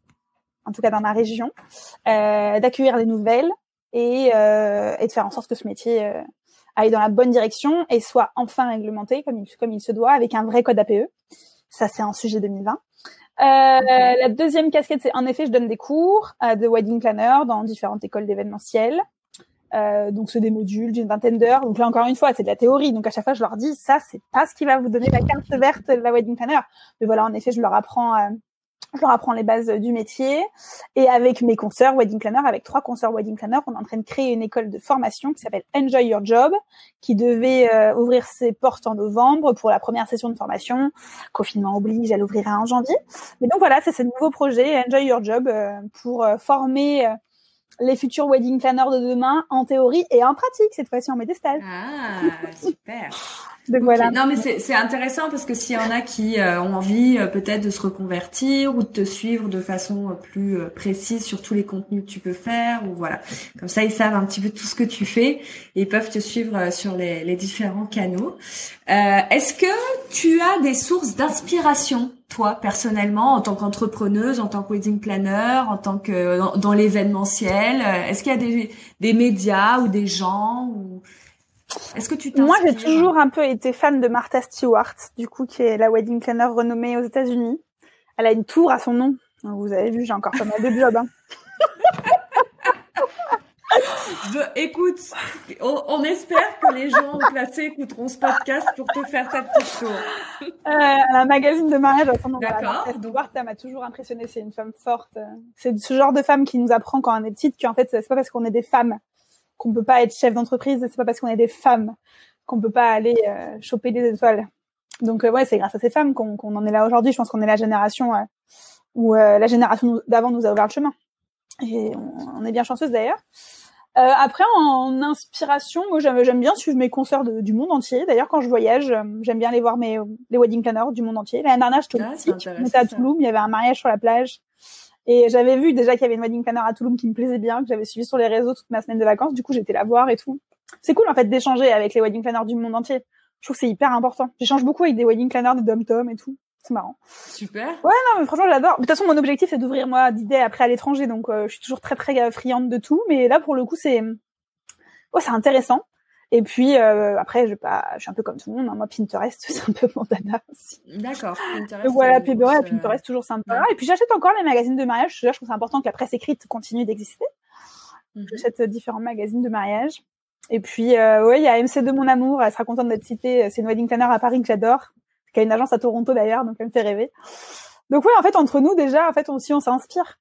en tout cas dans ma région, euh, d'accueillir les nouvelles et, euh, et de faire en sorte que ce métier euh, aille dans la bonne direction et soit enfin réglementé comme il, comme il se doit, avec un vrai code A P E. Ça, c'est un sujet deux mille vingt. Euh, okay. La deuxième casquette, c'est en effet, je donne des cours euh, de wedding planner dans différentes écoles d'événementiel. Euh, donc, c'est des modules d'une vingtaine d'heures. Donc là, encore une fois, c'est de la théorie. Donc, à chaque fois, je leur dis, ça, c'est pas ce qui va vous donner la carte verte de la wedding planner. Mais voilà, en effet, je leur apprends, euh, je leur apprends les bases du métier. Et avec mes consoeurs wedding planner, avec trois consoeurs wedding planner, on est en train de créer une école de formation qui s'appelle Enjoy Your Job, qui devait euh, ouvrir ses portes en novembre pour la première session de formation. Confinement oblige, elle ouvrira en janvier. Mais donc voilà, c'est ce nouveau projet Enjoy Your Job euh, pour euh, former euh, les futurs wedding planners de demain en théorie et en pratique. Cette fois-ci, on met des stages. Ah, super. Donc okay. voilà. Non, mais c'est, c'est intéressant parce que s'il y en a qui euh, ont envie euh, peut-être de se reconvertir ou de te suivre de façon euh, plus euh, précise sur tous les contenus que tu peux faire, ou voilà, comme ça ils savent un petit peu tout ce que tu fais et ils peuvent te suivre euh, sur les, les différents canaux. Euh, est-ce que tu as des sources d'inspiration, toi personnellement, en tant qu'entrepreneuse, en tant que wedding planner, en tant que dans, dans l'événementiel? Est-ce qu'il y a des, des médias ou des gens ou Est-ce que tu t'inspires? Moi, j'ai toujours un peu été fan de Martha Stewart, du coup, qui est la wedding planner renommée aux États-Unis. Elle a une tour à son nom. Vous avez vu, j'ai encore pas mal de jobs. Hein. Je, écoute, on, on espère que les gens placés écouteront ce podcast pour te faire ta petite tour. Euh, elle a un magazine de mariage à son nom. D'accord. Martha Stewart, elle m'a toujours impressionnée. C'est une femme forte. C'est ce genre de femme qui nous apprend quand on est petite qu'en fait, c'est pas parce qu'on est des femmes qu'on peut pas être chef d'entreprise, c'est pas parce qu'on est des femmes qu'on peut pas aller euh, choper des étoiles. Donc euh, ouais, c'est grâce à ces femmes qu'on, qu'on en est là aujourd'hui. Je pense qu'on est la génération euh, où euh, la génération d'avant nous a ouvert le chemin. Et on, on est bien chanceuse d'ailleurs. Euh, après, en, en inspiration, moi j'aime, j'aime bien suivre mes consoeurs de, du monde entier. D'ailleurs, quand je voyage, j'aime bien aller voir mes les wedding planners du monde entier. L'année dernière, j'étais ah, j'étais à Toulouse, il y avait un mariage sur la plage. Et j'avais vu déjà qu'il y avait une wedding planner à Toulouse qui me plaisait bien, que j'avais suivi sur les réseaux toute ma semaine de vacances. Du coup, j'étais la voir et tout. C'est cool, en fait, d'échanger avec les wedding planners du monde entier. Je trouve que c'est hyper important. J'échange beaucoup avec des wedding planners de Dom-Tom et tout. C'est marrant. Super. Ouais, non, mais franchement, j'adore. De toute façon, mon objectif, c'est d'ouvrir, moi, d'idées après à l'étranger. Donc, euh, je suis toujours très, très friande de tout. Mais là, pour le coup, c'est, ouais, c'est intéressant. Et puis euh, après, je pas, je suis un peu comme tout le monde. Hein. Moi, Pinterest, c'est un peu mon dada aussi. D'accord. Pinterest. Donc voilà, puis ouais, Pinterest toujours sympa. Ouais. Et puis j'achète encore les magazines de mariage. Je trouve c'est important que la presse écrite continue d'exister. Mm-hmm. J'achète différents magazines de mariage. Et puis euh, ouais, il y a M C deux Mon Amour. Elle sera contente d'être citée. C'est une wedding planner à Paris que j'adore, qui a une agence à Toronto d'ailleurs, donc elle me fait rêver. Donc ouais, en fait, entre nous déjà, en fait, on, aussi on s'inspire.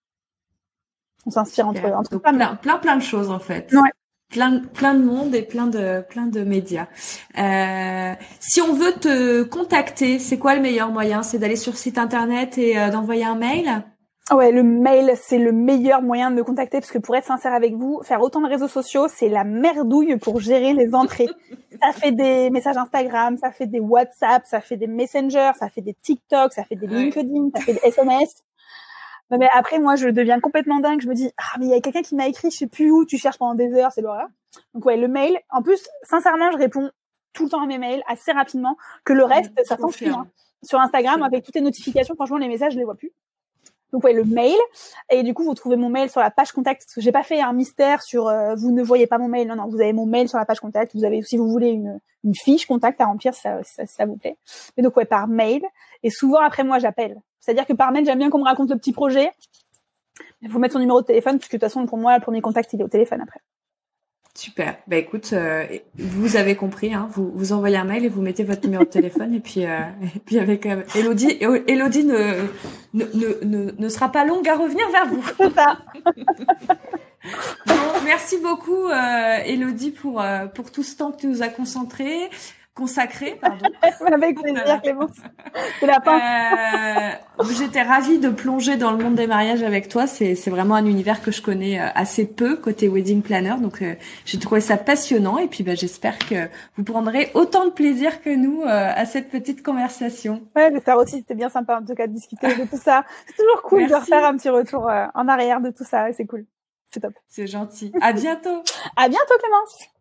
On s'inspire entre entre donc, plein, plein, plein de choses en fait. Ouais. Plein, plein de monde et plein de, plein de médias. Euh, si on veut te contacter, c'est quoi le meilleur moyen? C'est d'aller sur site internet et euh, d'envoyer un mail? Ouais, le mail, c'est le meilleur moyen de me contacter parce que pour être sincère avec vous, faire autant de réseaux sociaux, c'est la merdouille pour gérer les entrées. Ça fait des messages Instagram, ça fait des WhatsApp, ça fait des Messenger, ça fait des TikTok, ça fait des LinkedIn, ça fait des S M S. Mais après, moi, je deviens complètement dingue. Je me dis, ah, mais il y a quelqu'un qui m'a écrit, je sais plus où, tu cherches pendant des heures, c'est l'horreur. Donc ouais, le mail. En plus, sincèrement, je réponds tout le temps à mes mails assez rapidement. Que le reste, mmh, ça s'enfuit. Hein. Sur Instagram, avec toutes les notifications, franchement, les messages, je les vois plus. Donc ouais, le mail. Et du coup, vous trouvez mon mail sur la page contact. Parce que j'ai pas fait un mystère sur euh, vous ne voyez pas mon mail. Non, non, vous avez mon mail sur la page contact. Vous avez, si vous voulez, une, une fiche contact à remplir, ça, ça, ça vous plaît. Mais donc ouais, par mail. Et souvent après, moi, j'appelle. C'est-à-dire que par mail, j'aime bien qu'on me raconte le petit projet. Il faut mettre son numéro de téléphone, puisque de toute façon, pour moi, le premier contact, il est au téléphone après. Super. Bah écoute, euh, vous avez compris, hein, vous vous envoyez un mail et vous mettez votre numéro de téléphone et puis euh, et puis avec euh, Élodie, Élodie ne, ne ne ne ne sera pas longue à revenir vers vous. C'est ça. Bon, merci beaucoup euh, Élodie pour euh, pour tout ce temps que tu nous as concentré. Consacré, pardon. Avec plaisir, Clémence. C'est la fin. Euh, j'étais ravie de plonger dans le monde des mariages avec toi. C'est, c'est vraiment un univers que je connais assez peu côté wedding planner. Donc, euh, j'ai trouvé ça passionnant. Et puis, bah, j'espère que vous prendrez autant de plaisir que nous euh, à cette petite conversation. Ouais, j'espère aussi. C'était bien sympa, en tout cas, de discuter de tout ça. C'est toujours cool Merci. de refaire un petit retour euh, en arrière de tout ça. Et c'est cool. C'est top. C'est gentil. À bientôt. À bientôt, Clémence.